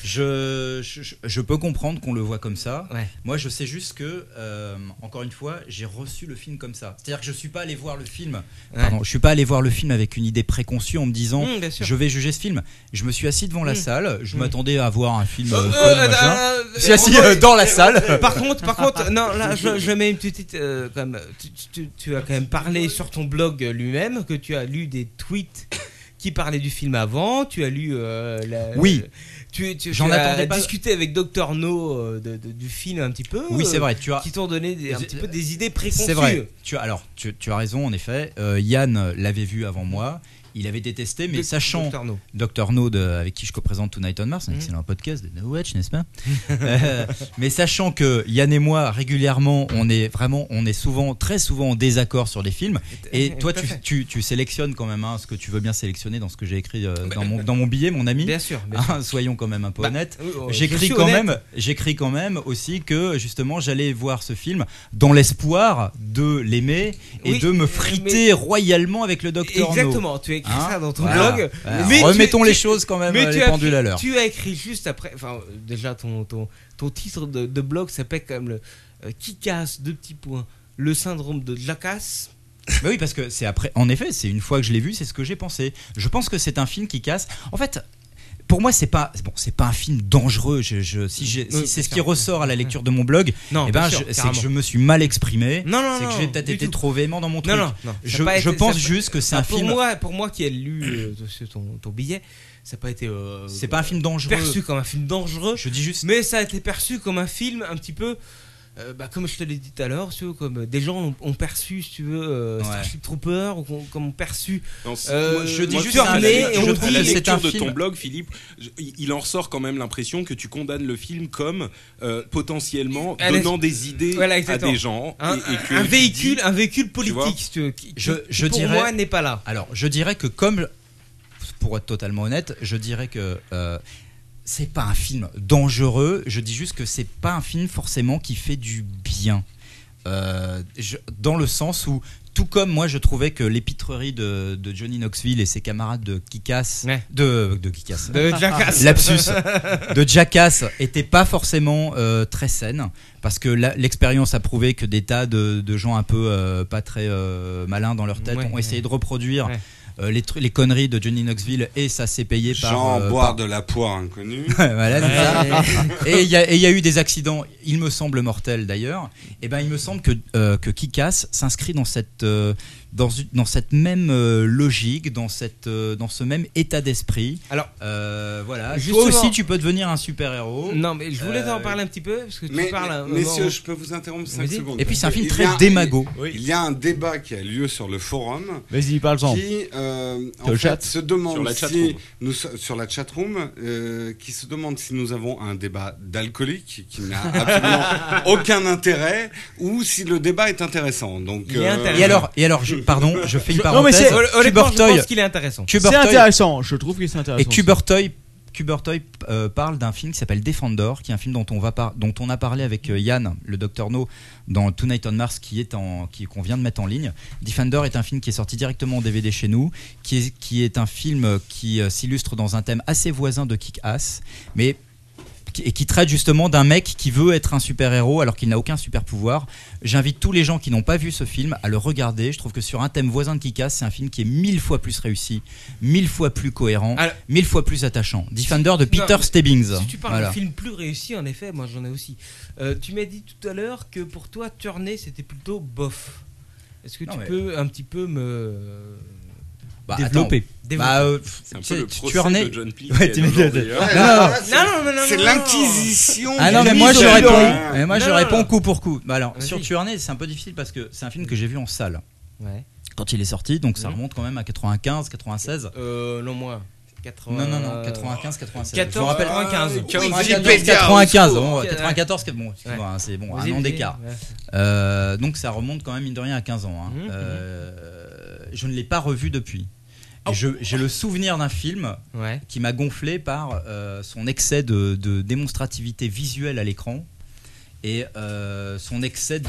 Je peux comprendre qu'on le voit comme ça. Ouais. Moi, je sais juste que, encore une fois, j'ai reçu le film comme ça. C'est-à-dire que je suis pas allé voir le film. Pardon, je suis pas allé voir le film avec une idée préconçue en me disant bien sûr. je vais juger ce film. Je me suis assis devant la salle. Je Mm. m'attendais à voir un film. Je suis assis dans la salle. Par contre, non, là, je mets une petite. Comme, tu as quand même parlé sur ton blog lui-même que tu as lu des tweets qui parlaient du film avant. Tu as lu. Oui. J'en attendais pas. discuté avec Dr No du film un petit peu. Oui, c'est vrai. Qui t'ont donné un petit peu des idées préconçues. C'est vrai. Tu as raison en effet. Yann l'avait vu avant moi. Il avait détesté, mais sachant Dr No avec qui je co-présente Tonight on Mars, un excellent podcast de No Watch, n'est-ce pas? Mais sachant que Yann et moi régulièrement, on est souvent, très souvent en désaccord sur des films. Et toi, tu sélectionnes quand même ce que tu veux bien sélectionner dans ce que j'ai écrit dans mon billet, mon ami. Bien sûr. Soyons quand même un peu honnêtes. J'écris quand même aussi que justement j'allais voir ce film dans l'espoir de l'aimer et de me friter royalement avec le Dr No. Exactement. Tu as écrit ça dans ton blog. Mais remettons les choses quand même les pendules à l'heure. Tu as écrit juste après. Enfin, déjà ton titre de blog s'appelle quand même le Kick-Ass : le syndrome de Jackass. Mais oui, parce que c'est après. En effet, c'est une fois que je l'ai vu, c'est ce que j'ai pensé. Je pense que c'est un film qui casse. En fait. Pour moi, c'est pas un film dangereux. Si c'est ce qui ressort à la lecture de mon blog, c'est que je me suis mal exprimé. C'est que j'ai peut-être été trop véhément dans mon truc. Non. Je pense juste que c'est un film. Pour moi qui ai lu ton billet, ça n'a pas été. C'est pas un film dangereux. Perçu comme un film dangereux. Je dis juste. Mais ça a été perçu comme un film un petit peu. Comme je te l'ai dit tout à l'heure, comme des gens ont perçu, si tu veux, Starship Trooper, ou comme ont perçu. Je dis juste la lecture de ton blog, Philippe, il en ressort quand même l'impression que tu condamnes le film comme potentiellement donnant des idées à des gens. Un véhicule politique, si tu veux, qui pour moi n'est pas là. Alors, je dirais que pour être totalement honnête, je dirais que. C'est pas un film dangereux, je dis juste que c'est pas un film forcément qui fait du bien. Dans le sens où, tout comme moi je trouvais que l'épitrerie de Johnny Knoxville et ses camarades de Kick-Ass, de Jackass, lapsus, de Jackass était pas forcément très saine, parce que l'expérience a prouvé que des tas de gens un peu pas très malins dans leur tête ont essayé de reproduire les conneries de Johnny Knoxville, et ça s'est payé par boire de la poire inconnue. Voilà, c'est ça. Et il y a eu des accidents, il me semble mortels d'ailleurs. Et ben il me semble que Kick-Ass s'inscrit dans cette même logique, dans ce même état d'esprit. Alors voilà. Toi aussi tu peux devenir un super héros. Non, mais je voulais t'en parler un petit peu parce que tu parles. Messieurs, je peux vous interrompre 5 secondes. Et puis c'est un film très démago. Il y a un débat qui a lieu sur le forum. Vas-y, parle-en. Qui en fait se demande sur la chatroom, qui se demande si nous avons un débat d'alcoolique qui n'a absolument aucun intérêt, ou si le débat est intéressant. Donc et alors je fais une parenthèse. Je pense qu'il est intéressant. C'est intéressant, je trouve que c'est intéressant. Et Kubertoy parle d'un film qui s'appelle Defender, qui est un film dont on a parlé avec Yann, le Dr No, dans Tonight on Mars, qu'on vient de mettre en ligne. Defender est un film qui est sorti directement en DVD chez nous, qui est un film qui s'illustre dans un thème assez voisin de Kick-Ass, mais et qui traite justement d'un mec qui veut être un super-héros alors qu'il n'a aucun super-pouvoir. J'invite tous les gens qui n'ont pas vu ce film à le regarder. Je trouve que sur un thème voisin de Kick-Ass, c'est un film qui est 1000 fois plus réussi, 1000 fois plus cohérent, 1000 fois plus attachant. Defender de Peter Stebbings. Si tu parles de film plus réussi, en effet, moi j'en ai aussi. Tu m'as dit tout à l'heure que pour toi, Turney, c'était plutôt bof. Est-ce que tu peux un petit peu me développer. C'est un peu le procès de John Peel. Non, c'est l'inquisition. Ah non, mais moi je réponds coup pour coup. Alors sur Tuernay, c'est un peu difficile parce que c'est un film que j'ai vu en salle. Ouais. Quand il est sorti, donc ça remonte quand même à 95, 96. Non moins. 80... Non, 95, 96. 14, 95. 95. Bon, 94, bon, c'est bon, un an d'écart. Donc ça remonte quand même mine de rien à 15 ans. Je ne l'ai pas revu depuis. J'ai le souvenir d'un film qui m'a gonflé par son excès de démonstrativité visuelle à l'écran et son excès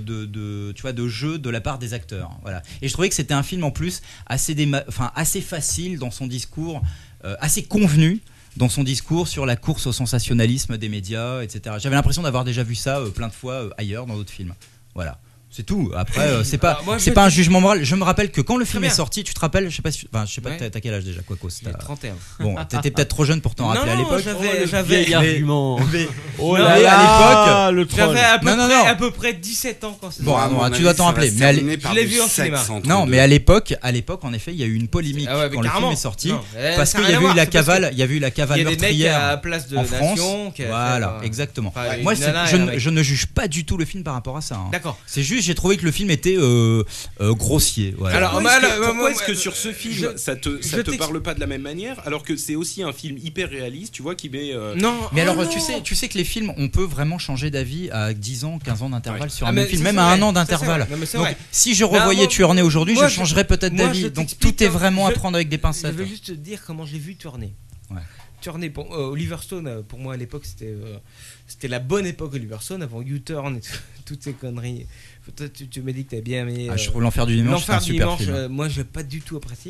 de jeu de la part des acteurs. Voilà. Et je trouvais que c'était un film en plus assez facile dans son discours, assez convenu dans son discours sur la course au sensationnalisme des médias, etc. J'avais l'impression d'avoir déjà vu ça plein de fois ailleurs dans d'autres films. Voilà. C'est tout. Après, c'est pas un jugement moral. Je me rappelle que quand le film est sorti, tu te rappelles, je sais pas, t'as quel âge déjà, Quacos? J'ai 31. Bon, t'étais peut-être trop jeune pour t'en rappeler à l'époque. J'avais argument. Oh là là, le troll. J'avais à peu près 17 ans quand c'est sorti. Bon, tu dois t'en rappeler. Mais je l'ai vu en cinéma. Non, mais à l'époque, en effet, il y a eu une polémique quand le film est sorti parce qu'il y avait eu la cavale, meurtrière à Place de en France. Voilà, exactement. Moi, je ne juge pas du tout le film par rapport à ça. D'accord. C'est juste, j'ai trouvé que le film était grossier. Voilà. Alors, pourquoi est-ce que sur ce film, ça te parle pas de la même manière, alors que c'est aussi un film hyper réaliste, tu vois, qui met. Non. Mais alors, tu sais que les films, on peut vraiment changer d'avis à 10 ans, 15 ans d'intervalle sur un même film, même à 1 an d'intervalle. Donc, si je revoyais Tuernay aujourd'hui, je changerais peut-être d'avis. Donc, tout est vraiment à prendre avec des pincettes. Je vais juste te dire comment j'ai vu Tuernay. Tuernay, Oliver Stone, pour moi à l'époque, c'était la bonne époque Oliver Stone, avant U-Turn et toutes ces conneries. Tu m'as dit que t'as bien aimé. Je trouve L'Enfer du Dimanche, c'est un super film. Moi, je n'ai pas du tout apprécié.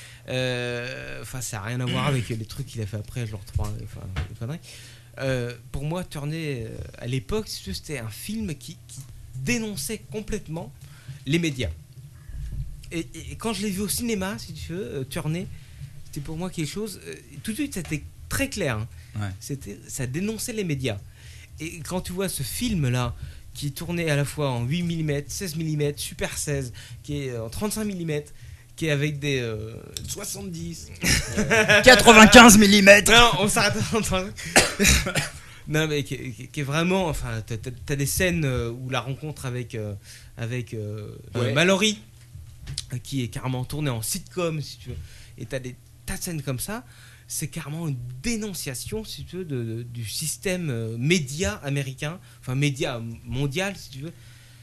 Enfin, ça n'a rien à voir avec les trucs qu'il a fait après, genre 3, les conneries. Pour moi, Tuernay, à l'époque, c'était un film qui dénonçait complètement les médias. Et quand je l'ai vu au cinéma, si tu veux, Tuernay, c'était pour moi quelque chose. Tout de suite, c'était très clair. Ça dénonçait les médias. Et quand tu vois ce film-là, qui est tourné à la fois en 8 mm, 16 mm, Super 16, qui est en 35 mm, qui est avec des 70, 95 mm. Non, on s'arrête en non, mais qui est vraiment, enfin, t'as des scènes où la rencontre avec Mallory, qui est carrément tournée en sitcom, si tu veux, et t'as des tas de scènes comme ça. C'est carrément une dénonciation, si tu veux, du système média américain, enfin média mondial, si tu veux,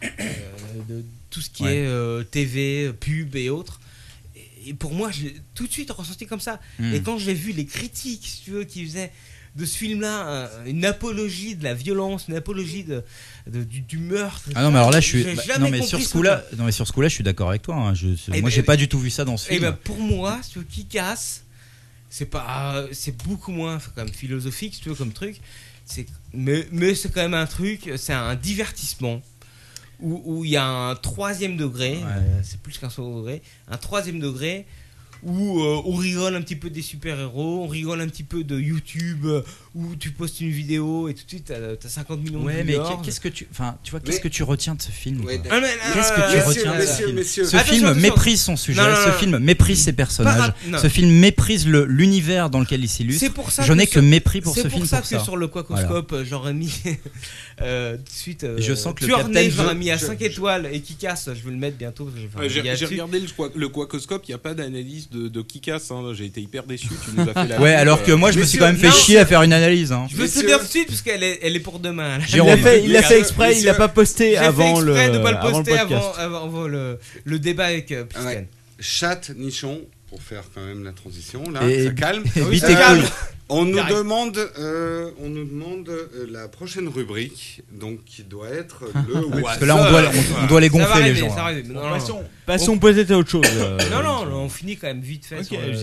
de tout ce qui est TV, pub et autres. Et pour moi, je l'ai tout de suite ressenti comme ça. Et quand j'ai vu les critiques, si tu veux, qui faisaient de ce film-là une apologie de la violence, une apologie du meurtre. Ah non, mais alors là, sur ce coup-là, je suis d'accord avec toi. Hein. Moi, j'ai pas du tout vu ça dans ce film. Et ben pour moi, ce qui casse. C'est beaucoup moins quand même philosophique, si tu veux, comme truc. Mais c'est quand même un truc, c'est un divertissement où il y a un 3e degré, c'est plus qu'un second degré, un 3e degré où on rigole un petit peu des super-héros, on rigole un petit peu de YouTube, où tu postes une vidéo et tout de suite t'as 50 millions de vues. Mais qu'est-ce que tu retiens de ce film? Qu'est-ce que tu retiens de ce film? Messieurs. Ce film méprise son sujet, ce film méprise ses personnages, ce film méprise l'univers dans lequel il s'illustre. Je n'ai que mépris pour ce film. C'est pour ça que sur le Quacoscope, j'aurais mis tout de suite. Je sens que Tuernay, j'aurais mis à 5 étoiles et qui casse, je vais le mettre bientôt. J'ai regardé le Quacoscope, il n'y a pas d'analyse de Kick-Ass, hein. J'ai été hyper déçu. Tu nous as fait la alors que moi je me suis quand même fait chier à faire une analyse. Hein. Je veux te dire tout de suite parce qu'elle est pour demain. Il l'a fait exprès, il l'a pas posté avant le. J'ai fait exprès de ne pas le poster avant le débat avec Piscan. Chat, nichon, pour faire quand même la transition là, ça calme. On nous demande la prochaine rubrique, donc qui doit être le parce que là on doit les gonfler les gens. Passons peut-être à autre chose. Non, on finit quand même vite fait.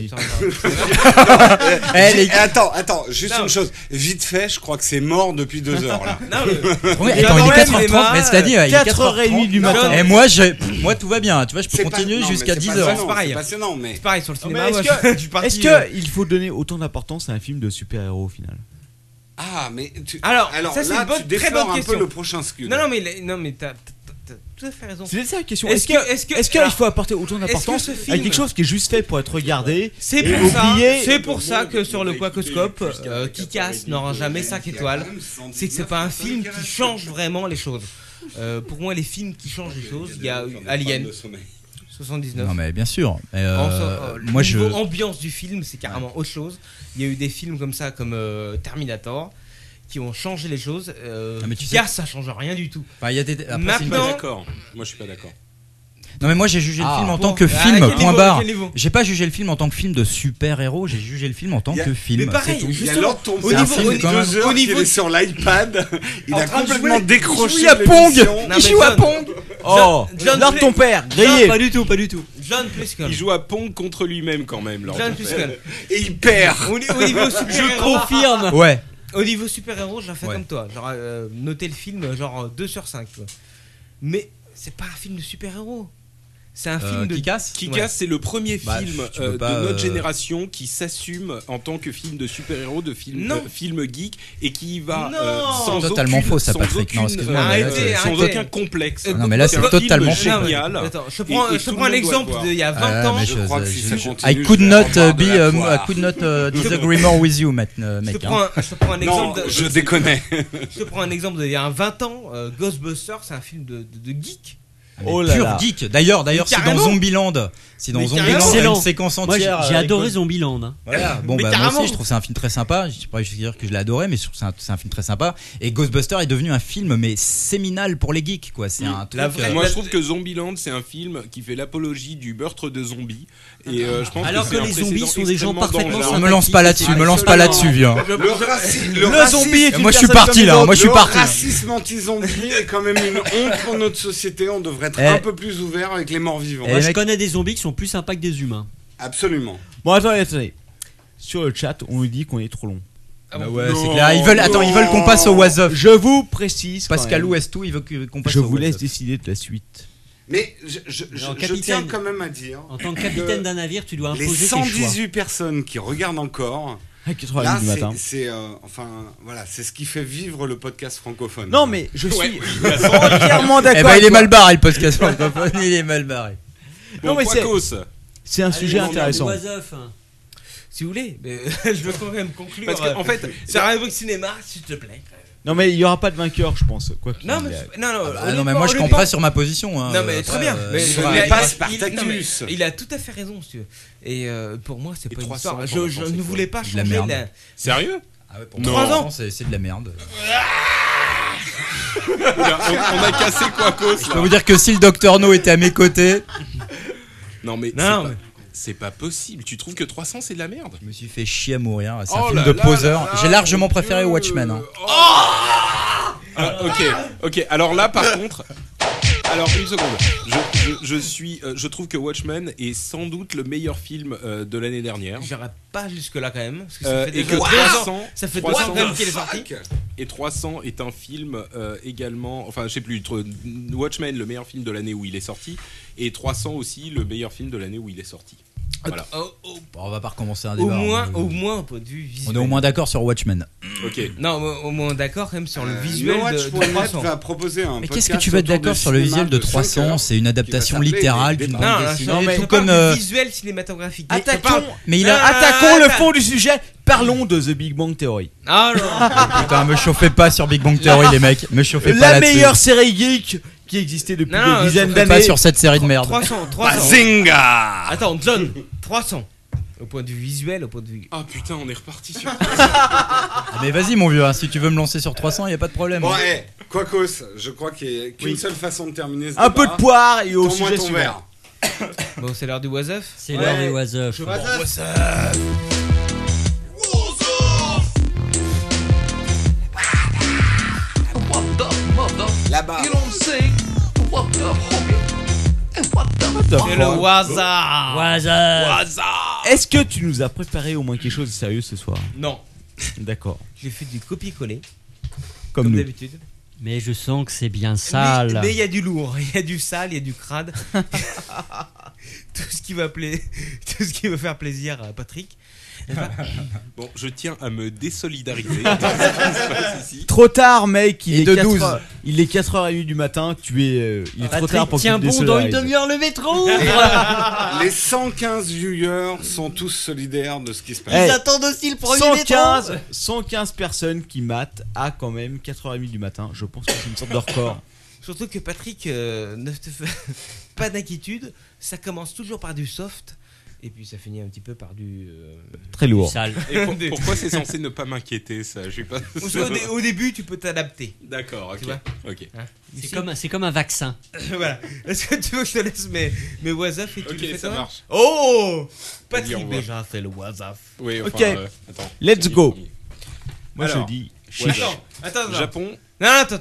Attends, juste une chose. Vite fait, je crois que c'est mort depuis 2 heures là. Il est 4h30, mais c'est-à-dire il est 4h30 du matin. Et moi tout va bien, tu vois, je peux continuer jusqu'à 10h. C'est passionnant, mais c'est pareil sur le cinéma. Est-ce qu'il faut donner autant d'importance à un film de super-héros au final? Ah, mais alors ça, là, tu déflores un peu le prochain scud. Non, mais t'as tout à fait raison. C'est ça la question. Est-ce qu'il faut apporter autant d'importance à quelque chose qui est juste fait pour être regardé? C'est et pour ça. oublié. C'est pour ça que sur le Quackoscope, Kick-Ass n'aura jamais 5 étoiles. C'est que c'est pas un film qui change vraiment les choses. Pour moi, les films qui changent les choses, il y a Alien. 79. Non mais bien sûr. Moi, niveau ambiance du film, c'est carrément autre chose. Il y a eu des films comme ça, comme Terminator, qui ont changé les choses. Ça change rien du tout. Enfin, y a des... Après, je suis pas d'accord. Moi, je suis pas d'accord. Non mais moi j'ai jugé le film en tant que film, point barre. J'ai pas jugé le film en tant que film de super-héros, j'ai jugé le film en tant que film. Mais pareil, il y a Lord Ton Père, au niveau sur l'iPad, il a complètement décroché. Il joue à Pong. Il joue à Pong. Oh, Lord Ton Père, grillé. Pas du tout, pas du tout. John Pliskin. Il joue à Pong contre lui-même quand même. Lord John Pliskin. Et il perd. Au niveau je confirme. Ouais. Au niveau super-héros, j'en fais comme toi. Genre noter le film genre 2 sur 5. Mais c'est pas un film de super-héros. C'est un film de Kick-Ass. Kick-Ass, c'est le premier film de pas, notre génération qui s'assume en tant que film de super-héros, de film geek et qui va sans totalement faux, ça, sans Patrick. Non, excuse-moi. Sans aucun complexe. Non, mais là, c'est totalement faux. Génial. Attends, je te prends un exemple d'il y a 20 ans. Je crois que si ça continue, I could not disagree more with you, mec. Je te prends un exemple. Je déconne. Je te prends un exemple d'il y a 20 ans. Ghostbusters, c'est un film de geek. Oh là là. Geek. D'ailleurs, c'est dans Zombieland. C'est dans Zombieland. C'est une séquence entière. Moi, j'ai adoré Zombieland. Voilà. Bon, moi aussi, je trouve que c'est un film très sympa. Je sais pas dire que je l'ai adoré, mais je trouve que c'est un film très sympa. Et Ghostbusters est devenu un film mais séminal pour les geeks, quoi. C'est un truc. Moi, je trouve que Zombieland, c'est un film qui fait l'apologie du meurtre de zombies. Et je pense alors que les zombies sont des gens parfaitement sympathiques. Me lance pas là-dessus, viens. Le zombie. Moi, je suis parti là. Le racisme anti-zombie est quand même une honte pour notre société. On devrait être un peu plus ouvert avec les morts vivants. Moi, je connais des zombies qui sont plus sympas que des humains. Absolument. Bon, attendez. Sur le chat, on nous dit qu'on est trop long. Ouais, c'est clair. Ils veulent qu'on passe au Was Of. Je vous précise. Pascal Ouestou, il veut qu'on passe au Was Of. Je vous laisse décider décider de la suite. Mais je tiens quand même à dire. En tant que capitaine d'un navire, tu dois imposer les tes choix. 118 personnes qui regardent encore. Là, c'est ce qui fait vivre le podcast francophone. Non, mais je suis entièrement d'accord. Il est mal barré le podcast francophone. Il est mal barré. Non, mais c'est un sujet intéressant. Si vous voulez, mais je veux quand même conclure. Parce qu'en fait, c'est un époque cinéma, s'il te plaît. Non, mais il n'y aura pas de vainqueur, je pense. Quoi non, mais moi je comprends sur ma position. Non, mais très bien. Il a tout à fait raison, monsieur. Et pour moi, c'est pas une histoire. Je ne voulais pas changer. Sérieux? Pour 3 ans, c'est de la merde. On a cassé Quacos. Je peux vous dire que si le Dr No était à mes côtés. Non, mais c'est pas possible. Tu trouves que 300 c'est de la merde? Je me suis fait chier à mourir. C'est un film de poseur. J'ai largement préféré Watchmen. Ok. Alors là, par contre. Alors une seconde, je trouve que Watchmen est sans doute le meilleur film de l'année dernière. J'irai pas jusque là quand même, parce que ça fait et que 300, ça fait 3 ans même qu'il est sorti. Et 300 est un film également, enfin je sais plus, Watchmen le meilleur film de l'année où il est sorti, et 300 aussi le meilleur film de l'année où il est sorti. Voilà. On va pas recommencer un débat. Au moins, au point de vue visuel. On est au moins d'accord sur Watchmen. Ok. Non, au moins d'accord quand même sur le visuel de 300. Va proposer un mais qu'est-ce que tu veux être d'accord sur le visuel de 300? C'est une adaptation littérale d'une bande dessinée. Tout comme visuel cinématographique. Attaquons le fond du sujet. Parlons de The Big Bang Theory. Ah non. Putain, me chauffez pas sur Big Bang Theory, les mecs. Me chauffez pas là-dessus. La meilleure série geek qui existait depuis des dizaines d'années. Pas sur cette série de merde. 300. Bazinga. Attends, John, 300. Au point de vue visuel, au point de vue. Ah putain, on est reparti sur. Mais vas-y, mon vieux, si tu veux me lancer sur 300, y a pas de problème. Bon, Quacos, je crois qu'il n'y a qu'une seule façon de terminer ce un peu de poire et au sujet suivant. Bon, c'est l'heure du Was Of. C'est l'heure du Was Of. Là-bas. C'est le Waza. Est-ce que tu nous as préparé au moins quelque chose de sérieux ce soir? Non. D'accord. J'ai fait du copier-coller. Comme d'habitude. Mais je sens que c'est bien sale. Mais il y a du lourd, il y a du sale, il y a du crade. Tout ce qui va faire plaisir à Patrick. Bon, je tiens à me désolidariser. Trop tard, mec. Il est de 4 12. Il est 4h30 du matin. Il est trop tard pour que tu tiens te bon dans une désolidarises. demi-heure le métro. Les 115 viewers sont tous solidaires de ce qui se passe. Ils attendent aussi le premier 115 personnes qui matent à quand même 4h30 du matin. Je pense que c'est une sorte de record. Surtout que Patrick, ne te fait pas d'inquiétude, ça commence toujours par du soft. Et puis ça finit un petit peu par du très lourd. Sale. Et pourquoi c'est censé ne pas m'inquiéter ça? Je suis pas. Au début, tu peux t'adapter. D'accord, ok. Ok. Hein, c'est comme un vaccin. Voilà. Est-ce que tu veux que je te laisse mes was-off et tu Ok, le fais ça quand même marche. Oh, Vas-y, Patrick on voit. déjà fait le was-off. Oui, enfin, Ok. attends. Let's go. Moi Alors, je dis. Attends. Japon. Non, attends.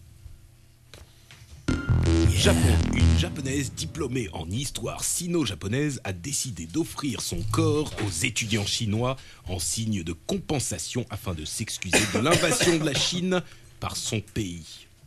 Japon, une japonaise diplômée en histoire sino-japonaise a décidé d'offrir son corps aux étudiants chinois en signe de compensation afin de s'excuser de l'invasion de la Chine par son pays.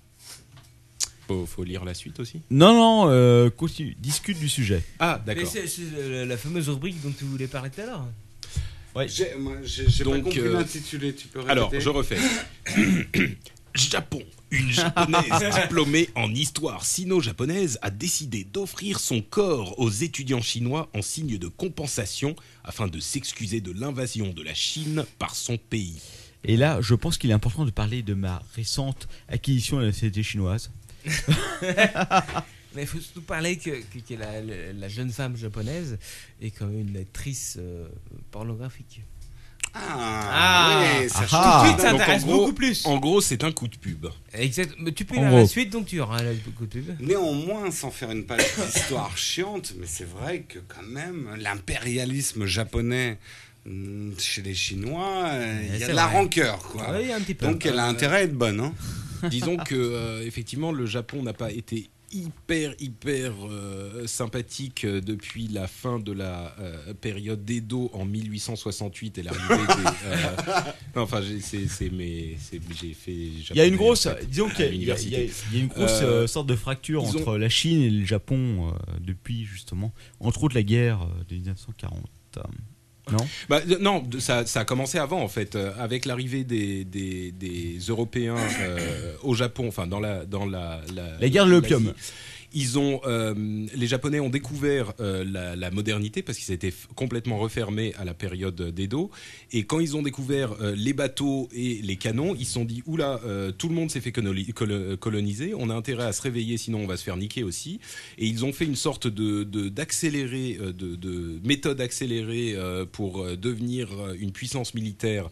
Faut lire la suite aussi. Non, continue, discute du sujet. Ah, d'accord. Mais c'est la fameuse rubrique dont tu voulais parler tout à l'heure. Ouais. J'ai pas compris l'intitulé, tu peux répéter? Alors, je refais. Japon, une japonaise diplômée en histoire sino-japonaise a décidé d'offrir son corps aux étudiants chinois en signe de compensation afin de s'excuser de l'invasion de la Chine par son pays. Et là, je pense qu'il est important de parler de ma récente acquisition de la société chinoise. Mais il faut surtout parler que la jeune femme japonaise est quand même une actrice pornographique. Oui, ça tout de suite, ça Donc, intéresse en gros, beaucoup plus. En gros, c'est un coup de pub. Exact. Mais tu peux En lire gros. la suite, donc tu auras le coup de pub. Néanmoins, sans faire une page d'histoire chiante, mais c'est vrai que quand même, l'impérialisme japonais chez les Chinois, il y a de la rancœur, quoi. Oui, un petit peu. Donc elle a intérêt à être bonne. Hein. Disons que effectivement, le Japon n'a pas été hyper sympathique depuis la fin de la période d'Edo en 1868 et l'arrivée des non, enfin j'ai fait il y a une grosse disons qu'il y a une grosse sorte de fracture entre la Chine et le Japon depuis justement entre autres la guerre de 1940. Non, non, ça a commencé avant en fait, avec l'arrivée des Européens au Japon, enfin dans la guerre de l'opium. Les Japonais ont découvert la modernité parce qu'ils étaient complètement refermés à la période d'Edo. Et quand ils ont découvert les bateaux et les canons, ils se sont dit oula, tout le monde s'est fait coloniser. On a intérêt à se réveiller, sinon on va se faire niquer aussi. Et ils ont fait une sorte de méthode accélérée pour devenir une puissance militaire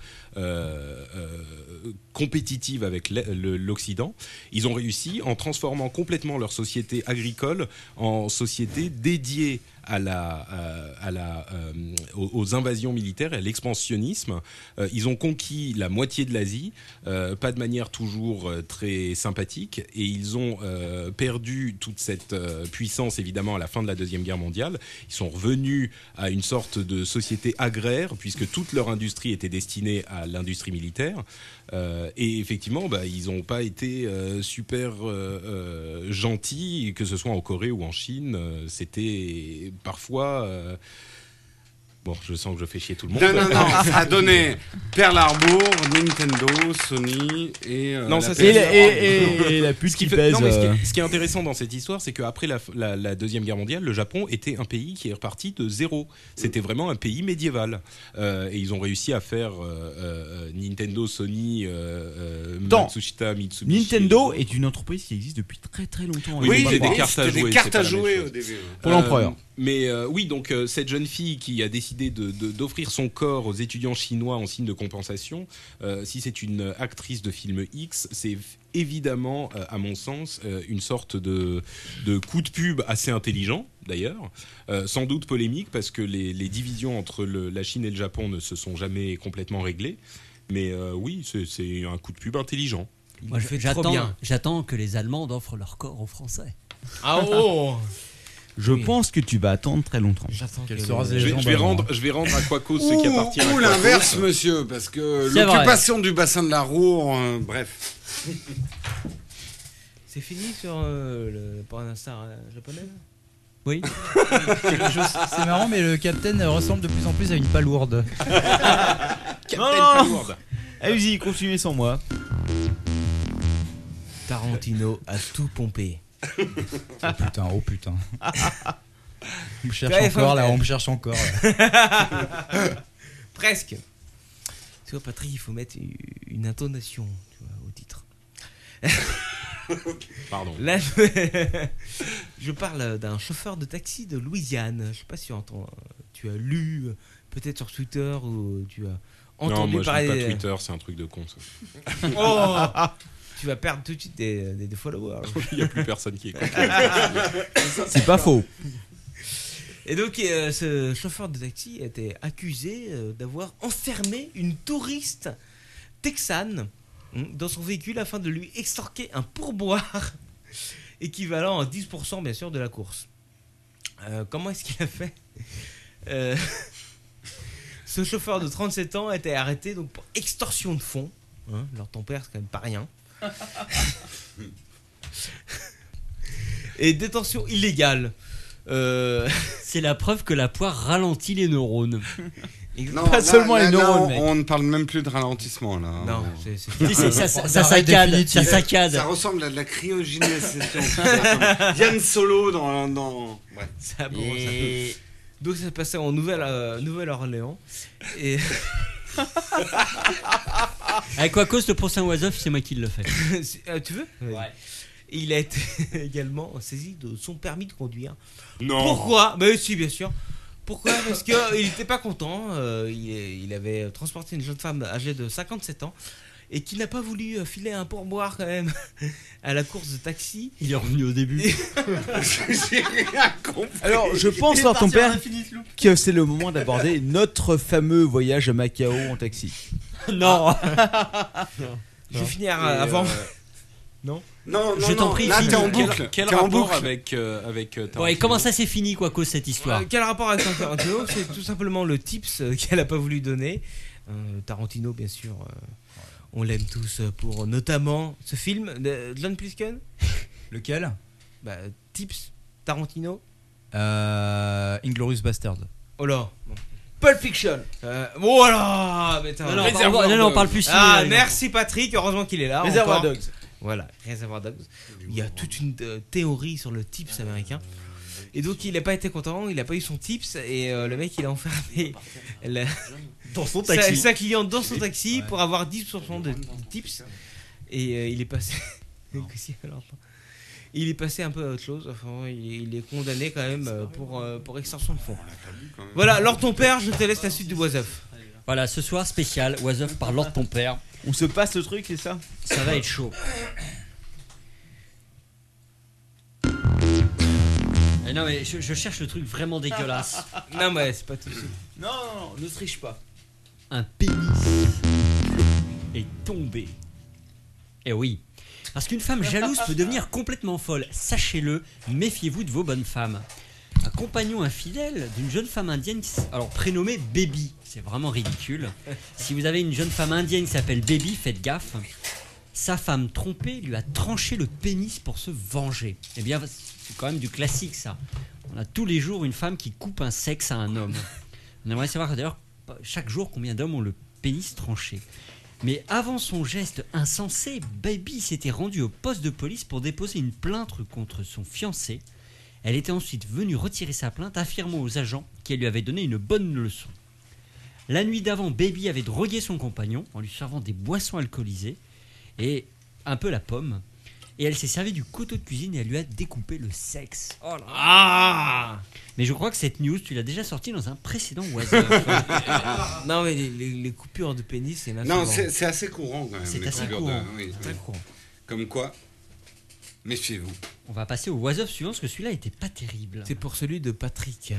compétitive avec l'Occident. Ils ont réussi en transformant complètement leur société agricole en société dédiée aux invasions militaires et à l'expansionnisme. Ils ont conquis la moitié de l'Asie, pas de manière toujours très sympathique, et ils ont perdu toute cette puissance évidemment à la fin de la Deuxième Guerre mondiale. Ils sont revenus à une sorte de société agraire puisque toute leur industrie était destinée à l'industrie militaire. Et effectivement, ils n'ont pas été super gentils, que ce soit en Corée ou en Chine. C'était parfois... Bon, je sens que je fais chier tout le monde. Non, ça a donné Pearl Harbor, Nintendo, Sony et non, ça, et la pute qui pèse. Non, mais ce qui est intéressant dans cette histoire, c'est qu'après la Deuxième Guerre mondiale, le Japon était un pays qui est reparti de zéro. C'était vraiment un pays médiéval. Et ils ont réussi à faire Nintendo, Sony, Matsushita, Mitsubishi. Nintendo est une entreprise qui existe depuis très très longtemps. Oui, c'était des cartes à jouer. Au début. Pour l'empereur. Mais oui, donc cette jeune fille qui a décidé d'offrir son corps aux étudiants chinois en signe de compensation, si c'est une actrice de film X, c'est évidemment, à mon sens, une sorte de coup de pub assez intelligent, d'ailleurs, sans doute polémique, parce que les divisions entre la Chine et le Japon ne se sont jamais complètement réglées. Mais oui, c'est un coup de pub intelligent. Moi, j'attends que les Allemands offrent leur corps aux Français. Ah oh. Je pense que tu vas attendre très longtemps. Je vais rendre à Quacos ce qui appartient à Quacos. Ou l'inverse, monsieur, parce que l'occupation du bassin de la Roure, bref. C'est fini sur le pornostar japonais ? Oui. C'est marrant, mais le capitaine ressemble de plus en plus à une palourde. Non. Allez-y, continuez sans moi. Tarantino a tout pompé. Oh putain. On me cherche Ouais, encore faut- là, on me cherche encore là. Presque. Tu vois, Patrick, il faut mettre une intonation, tu vois, au titre. Pardon. Là, je parle d'un chauffeur de taxi de Louisiane. Je sais pas si tu as lu peut-être sur Twitter ou tu as Non, entendu moi je parler. lis pas Twitter, c'est un truc de con ça. Oh tu vas perdre tout de suite des followers. Il n'y a plus personne qui écoute. C'est pas faux. Et donc, ce chauffeur de taxi a été accusé d'avoir enfermé une touriste texane dans son véhicule afin de lui extorquer un pourboire équivalent à 10% bien sûr de la course. Comment est-ce qu'il a fait Ce chauffeur de 37 ans a été arrêté donc, pour extorsion de fonds. Alors ton père, c'est quand même pas rien. Et détention illégale. C'est la preuve que la poire ralentit les neurones. Non, Pas là, seulement là, les neurones, mec. on ne parle même plus de ralentissement là. Non, Ça saccade. Ça saccade. Ça ressemble à de la cryogénisation. Yann Solo dans... Ouais. Ça, bon, ça. Donc ça se passait en Nouvelle-Orléans. Et Avec Quacos, le prochain Was-Off, c'est moi qui le fais. tu veux? Ouais. Et il a été également saisi de son permis de conduire. Non. Pourquoi? Bah si, bien sûr. Pourquoi? Parce qu'il n'était pas content. Il avait transporté une jeune femme âgée de 57 ans et qui n'a pas voulu filer un pourboire quand même à la course de taxi. Il est revenu au début. J'ai rien compris. Alors, je pense voir ton père que c'est le moment d'aborder notre fameux voyage à Macao en taxi. Non. Je vais finir avant. Non, Je t'en prie, là finis. t'es en boucle. Quel T'es en rapport boucle. avec Tarantino? Ouais, comment ça s'est fini, Quacos, cette histoire? Quel rapport avec Tarantino? C'est tout simplement le tips qu'elle a pas voulu donner. Tarantino, bien sûr, on l'aime tous pour notamment ce film de John Plisken. Lequel? Tips, Tarantino. Inglourious Bastard. Oh là. Pulp Fiction. Voilà. Non, on parle plus ciné, Ah, là, merci Patrick. Heureusement qu'il est là. Reservoir encore. Dogs. Voilà, Reservoir Dogs. Il y a toute une théorie sur le tips américain. Et donc il n'a pas été content, il n'a pas eu son tips et le mec il a enfermé dans son taxi. sa cliente dans son taxi pour avoir 10% de tips. Et il est passé. Il est passé un peu à autre chose. Enfin, il est condamné quand même pour extorsion de fonds. Voilà, Lord ton père, je te laisse la suite du Was-Off. Voilà, ce soir spécial Was-Off par Lord ton père. On se passe le truc, c'est ça? Ça va être chaud. Et non mais je cherche le truc vraiment dégueulasse. Non mais c'est pas tout de suite. Non, ne triche pas. Un pénis est tombé. Eh oui. Parce qu'une femme jalouse peut devenir complètement folle. Sachez-le, méfiez-vous de vos bonnes femmes. Un compagnon infidèle d'une jeune femme indienne, alors prénommée Baby. C'est vraiment ridicule. Si vous avez une jeune femme indienne qui s'appelle Baby, faites gaffe. Sa femme trompée lui a tranché le pénis pour se venger. Eh bien, c'est quand même du classique ça. On a tous les jours une femme qui coupe un sexe à un homme. On aimerait savoir d'ailleurs chaque jour combien d'hommes ont le pénis tranché. Mais avant son geste insensé, Baby s'était rendue au poste de police pour déposer une plainte contre son fiancé. Elle était ensuite venue retirer sa plainte, affirmant aux agents qu'elle lui avait donné une bonne leçon. La nuit d'avant, Baby avait drogué son compagnon en lui servant des boissons alcoolisées et un peu la pomme. Et elle s'est servie du couteau de cuisine et elle lui a découpé le sexe. Oh là. Ah. Mais je crois que cette news, tu l'as déjà sortie dans un précédent Was-Off. Non mais les coupures de pénis, c'est Non, c'est assez courant quand même. C'est les assez coupures courant. oui, Très oui. courant. Comme quoi, méfiez-vous. On va passer au Was-Off suivant parce que celui-là était pas terrible. C'est pour celui de Patrick.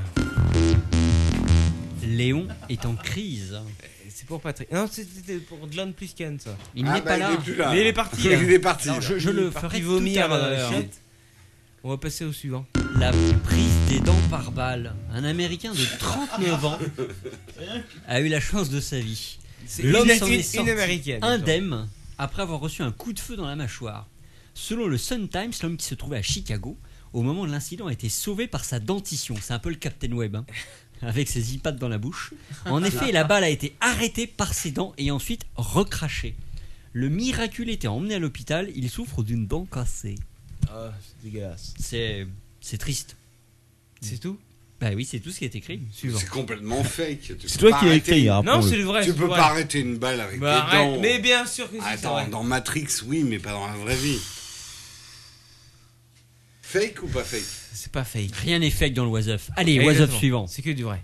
Léon est en crise. C'est pour Patrick. Non, c'était pour John Plisken ça. Il n'est pas là. Il est plus là. Mais il est parti. Il est parti. Alors, je le ferai vomir tout à dans la l'heure. chiotte. On va passer au suivant. La prise des dents par balle. Un Américain de 39 ans a eu la chance de sa vie. L'homme s'en est sorti américaine. indemne après avoir reçu un coup de feu dans la mâchoire. Selon le Sun Times, l'homme qui se trouvait à Chicago au moment de l'incident, a été sauvé par sa dentition. C'est un peu le Captain Web, hein, avec ses iPads dans la bouche. En effet, la balle a été arrêtée par ses dents et ensuite recrachée. Le miraculé était emmené à l'hôpital. Il souffre d'une dent cassée. Ah, c'est dégueulasse. C'est triste. C'est tout? Bah oui, c'est tout ce qui est écrit. C'est complètement fake. C'est toi qui l'as écrit. Non, c'est le vrai. Tu peux pas arrêter une balle avec des dents. Mais bien sûr que c'est Attends, vrai. dans Matrix, oui, mais pas dans la vraie vie. Fake ou pas fake? C'est pas fake. Rien n'est fake dans le Was Up. Allez, Was Up Exactement. suivant. C'est que du vrai.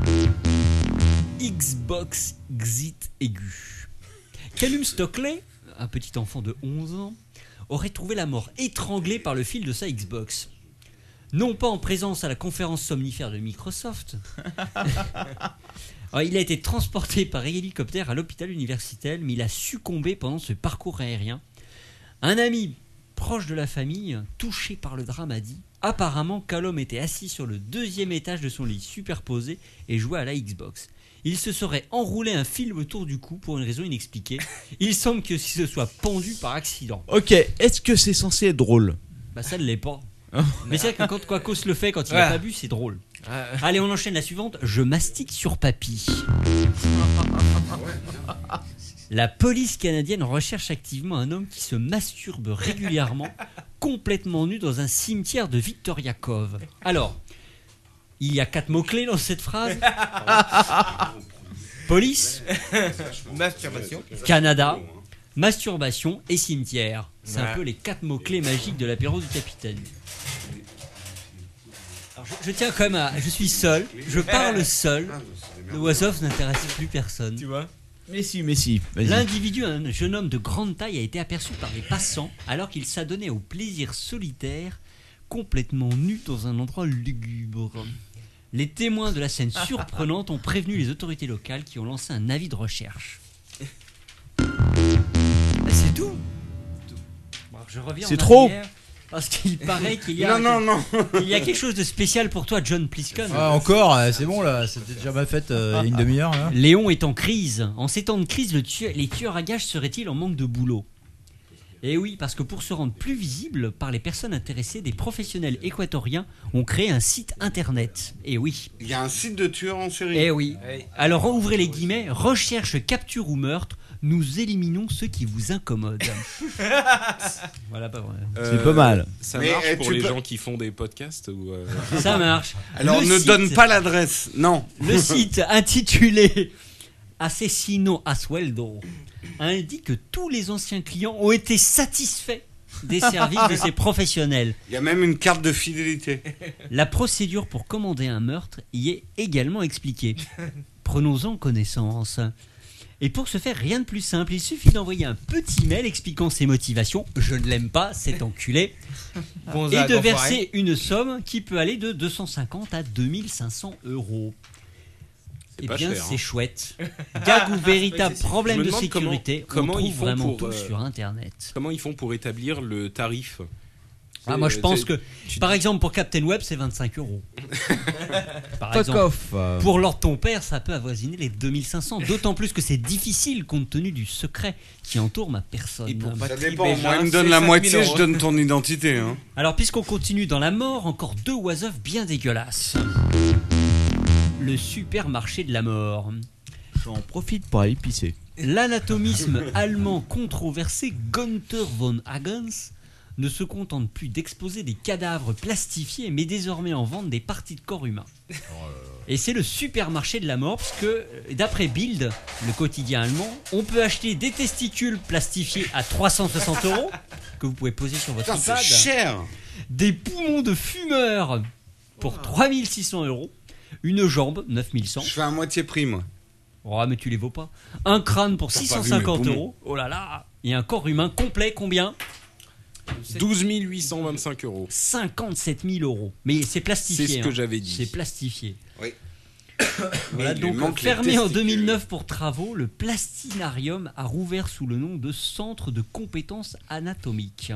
Xbox Exit aigu. Callum Stockley, un petit enfant de 11 ans, aurait trouvé la mort étranglé par le fil de sa Xbox. Non pas en présence à la conférence somnifère de Microsoft. Alors, il a été transporté par hélicoptère à l'hôpital universitaire, mais il a succombé pendant ce parcours aérien. Un ami proche de la famille, touché par le drame, a dit « Apparemment, Callum était assis sur le 2e étage de son lit superposé et jouait à la Xbox. Il se serait enroulé un fil autour du cou pour une raison inexpliquée. Il semble que se soit pendu par accident. » Ok, est-ce que c'est censé être drôle? Bah ça ne l'est pas. Mais c'est vrai que quand Quacos le fait, quand il n'a pas bu, c'est drôle. Allez, on enchaîne la suivante. Je mastique sur papy. La police canadienne recherche activement un homme qui se masturbe régulièrement, complètement nu dans un cimetière de Victoria Cove. Alors, il y a 4 mots-clés dans cette phrase. Police, Masturbation, Canada, masturbation et cimetière. C'est Ouais. un peu les 4 mots-clés magiques de l'apéro du capitaine. Alors, je tiens quand même à... Je suis seul, je parle seul. Le Was Off n'intéresse plus personne. Tu vois? Mais si, vas-y. L'individu, un jeune homme de grande taille, a été aperçu par les passants alors qu'il s'adonnait au plaisir solitaire, complètement nu dans un endroit lugubre. Les témoins de la scène surprenante ont prévenu les autorités locales qui ont lancé un avis de recherche. C'est tout. Bon, je reviens C'est en trop. arrière, parce qu'il paraît qu'il y a il y a quelque chose de spécial pour toi, John Plisken. Ah, encore, c'est bon là, c'était déjà ma fête il y a une demi-heure. Là. Léon est en crise. En ces temps de crise, les tueurs à gages seraient-ils en manque de boulot? Et oui, parce que pour se rendre plus visible par les personnes intéressées, des professionnels équatoriens ont créé un site internet. Et oui. Il y a un site de tueurs en série. Et oui. Alors ouvrez les guillemets, recherche, capture ou meurtre, nous éliminons ceux qui vous incommodent. Voilà, pas vrai. C'est pas mal. Ça Mais, marche pour les peux- gens qui font des podcasts ou Ça marche. Alors Le ne site- donne pas l'adresse, non. Le site intitulé Asesino a sueldo indique que tous les anciens clients ont été satisfaits des services de ces professionnels. Il y a même une carte de fidélité. La procédure pour commander un meurtre y est également expliquée. Prenons-en connaissance. Et pour ce faire, rien de plus simple, il suffit d'envoyer un petit mail expliquant ses motivations, je ne l'aime pas, cet enculé, et de verser une somme qui peut aller de 250 à 2500 €. Eh pas bien, cher, c'est hein. chouette. Gag ou véritable problème Je me de demande sécurité, comment on ils trouve font vraiment pour, tout sur Internet. comment ils font pour établir le tarif? Ah, moi je pense que, par exemple, pour Captain Web, c'est 25 €. Par Fuck exemple, off. pour Lord ton père, ça peut avoisiner les 2500. D'autant plus que c'est difficile compte tenu du secret qui entoure ma personne. Et pour Ça Patrick dépend, Béja, moi il me c'est donne la 5000 moitié, €. je donne ton identité. Hein. Alors, puisqu'on continue dans la mort, encore 2 was-of bien dégueulasses. Le supermarché de la mort. J'en profite pour aller pisser. L'anatomisme allemand controversé Gunther von Hagens ne se contente plus d'exposer des cadavres plastifiés, mais désormais en vente des parties de corps humains. Et c'est le supermarché de la mort, parce que d'après Bild, le quotidien allemand, on peut acheter des testicules plastifiés à 360 € que vous pouvez poser sur votre Putain, iPad. c'est cher. Des poumons de fumeurs pour 3600 €. Une jambe, 9100. Je fais à moitié prix, moi. Oh, mais tu les vaux pas. Un crâne pour T'as pas 650 vu mes €. Oh là là. Et un corps humain complet, combien? 12 825 €. 57 000 €. Mais c'est plastifié. C'est ce que hein. j'avais dit. C'est plastifié. Oui. Voilà, Mais il lui donc manque les fermé en testicules. 2009 pour travaux, le Plastinarium a rouvert sous le nom de Centre de compétences anatomiques.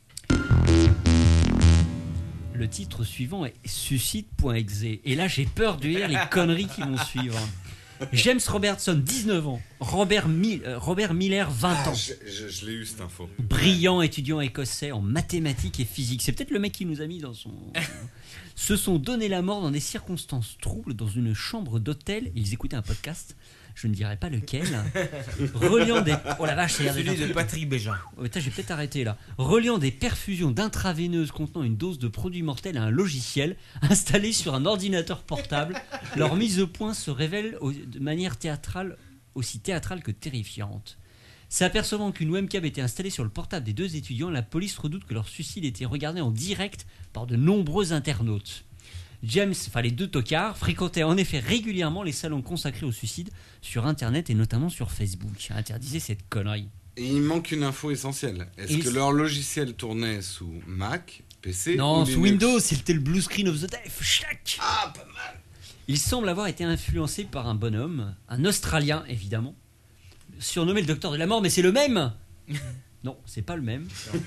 Le titre suivant est Suicide.exe. Et là, j'ai peur de lire les conneries qui vont suivre. James Robertson, 19 ans. Robert Miller, 20 ans. Je l'ai eu cette info. Brillant étudiant écossais en mathématiques et physique. C'est peut-être le mec qui nous a mis dans son... Se sont donné la mort dans des circonstances troubles dans une chambre d'hôtel. Ils écoutaient un podcast, je ne dirai pas lequel, reliant des... Oh la vache, c'est celui de Patrick Béja. Oh, je vais peut-être arrêter là. Reliant des perfusions d'intraveineuses contenant une dose de produit mortel à un logiciel installé sur un ordinateur portable. Leur mise au point se révèle de manière théâtrale, aussi théâtrale que terrifiante. S'apercevant qu'une webcam était installée sur le portable des deux étudiants, la police redoute que leur suicide était regardé en direct par de nombreux internautes. James, les deux tocards, fréquentaient en effet régulièrement les salons consacrés au suicide sur Internet et notamment sur Facebook. Interdisaient cette connerie. Et il manque une info essentielle. Est-ce que leur logiciel tournait sous Mac, PC Non, ou sous Linux? Windows, c'était le Blue Screen of the Death. Chac. Ah, pas mal. Il semble avoir été influencé par un bonhomme, un Australien évidemment, surnommé le Docteur de la Mort, mais c'est le même. Non, c'est pas le même.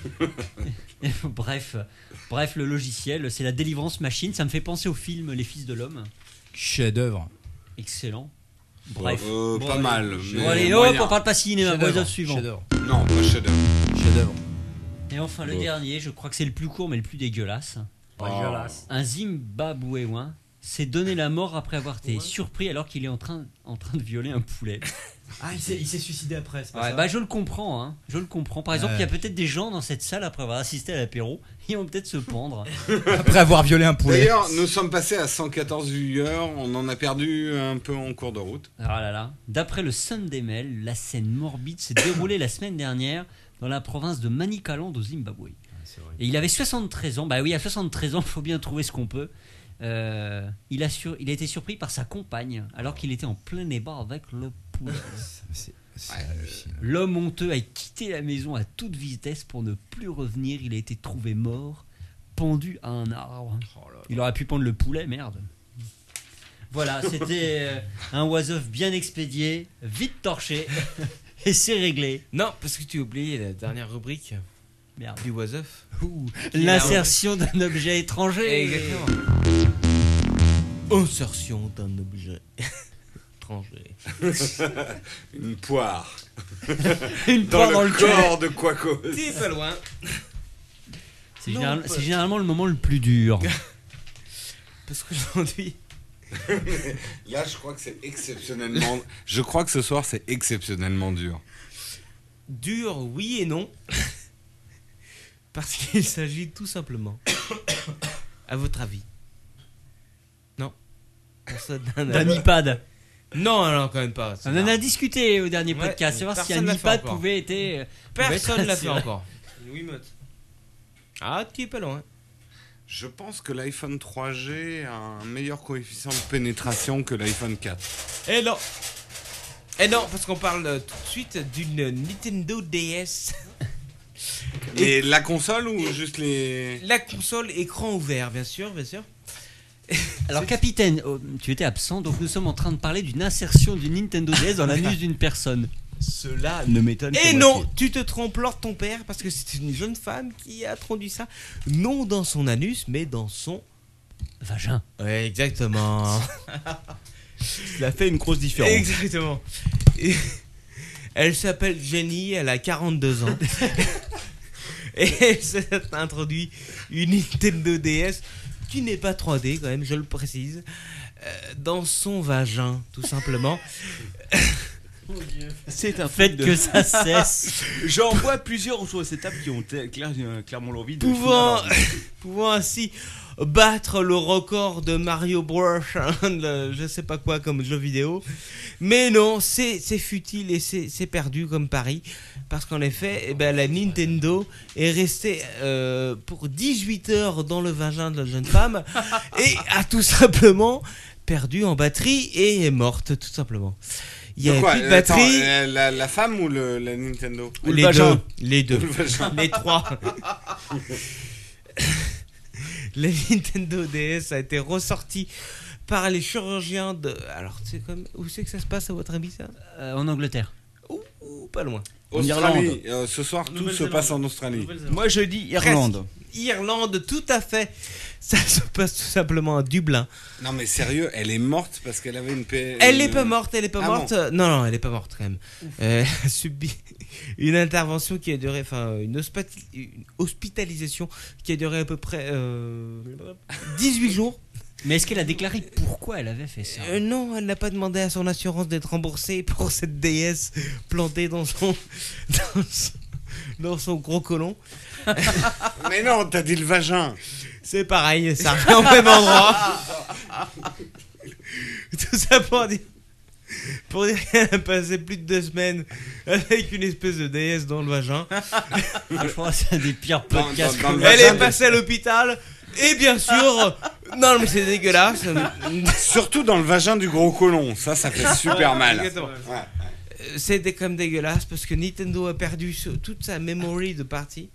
Bref, le logiciel, c'est la Deliverance Machine. Ça me fait penser au film Les Fils de l'Homme. Chef-d'œuvre. Excellent. Bref. Pas mal. Bon, allez, hop, on parle pas cinéma. Bon, suivant. Non, pas chef-d'œuvre. Chef-d'œuvre. Et enfin, le dernier, je crois que c'est le plus court, mais le plus dégueulasse. Dégueulasse. Un Zimbabwéen s'est donné la mort après avoir été surpris alors qu'il est en train de violer un poulet. Ah, il s'est suicidé après, c'est pas ça Bah, je le comprends, hein. Je le comprends. Par exemple, il y a peut-être des gens dans cette salle après avoir assisté à l'apéro, ils vont peut-être se pendre. Après avoir violé un poulet. D'ailleurs, nous sommes passés à 114 viewers, on en a perdu un peu en cours de route. Ah là là. D'après le Sunday Mail, la scène morbide s'est déroulée la semaine dernière dans la province de Manicaland au Zimbabwe. Et il avait 73 ans. Bah oui, à 73 ans, il faut bien trouver ce qu'on peut. Il a été surpris par sa compagne alors qu'il était en plein débat avec le poulet. L'homme honteux a quitté la maison à toute vitesse pour ne plus revenir. Il a été trouvé mort, pendu à un arbre. Il aurait pu pendre le poulet, merde. Voilà, c'était un was-of bien expédié, vite torché, et c'est réglé. Non, parce que tu as oublié la dernière rubrique. Merde. Du was-of. L'insertion d'un objet étranger. Exactement. Insertion d'un objet étranger. Une poire. Une poire dans le corps de Quaco. T'es pas loin. C'est généralement le moment le plus dur. Parce qu'aujourd'hui... Là, je crois que c'est exceptionnellement... Je crois que ce soir, c'est exceptionnellement dur. Dur, oui et non. Parce qu'il s'agit tout simplement, à votre avis, non, d'un iPad. Non, quand même pas. On en a discuté au dernier podcast, savoir si un iPad pouvait être. Personne l'a fait encore. Une Wiimote. Ah, tu es pas loin. Je pense que l'iPhone 3G a un meilleur coefficient de pénétration que l'iPhone 4. Eh non. Eh non, parce qu'on parle tout de suite d'une Nintendo DS. Et la console ou juste les... La console écran ouvert, bien sûr. Alors capitaine, tu étais absent, donc nous sommes en train de parler d'une insertion du Nintendo DS dans l'anus d'une personne. Cela ne m'étonne pas. Et non, tu te trompes, Lord ton père, parce que c'est une jeune femme qui a introduit ça, non dans son anus, mais dans son... vagin. Ouais, exactement. Ça fait une grosse différence. Exactement. Elle s'appelle Jenny, elle a 42 ans. Et elle s'est introduit une Nintendo DS qui n'est pas 3D quand même, je le précise, dans son vagin, tout simplement. C'est un fait que ça cesse. J'en vois plusieurs autour de cette table qui ont clairement l'envie de... Pouvant ainsi battre le record de Mario Bros, je sais pas quoi comme jeu vidéo. Mais non, c'est futile et c'est perdu comme pari. Parce qu'en effet, la Nintendo est restée pour 18 heures dans le vagin de la jeune femme et a tout simplement perdu en batterie et est morte tout simplement. Il y a plus de batterie. Attends, la femme ou la Nintendo? Ou les deux. Les deux. Les trois. La Nintendo DS a été ressortie par les chirurgiens de... Alors, où c'est que ça se passe à votre avis, ça? En Angleterre. Ou pas loin. Australie. Ce soir, tout se passe en Australie. Moi, je dis Irlande. Irlande, tout à fait. Ça se passe tout simplement à Dublin. Non mais sérieux, elle est morte parce qu'elle avait une Elle est pas morte, elle est pas Ah morte. bon. Non, elle est pas morte quand même. Elle a subi une intervention qui a duré, une hospitalisation qui a duré à peu près 18 jours. Mais est-ce qu'elle a déclaré pourquoi elle avait fait ça? Non, elle n'a pas demandé à son assurance d'être remboursée pour cette déesse plantée dans son gros côlon. Mais non, t'as dit le vagin. C'est pareil, ça revient au même endroit. Tout ça pour dire qu'elle a passé plus de 2 semaines avec une espèce de déesse dans le vagin. Franchement, c'est un des pires podcasts. Elle est passée à l'hôpital. Et bien sûr, non mais c'est dégueulasse. Surtout dans le vagin du gros côlon, ça fait super mal. Exactement. C'était comme dégueulasse parce que Nintendo a perdu toute sa memory de partie.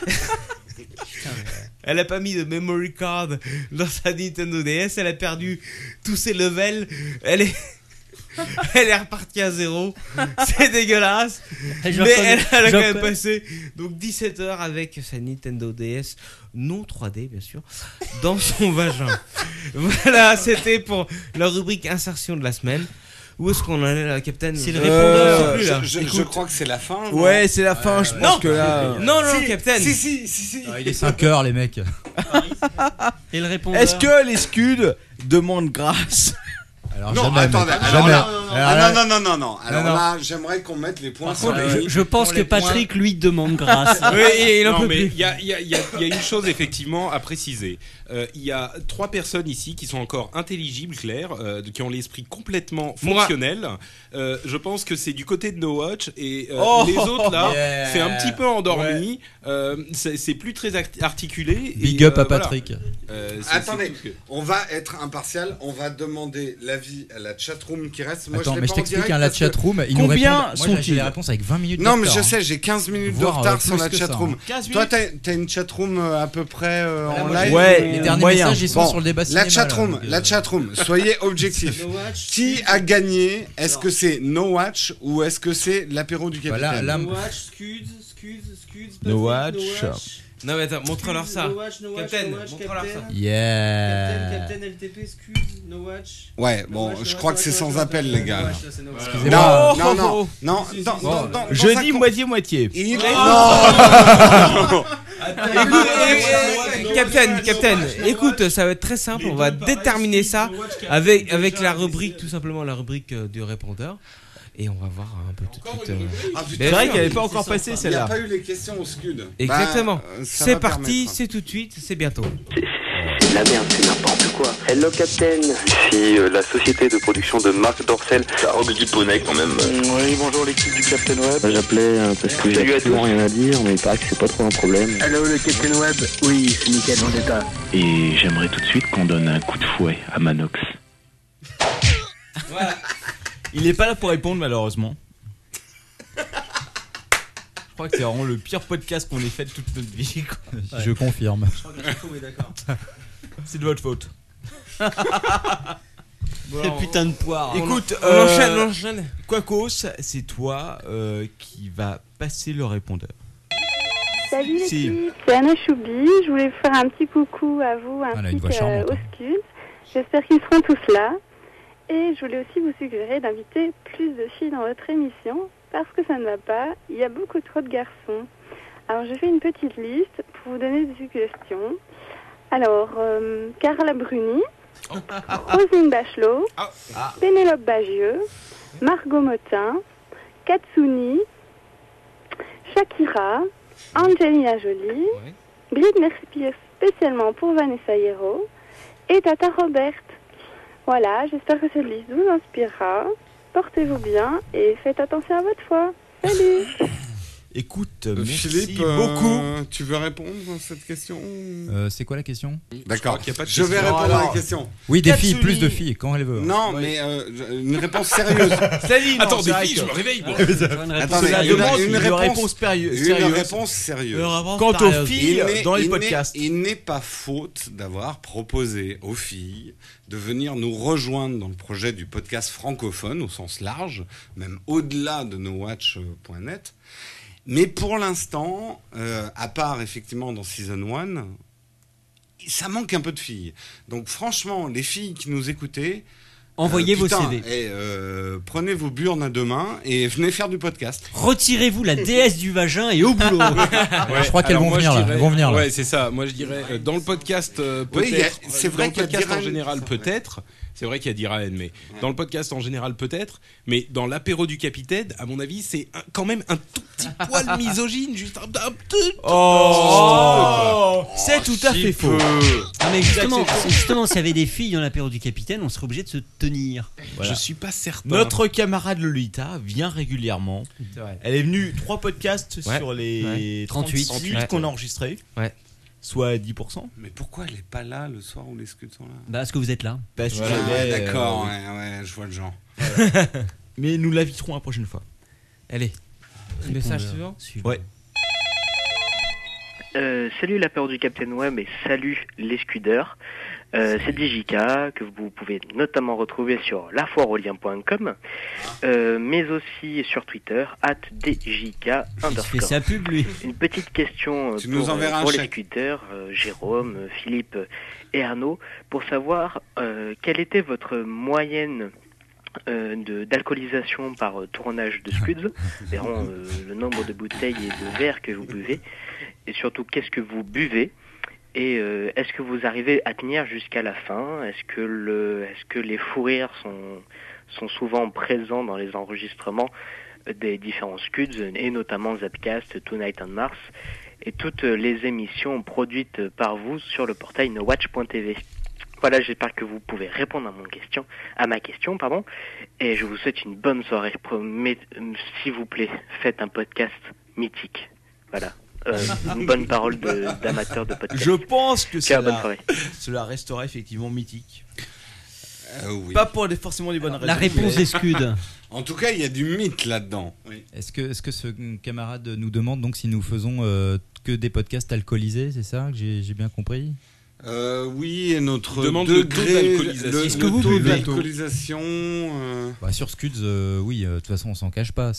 Elle a pas mis de memory card dans sa Nintendo DS, elle a perdu tous ses levels, elle est repartie à 0. C'est dégueulasse. Mais elle a quand même passé donc 17 heures avec sa Nintendo DS non 3D bien sûr dans son vagin. Voilà, c'était pour la rubrique insertion de la semaine. Où est-ce qu'on en est là, Captain? C'est le répondeur. Je crois que c'est la fin. Ouais, c'est la fin, je pense que là. Non, Captain. Si. Ah, il est 5h, les mecs. Et le répondeur. Est-ce que les Scuds demandent grâce? Alors, non, jamais, attendez. mec. Alors Jamais. non. Alors là, j'aimerais qu'on mette les points sur les i. Je pense que Patrick lui demande grâce. Oui, et il en Non, peut mais plus. il y a une chose effectivement à préciser. Il y a 3 personnes ici qui sont encore intelligibles, Claire, qui ont l'esprit complètement fonctionnel. Je pense que c'est du côté de No Watch et les autres là, c'est un petit peu endormi. C'est plus très articulé. Big up à Patrick. Attendez, on va être impartial. On va demander l'avis à la chatroom qui reste. Moi, Attends, je mais je t'explique, la chatroom, ils nous Combien répondent. Moi, j'ai les réponses avec 20 minutes de Non, retard. mais je sais, j'ai 15 minutes de Voire, retard plus sur la que ça, chatroom. hein. Toi, t'as une chatroom à peu près en live. Ouais, Les derniers messages, ils sont sur le débat cinéma. La chatroom, soyez objectifs. Qui a gagné? Est-ce que c'est No Watch ou est-ce que c'est l'apéro du capitaine? No Watch, Scuds, No Watch. Non mais attends, montre-leur ça. No Watch, Captain, montre-leur ça. Yeah. Captain, LTP, Scuds, No Watch. Ouais, bon, je crois que c'est sans appel, les gars. Excusez-moi. Non. Je dis moitié-moitié. Non. Captain, écoute, ça va être très simple. On va déterminer ça avec la rubrique, tout simplement la rubrique du répondeur. Et on va voir un peu tout de suite. C'est vrai qu'elle n'est pas encore passée Il n'y a celle-là. pas eu les questions au Scud. Exactement. Ça C'est va parti, permettre. c'est tout de suite, c'est bientôt. C'est de la merde, c'est n'importe quoi. Hello Captain. Ici la société de production de Marc Dorcel. Ça robe du poney quand même. Oui, bonjour l'équipe du Captain Web. J'appelais parce que j'ai absolument rien à dire, mais il paraît que c'est pas trop un problème. Hello le Captain Web. Oui, c'est nickel, on est pas. Et j'aimerais tout de suite qu'on donne un coup de fouet à Manox. Voilà. Il n'est pas là pour répondre malheureusement. Je crois que c'est vraiment le pire podcast qu'on ait fait de toute notre vie. Ouais. Je confirme. Je crois que la chatroom est d'accord. C'est de votre faute. Quel putain de poire. Écoute, on enchaîne. Quacos, c'est toi qui va passer le répondeur. Salut l'équipe, c'est Anna Choubi. Je voulais vous faire un petit coucou à vous ainsi qu'aux Scuds. J'espère qu'ils seront tous là. Et je voulais aussi vous suggérer d'inviter plus de filles dans votre émission parce que ça ne va pas, il y a beaucoup trop de garçons. Alors j'ai fait une petite liste pour vous donner des suggestions. Alors, Carla Bruni, Rosine Bachelot, Pénélope Bagieux, Margot Motin, Katsuni, Shakira, Angelina Jolie, Britney Spears spécialement pour Vanessa Hierro et Tata Robert. Voilà, j'espère que cette liste vous inspirera. Portez-vous bien et faites attention à votre foi. Salut. Écoute, merci Philippe, beaucoup. Tu veux répondre à cette question? C'est quoi la question? D'accord, je vais répondre à la question. Oui, des filles, plus de filles, quand elle veut. Non, mais une réponse sérieuse. Attends, des filles, je me réveille. Une réponse sérieuse. Quant aux filles, dans les podcasts. Il n'est pas faute d'avoir proposé aux filles de venir nous rejoindre dans le projet du podcast francophone au sens large, même au-delà de nowatch.net. Mais pour l'instant, à part effectivement dans Season 1, ça manque un peu de filles. Donc franchement, les filles qui nous écoutaient, envoyez vos CV. Prenez vos burnes à deux mains et venez faire du podcast. Retirez-vous la déesse du vagin et au boulot. Je crois qu'elles vont venir là. Elles vont venir là. Ouais, c'est ça. Moi, je dirais dans le podcast peut-être. C'est vrai qu'il y a podcast en général peut-être. C'est vrai qu'il y a d'Iraën, mais dans le podcast en général peut-être. Mais dans l'apéro du capitaine, à mon avis, c'est quand même un tout petit poil misogyne, juste un petit. C'est tout à fait faux. Ah mais justement, s'il y avait des filles dans l'apéro du capitaine, on serait obligé de se tenir. Voilà. Je suis pas certain. Notre camarade Lolita vient régulièrement. Elle est venue 3 podcasts sur les 38 qu'on a enregistrés. Ouais. Soit 10%. Mais pourquoi elle est pas là le soir où les scuds sont là? Parce que vous êtes là. D'accord, ouais, je vois le genre. Mais nous l'inviterons la prochaine fois. Allez. Message suivant. Ouais. Salut l'apéro du Captain Web et salut les scudeurs. C'est DJK que vous pouvez notamment retrouver sur lafoireaulien.com, mais aussi sur Twitter @DJK_. Il fait sa pub lui. Une petite question pour les scudeurs, Jérôme, Philippe et Arnaud, pour savoir quelle était votre moyenne d'alcoolisation par tournage de scuds. Verrons le nombre de bouteilles et de verres que vous buvez, et surtout qu'est-ce que vous buvez. Et est-ce que vous arrivez à tenir jusqu'à la fin? Est-ce que les fous rires sont souvent présents dans les enregistrements des différents scuds, et notamment Zapcast, Tonight on Mars, et toutes les émissions produites par vous sur le portail nowatch.tv? Voilà, j'espère que vous pouvez répondre à ma question, et je vous souhaite une bonne soirée. S'il vous plaît, faites un podcast mythique. Voilà. Une bonne parole d'amateur de podcast. Je pense que cela restera effectivement mythique. Oui. Pas pour forcément les bonnes raisons. La réponse est scuds. En tout cas, il y a du mythe là-dedans. Oui. Est-ce que ce camarade nous demande donc si nous faisons que des podcasts alcoolisés, c'est ça que j'ai bien compris? Oui, et notre degré d'alcoolisation. Est-ce que vous buvez l'alcoolisation sur Scuds, oui, de toute façon on s'en cache pas,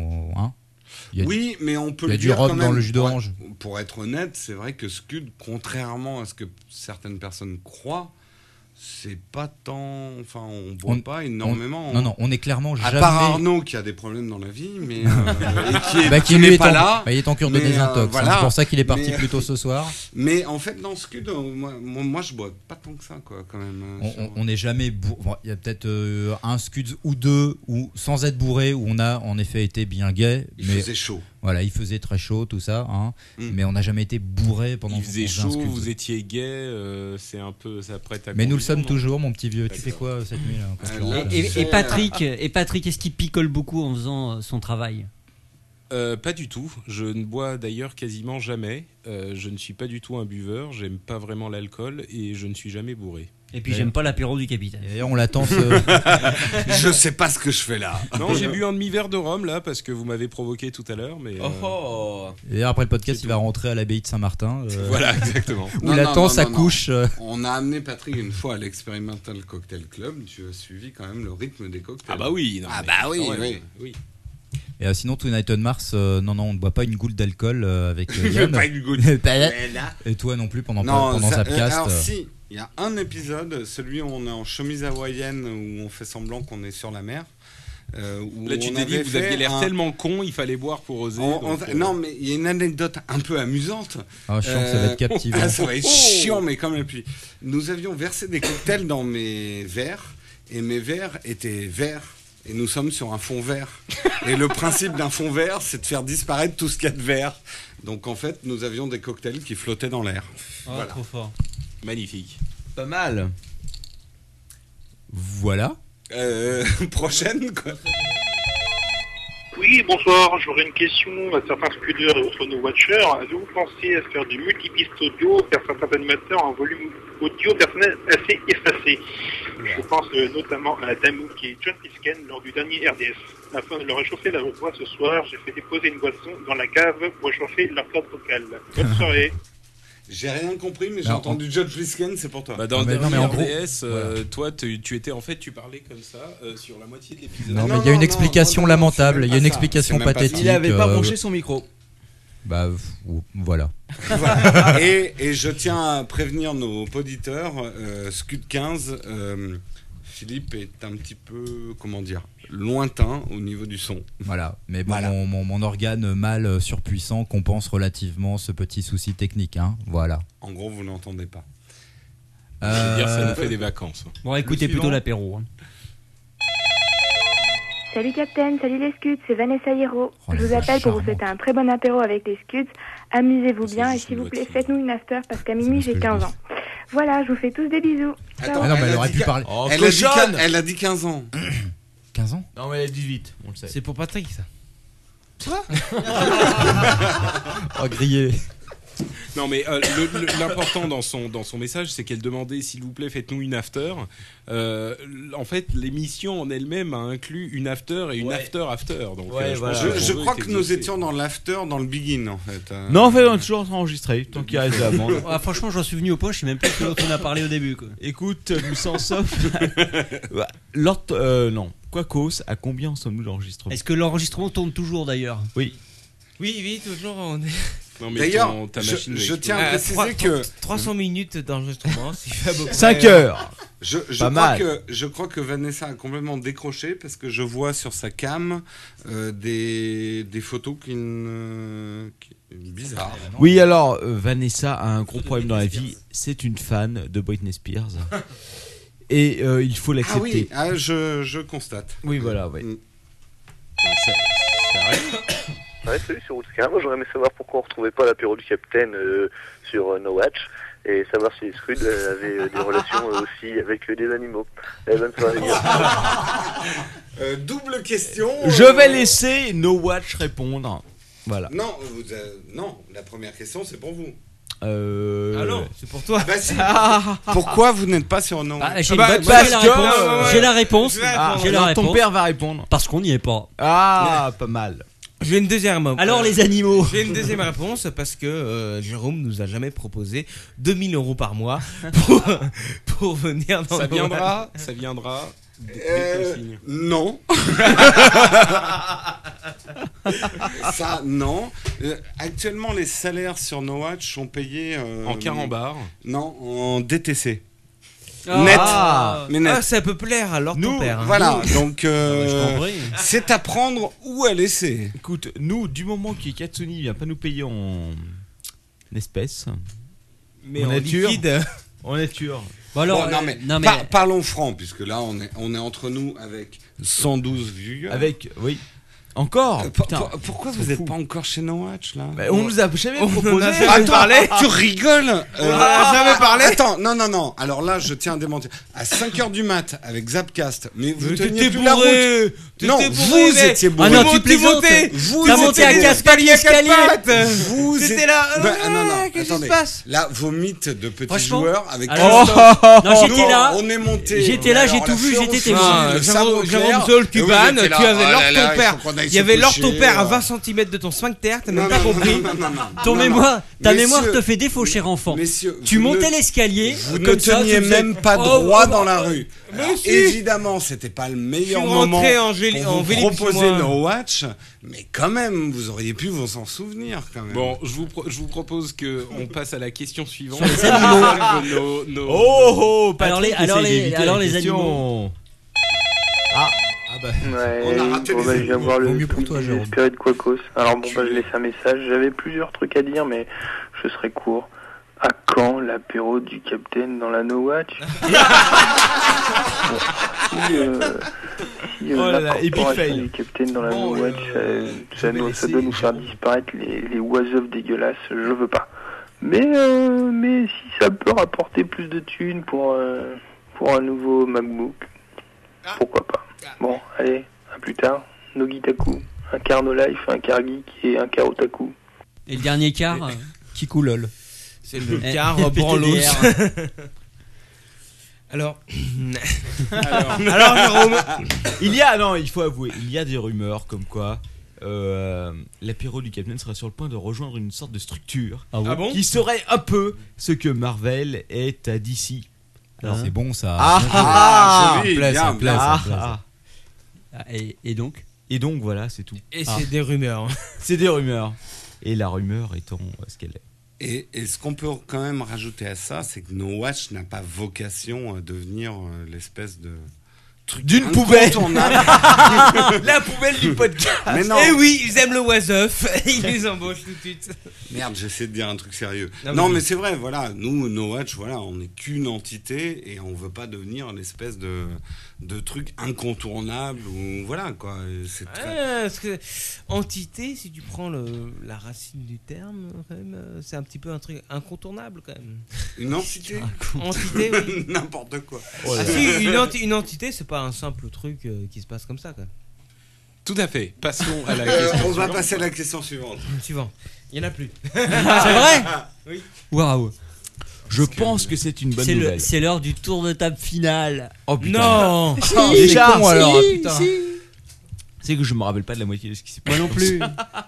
oui, mais on peut il y a du rhum dans le jus d'orange. Pour être honnête, c'est vrai que Scud, contrairement à ce que certaines personnes croient, c'est pas tant. Enfin, on boit pas énormément. Non, on est clairement jamais. À part Arnaud qui a des problèmes dans la vie, mais qui n'est pas là. Il est en cure de désintox. Voilà. C'est pour ça qu'il est parti plus tôt ce soir. Mais en fait, dans Scud, moi je bois pas tant que ça, quoi, quand même. On n'est jamais. Il y a peut-être un Scud ou deux où, sans être bourré, où on a en effet été bien gai. Il faisait chaud. Voilà, il faisait très chaud, tout ça, mais on n'a jamais été bourré pendant. Il faisait chaud, vous étiez gai, c'est un peu, ça prête à. Mais nous le sommes toujours, mon petit vieux. Tu fais quoi cette nuit là? Et Patrick, est-ce qu'il picole beaucoup en faisant son travail? Pas du tout. Je ne bois d'ailleurs quasiment jamais. Je ne suis pas du tout un buveur. J'aime pas vraiment l'alcool et je ne suis jamais bourré. Et puis j'aime pas l'apéro du capitaine. D'ailleurs, on l'attend. Je sais pas ce que je fais là. Non, j'ai bu un demi-verre de rhum là parce que vous m'avez provoqué tout à l'heure. Mais Et après le podcast, il va rentrer à l'abbaye de Saint-Martin. Voilà, exactement. Où il attend sa couche. On a amené Patrick une fois à l'Experimental Cocktail Club. Tu as suivi quand même le rythme des cocktails. Ah bah oui. Oui. Et sinon, Tonight on Mars, non, on ne boit pas une goutte d'alcool avec Yann. Pas une goutte. Et toi non plus pendant Zapcast. Alors si, il y a un épisode, celui où on est en chemise hawaïenne, où on fait semblant qu'on est sur la mer. Là tu t'es dit que vous aviez l'air tellement con, il fallait boire pour oser. Non, mais il y a une anecdote un peu amusante. Ah, chiant, ça va être captivant. Ça va être chiant, mais quand même. Puis, nous avions versé des cocktails dans mes verres, et mes verres étaient verts. Et nous sommes sur un fond vert. Et le principe d'un fond vert, c'est de faire disparaître tout ce qu'il y a de vert. Donc en fait, nous avions des cocktails qui flottaient dans l'air. Voilà. Trop fort. Magnifique. Pas mal. Voilà. Prochaine, quoi. Oui, bonsoir. J'aurais une question à certains scudeurs et autres no-watchers. Avez-vous pensé à faire du multipiste audio, faire certains animateurs en volume audio personnel assez effacé? Je pense notamment à Damou qui est John Plisken lors du dernier RDS. Afin de leur réchauffer la voix ce soir, j'ai fait déposer une boisson dans la cave pour réchauffer leur corde vocale. Bonne soirée. J'ai rien compris, mais j'ai entendu John Plisken, c'est pour toi. Bah dans le dernier RDS, toi, tu étais en fait, tu parlais comme ça sur la moitié de l'épisode. Non, mais il y a une explication lamentable, il y a une explication pathétique. Il n'avait pas branché son micro. Bah voilà. Voilà. Et je tiens à prévenir nos auditeurs, Scud 15, Philippe est un petit peu, comment dire, lointain au niveau du son. Voilà, mais bon, Voilà. mon organe mâle surpuissant compense relativement ce petit souci technique. Hein. Voilà. En gros, vous n'entendez pas. Je veux dire, ça nous fait des vacances. Bon, écoutez plutôt l'apéro. Hein. Salut Captain, salut les Scuds, c'est Vanessa Hiro. Je vous appelle pour vous souhaiter un très bon apéro avec les Scuds. Amusez-vous bien et s'il vous plaît, faites-nous une after parce qu'à minuit j'ai 15 ans. Voilà, je vous fais tous des bisous. Attends, non, mais elle aurait pu parler. Oh, elle a dit 15 ans. 15 ans? Non, mais elle a 18, on le sait. C'est pour Patrick, ça. Quoi? Oh, grillé. Non, mais l'important dans son message, c'est qu'elle demandait, s'il vous plaît, faites-nous une after. En fait, l'émission en elle-même a inclus une after et une after. Donc, je crois que nous étions dans l'after, dans le begin, en fait. Non, en fait, on est toujours en train d'enregistrer, tant qu'il reste de la bande. Ah, franchement, j'en suis venu au point, je sais même plus ce dont on a parlé au début. Quoi. Écoute, nous sommes non. Quacos, à combien en sommes-nous d'enregistrement? Est-ce que l'enregistrement tourne toujours d'ailleurs? Oui. Oui, toujours. On est... Non, mais d'ailleurs, ta machine je tiens à préciser que 300 minutes d'enregistrement, c'est fait à peu près 5 heures. Je crois que Vanessa a complètement décroché parce que je vois sur sa cam des photos bizarres. Oui, alors Vanessa a un gros problème dans la vie. C'est une fan de Britney Spears. Et il faut l'accepter. Ah oui, je constate. Oui, voilà, oui. Ça arrive. Ouais, salut, c'est Routska. Moi, j'aurais aimé savoir pourquoi on ne retrouvait pas l'apéro du Capitaine sur No Watch et savoir si les Scud avaient des relations aussi avec des animaux. Bonne soirée, les gars. Double question. Je vais laisser No Watch répondre. Voilà. Non, non, la première question, c'est pour vous. Ah non, c'est pour toi. Bah si. Pourquoi vous n'êtes pas sur No Watch? J'ai la réponse. Ton père va répondre. Parce qu'on n'y est pas. Ah, pas mal. J'ai une deuxième. Alors les animaux. J'ai une deuxième réponse parce que Jérôme nous a jamais proposé 2000 € par mois pour venir dans ça viendra. Non. Ça, non. Actuellement, les salaires sur No Watch sont payés en carambar. Non, en DTC. Net. Mais net. Ah, ça peut plaire alors ton père. Voilà, donc c'est à prendre ou à laisser. Écoute, nous, du moment que Katsuni vient pas nous payer en espèces, mais en liquide, en nature. Bon, alors, parlons franc, puisque là on est entre nous avec 112 vues. Avec, oui. Encore pourquoi vous n'êtes pas encore chez No Watch là? On nous a jamais proposé. Tu rigoles. On a jamais parlé. Attends, non. Alors là, je tiens à démentir. À 5h du mat avec Zapcast, mais vous teniez plus la route. Non, vous étiez bourré. Ah non, tu plaisantes. T'as monté à 4 paliers escaliers. Vous étiez là. Non, qu'est-ce qui attendez. se passe? Là, vos mythes de petits joueurs avec Christophe. Non, j'étais là. On est monté. J'étais là, j'ai tout vu, j'étais témoin. Jérôme Zol Cuban, tu avais l'or ton père. Il y avait l'or ton père à 20 cm de ton sphincter, t'as même pas compris. Ta mémoire te fait défaut, cher enfant. Tu montais l'escalier. Vous ne teniez même pas droit dans la rue. Évidemment, c'était pas le meilleur moment pour vous proposer No Watch, mais quand même, vous auriez pu vous en souvenir quand même. Bon, je vous propose qu'on passe à la question suivante. Sur les animaux. Alors les animaux. Ouais, on a raté je viens voir le Spirit Quacos. Alors je laisse un message. J'avais plusieurs trucs à dire, mais je serai court. À quand l'apéro du Capitaine dans la No Watch? Si l'incorporation du Capitaine dans la No Watch, ça doit nous faire disparaître les oiseaux dégueulasses. Je veux pas. Mais si ça peut rapporter plus de thunes pour un nouveau MacBook, pourquoi pas. Bon, allez, à plus tard. Nogitaku, un car No Life, un car Geek et un car Otaku. Et le dernier car Kikoulol. C'est le car Branlos. Alors, Jérôme, il faut avouer, il y a des rumeurs comme quoi l'apéro du Capitaine sera sur le point de rejoindre une sorte de structure qui serait un peu ce que Marvel est à DC. Alors, c'est bon ça. Ça plaît. Et donc Et donc voilà, c'est tout. Et c'est des rumeurs. C'est des rumeurs. et la rumeur étant ce qu'elle est. Et ce qu'on peut quand même rajouter à ça, c'est que No Watch n'a pas vocation à devenir l'espèce de truc d'une poubelle. La poubelle du podcast. Mais non. Et oui, ils aiment le was-off. Ils les embauchent tout de suite. Merde, j'essaie de dire un truc sérieux. Non, Non, mais c'est vrai, voilà, nous, No Watch, voilà, on n'est qu'une entité et on veut pas devenir l'espèce de truc incontournable ou voilà quoi. C'est très... Parce que entité, si tu prends la racine du terme, quand même, c'est un petit peu un truc incontournable quand même. Une entité. Entité, oui. N'importe quoi. Ah, si, une entité, c'est pas un simple truc qui se passe comme ça, quoi. Tout à fait. Passons à la question on va suivante. passer à la question suivante. Il y en a plus. C'est vrai? Oui. Waouh. Je pense que c'est une bonne nouvelle. C'est l'heure du tour de table final. Oh putain. Non. Déjà, con, alors, putain. C'est que je me rappelle pas de la moitié de ce qui s'est passé. Moi non plus.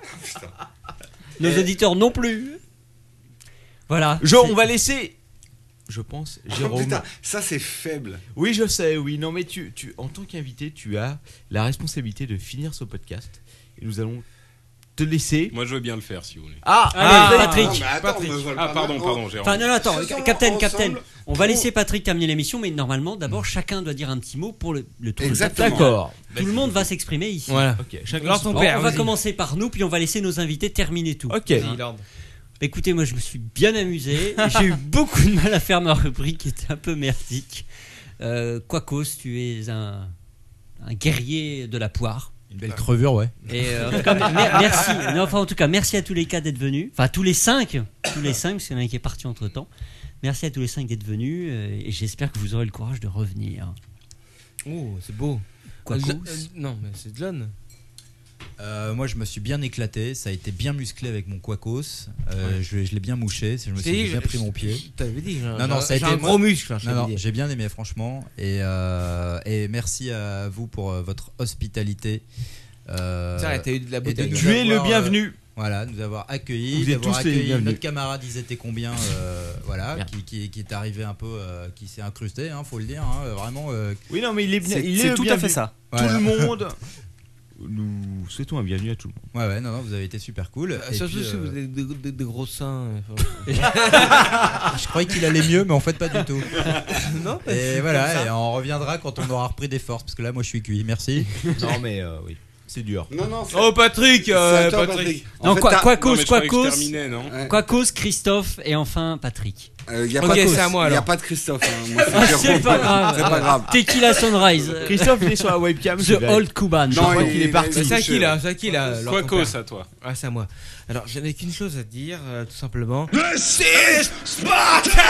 Nos auditeurs non plus. Voilà. On va laisser. Je pense, Jérôme. Oh, putain, ça c'est faible. Oui, je sais, oui. Non, mais tu, en tant qu'invité, tu as la responsabilité de finir ce podcast. Et nous allons te laisser. Moi, je veux bien le faire si vous voulez. Allez, Patrick. Pardon, Jérôme. Enfin, non, attends, Captain. On va laisser Patrick terminer l'émission, mais normalement, d'abord, chacun doit dire un petit mot pour le tour de table. D'accord. Tout le monde va s'exprimer ici. Voilà. Ok. Alors, ton Bon, père, on va vas-y. commencer par nous, puis on va laisser nos invités terminer tout. Ok. Vas-y, Lord. Écoutez, moi je me suis bien amusé. J'ai eu beaucoup de mal à faire ma rubrique qui était un peu merdique. Quacos, tu es un guerrier de la poire. Une belle crevure, ouais. Et en tout cas, merci. Non, enfin, en tout cas, merci à tous les cas d'être venus. Enfin, tous les cinq, parce qu'il y en a un qui est parti entre temps. Merci à tous les 5 d'être venus et j'espère que vous aurez le courage de revenir. Oh, c'est beau. Quacos. Non, mais c'est John. Moi je me suis bien éclaté, ça a été bien musclé avec mon Quacos. Je l'ai bien mouché, je me suis bien pris mon pied. T'avais dit, ça a été un gros muscle. J'ai bien aimé franchement et merci à vous pour votre hospitalité. T'as eu de la bouteille. Tu es le bienvenu. Voilà, nous avoir accueillis, Vous êtes tous les bienvenus. notre camarade, ils étaient combien, voilà, qui est arrivé un peu, qui s'est incrusté, faut le dire, vraiment. Oui, non, mais il est bien. C'est tout à fait ça. Voilà. Tout le monde. Nous souhaitons un bienvenue à tout le monde. Ouais, non, vous avez été super cool. Et Surtout puis, si vous avez des gros seins. Je croyais qu'il allait mieux, mais en fait pas du tout. Non, et voilà, et on reviendra quand on aura repris des forces, parce que là, moi, je suis cuit. Merci. Non, mais oui. C'est dur. Non, oh Patrick, Patrick. Non, Quacos, Quacos, Christophe et enfin Patrick. C'est à moi alors. Il n'y a pas de Christophe. Moi, c'est pas grave. C'est pas grave. Tequila Sunrise. Christophe, il est sur la webcam. The Old Cuban. Non, il est parti. C'est à qui là Quacos, à toi. Ah, c'est à moi. Alors, j'avais qu'une chose à te dire, tout simplement. This is Sparta!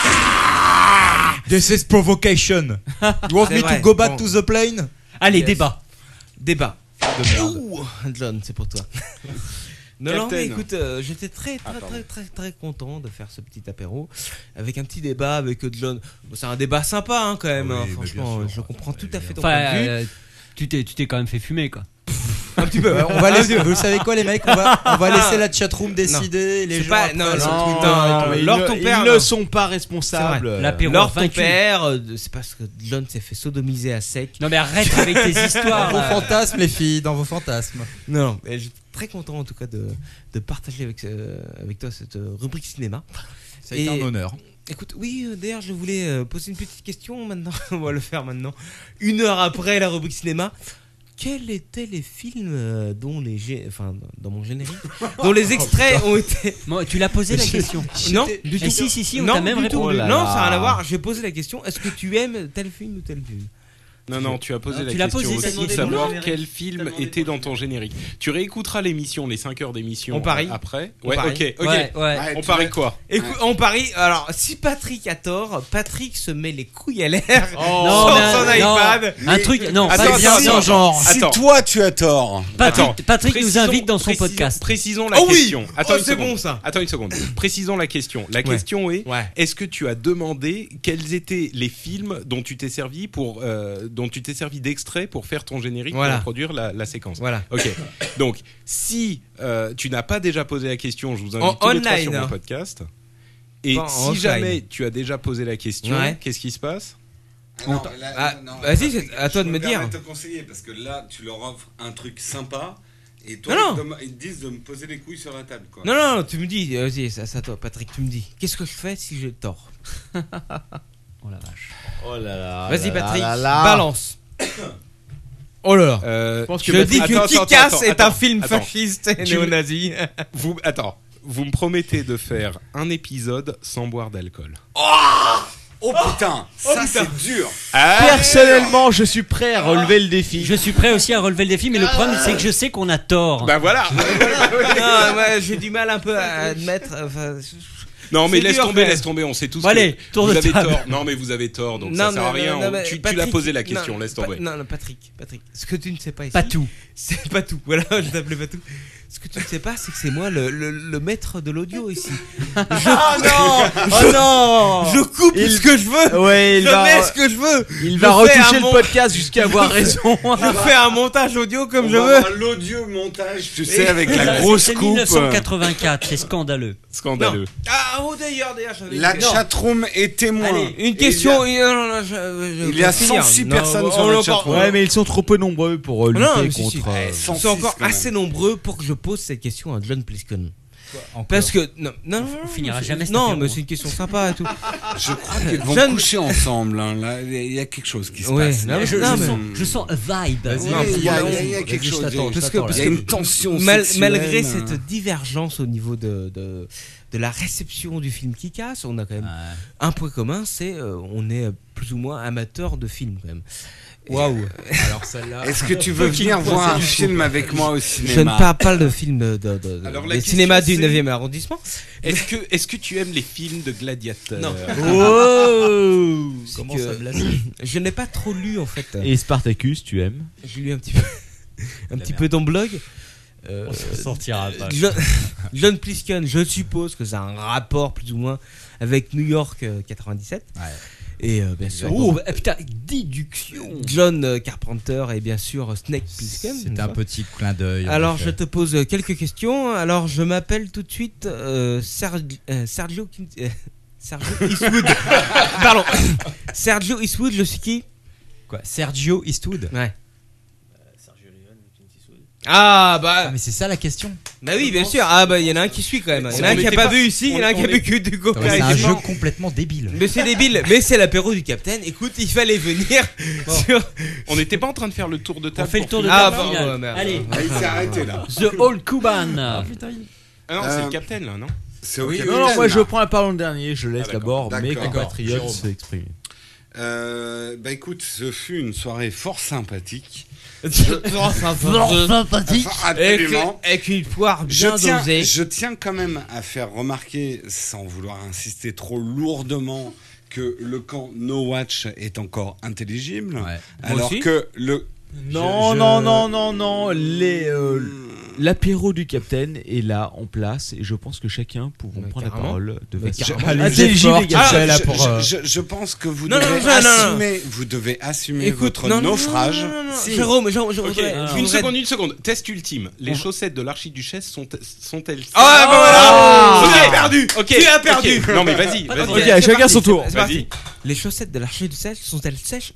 This is provocation. You want me to go back to the plane? Allez, débat. Ouh, John, c'est pour toi. Non, mais écoute, j'étais très content de faire ce petit apéro avec un petit débat avec John. Bon, c'est un débat sympa quand même, franchement, je comprends tout à fait ton point de vue. Tu t'es quand même fait fumer quoi. Un petit peu. On va laisser, vous savez quoi les mecs, on va laisser la chatroom décider. Les gens Lors ton père, ils ne sont pas responsables. Lors ton père, c'est parce que John s'est fait sodomiser à sec. Non mais arrête avec tes histoires. Dans vos fantasmes les filles, dans vos fantasmes. Non, mais j'étais très content en tout cas de partager avec toi cette rubrique cinéma. Ça a été un honneur. Écoute, oui, d'ailleurs je voulais poser une petite question maintenant. On va le faire maintenant. 1 heure après la rubrique cinéma. Quels étaient les films dont dans mon générique, dont les extraits ont été. Tu l'as posé la question. Non, du tout. Si, on t'a même répondu. Non, ça n'a rien à voir. J'ai posé la question. Est-ce que tu aimes tel film ou tel film? Non, tu as posé la question aussi de savoir quel film était dans ton générique. Tu réécouteras l'émission, les 5 heures d'émission. On parie après. Ouais, ok. Ouais. On parie quoi? Écoute, on parie. Alors, si Patrick a tort, Patrick se met les couilles à l'air sur son iPad. Un truc, non, pas bien genre. Si toi tu as tort. Patrick nous invite dans son podcast. Précisons la question. Attends, c'est bon ça. Attends une seconde. Précisons la question. La question est est-ce que tu as demandé quels étaient les films dont tu t'es servi d'extrait pour faire ton générique, pour produire la séquence. Voilà. Ok. Donc, si tu n'as pas déjà posé la question, je vous invite tous les trois sur mon podcast. Et si jamais tu as déjà posé la question, qu'est-ce qui se passe? Vas-y, c'est à toi de me dire. Je vais te conseiller parce que là, tu leur offres un truc sympa. Et toi, non. ils te disent de me poser les couilles sur la table, quoi. Non, tu me dis, vas-y, ça toi, Patrick, tu me dis, qu'est-ce que je fais si j'ai tort? Oh la vache. Oh là là. Vas-y, Patrick, là. balance. Oh là là. Je pense Je que dis que Kick-Ass est un film fasciste et néo-nazi. Vous me promettez de faire un épisode sans boire d'alcool. Oh putain, ça c'est dur. Personnellement, je suis prêt à relever le défi. Je suis prêt aussi à relever le défi, mais le problème c'est que je sais qu'on a tort. Bah voilà. Non, ouais, j'ai du mal un peu à admettre. Non mais C'est laisse dur, tomber, on sait tous Bon, allez, que tour vous de avez table. tort. Non mais vous avez tort, donc Non, ça sert à non, rien. non, mais Tu Patrick, l'as posé la question, non, laisse tomber. Non, Patrick, ce que tu ne sais pas ici. Pas tout. C'est pas tout. Voilà, je t'appelais pas tout. Ce que tu ne sais pas, c'est que c'est moi le maître de l'audio ici. Je coupe ce que je veux. Ouais, Je mets ce que je veux. Il va retoucher le podcast jusqu'à avoir raison. Je fais un montage audio comme je On va veux. avoir l'audio montage, tu sais, avec la grosse C'est coupe. 1984, c'est scandaleux. Scandaleux. Ah, d'ailleurs, j'avais La Non. chatroom est témoin. Allez, une question. Il y a 106 personnes sur la chatroom. Ouais, mais ils sont trop peu nombreux pour lutter si, contre. Ils sont encore assez nombreux pour que je pose cette question à John Plisken. Parce que On finira jamais. Non, mais c'est une question sympa et tout. Je crois qu'ils vont coucher ensemble. Hein. Là, il y a quelque chose qui se passe. Non, Je sens a vibe. Il y a quelque chose. Parce que Il y a une tension. Malgré cette divergence au niveau de la réception du film Kick-Ass, on a quand même un point commun, c'est on est plus ou moins amateur de films quand même. Waouh. Alors celle-là. Est-ce que tu veux venir voir un film avec moi au cinéma? Je ne parle pas de films des cinémas du 9e arrondissement. Est-ce que tu aimes les films de gladiateurs? Non. Oh. Comment ça je n'ai pas trop lu en fait. Et Spartacus, tu aimes? J'ai lu un petit peu ton blog. On se sortira pas. John Plisken, je suppose que ça a un rapport plus ou moins avec New York 97. Ouais. Et bien sûr. Oh putain, déduction. John Carpenter et bien sûr Snake Plissken. C'est un petit clin d'œil. Alors je te pose quelques questions. Alors je m'appelle tout de suite Sergio Eastwood. Pardon. Sergio Eastwood, je suis qui? Quoi? Sergio Eastwood? Ouais. Ah bah. Mais c'est ça la question. Bah oui, bien sûr. Ah bah il y en a un qui suit quand même. Il y en a un qui a pas vu ici, il y en a un qui a vu que du coca. C'est un jeu complètement débile. Mais c'est débile, mais c'est l'apéro du Capitaine. Écoute, il fallait venir sur. On n'était pas en train de faire le tour de table. On fait le tour de Ah table. bon, merde. Allez. Il s'est arrêté là. The Old Cuban. Ah non, c'est le Capitaine là, non? C'est oui, non, moi je prends la parole en dernier. Je laisse d'abord mes compatriotes s'exprimer. Bah écoute, ce fut une soirée fort sympathique. sympathique. Absolument. Avec une poire bien dosée. Je tiens quand même à faire remarquer, sans vouloir insister trop lourdement, que le camp No Watch est encore intelligible, alors que le Non, l'apéro du Capitaine est là en place et je pense que chacun pourra prendre la parole de façon intelligible. Je pense que vous devez assumer votre naufrage. Jérôme, une seconde. Test ultime. Les chaussettes de l'archiduchesse sont-elles Ah bah voilà. Tu as perdu. Tu as perdu. Non mais vas-y. Ok, chacun son tour. Vas-y. Les chaussettes de l'archiduchesse sont-elles sèches?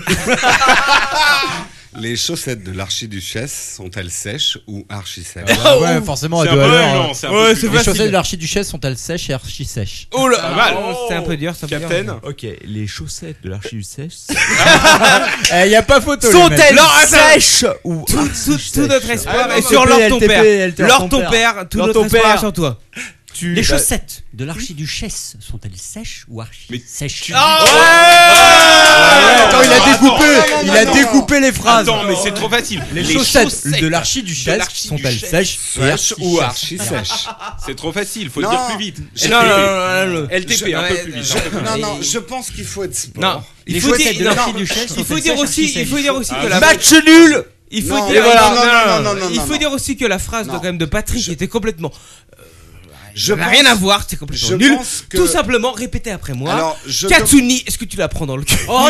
Les chaussettes de l'archiduchesse sont-elles sèches ou archi-sèches? Ouais, forcément, à deux à l'heure. Les chaussettes de l'archiduchesse sont-elles sèches et archi-sèches? Oh là, c'est un peu dur, ça. Captain. Ok, les chaussettes de l'archiduchesse. Il y a pas photo. Sont-elles sèches ou tout notre espoir est sur Lord ton père. Lord ton père, tout notre espoir est sur toi. Les chaussettes de l'archiduchesse sont-elles sèches ou archi-sèches? Attends, il a découpé les phrases. Attends, mais c'est trop facile. Les chaussettes de l'archiduchesse sont-elles sèches ou archi-sèches? C'est trop facile, faut le dire plus vite. Non. LTP, un peu plus vite. Non, je pense qu'il faut être sport. Non, les chaussettes de l'archiduchesse il faut dire aussi que la match nul. Il faut dire aussi que la phrase quand même de Patrick était complètement n'a rien à voir, c'est complètement nul. Tout simplement, répétez après moi. Alors, Katsuni, est-ce que tu la prends dans le cul? Oh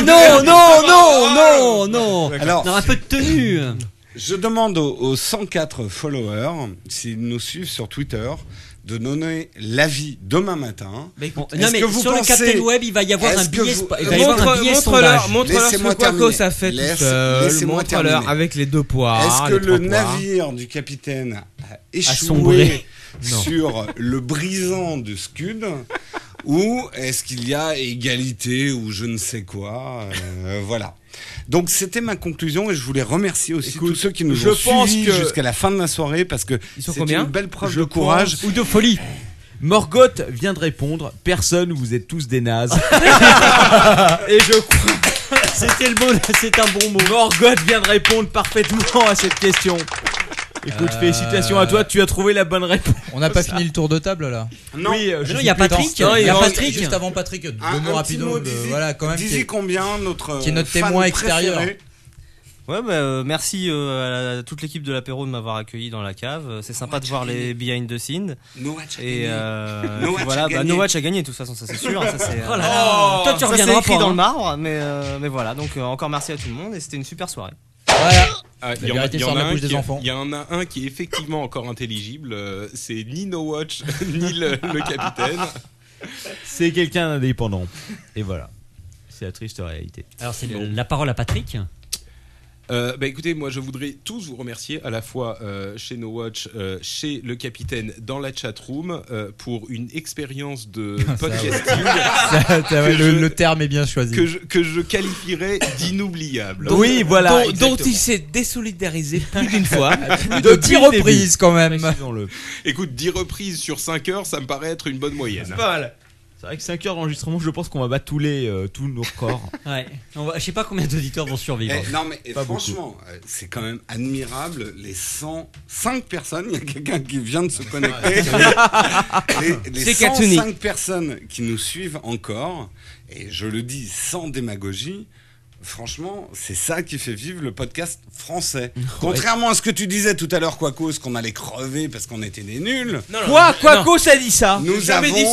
non. Alors, un peu de tenue. Je demande aux 104 followers, s'ils nous suivent sur Twitter, de donner l'avis demain matin. Mais sur le Captain Web, il va y avoir un billet sondage. Montre-leur ce que Quacos a fait tout seul. Montre-leur avec les 2 poires. Est-ce que le navire du capitaine a échoué sur le brisant de Scud ou est-ce qu'il y a égalité ou je ne sais quoi voilà. Donc c'était ma conclusion et je voulais remercier aussi tous ceux qui nous ont suivis jusqu'à la fin de la soirée parce que c'est une belle preuve de courage ou de folie. Morgoth vient de répondre, personne, vous êtes tous des nazes. Et je crois c'est un bon mot. Morgoth vient de répondre parfaitement à cette question. Écoute, félicitations à toi, tu as trouvé la bonne réponse. On n'a pas fini le tour de table là. Non, oui, il y a Patrick. Il y a Patrick. Juste avant Patrick, deux mots rapido. Voilà, quand même. Dizzy combien notre qui est notre témoin extérieur. Ouais, merci à toute l'équipe de l'apéro de m'avoir accueilli dans la cave. C'est sympa de voir les behind the scenes. No Watch a gagné de toute façon, ça c'est sûr. Ça, c'est, toi tu reviendras écrit dans le marbre, mais voilà. Donc encore merci à tout le monde et c'était une super soirée. Voilà. Il y en a un qui est effectivement encore intelligible, c'est ni No Watch ni le capitaine. C'est quelqu'un d'indépendant. Et voilà, c'est la triste réalité. Alors c'est la parole à Patrick. Écoutez, moi je voudrais tous vous remercier à la fois chez No Watch, chez le capitaine dans la chatroom pour une expérience de podcasting. Le terme est bien choisi. Que je qualifierais d'inoubliable. Oui, voilà. Dont il s'est désolidarisé plus d'une fois. De 10 reprises quand même. Écoute, 10 reprises sur 5 heures, ça me paraît être une bonne moyenne. C'est pas mal. C'est vrai que 5 heures d'enregistrement, je pense qu'on va battre tous nos records. Ouais. Je sais pas combien d'auditeurs vont survivre. Franchement, c'est quand même admirable. Les 105 personnes, il y a quelqu'un qui vient de se connecter. les 105 personnes qui nous suivent encore, et je le dis sans démagogie, franchement, c'est ça qui fait vivre le podcast français. Contrairement à ce que tu disais tout à l'heure, Quacos, qu'on allait crever parce qu'on était des nuls. Quacos a dit ça. Nous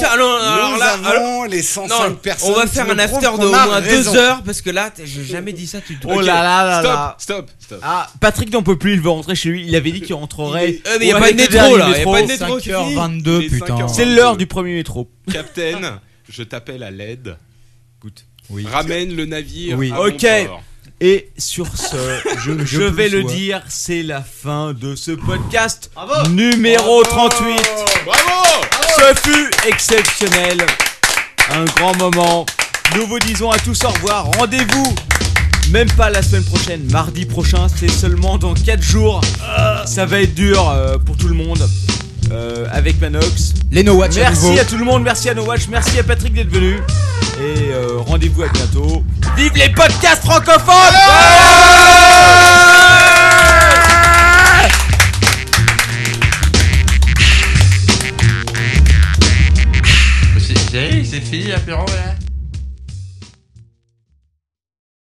avons les 105 personnes. On va faire un after de au moins 2 heures parce que là, j'ai jamais dit ça. Oh là là. Stop. Ah, Patrick n'en peut plus, il veut rentrer chez lui. Il avait dit qu'il rentrerait. Mais il n'y a pas de métro là. Il n'y a pas de métro. 5h22, putain. C'est l'heure du premier métro. Captain, je t'appelle à l'aide. Écoute. Oui. Ramène le navire. Oui. À port. Et sur ce, je vais le dire, c'est la fin de ce podcast numéro 38. Bravo. Ce fut exceptionnel. Un grand moment. Nous vous disons à tous au revoir. Rendez-vous, même pas la semaine prochaine, mardi prochain, c'est seulement dans 4 jours. Ça va être dur pour tout le monde. Avec Manox. Les No Watch. Merci à tout le monde, merci à No Watch, merci à Patrick d'être venu. Et rendez-vous à bientôt. Vive les podcasts francophones! C'est fini l'apéro là?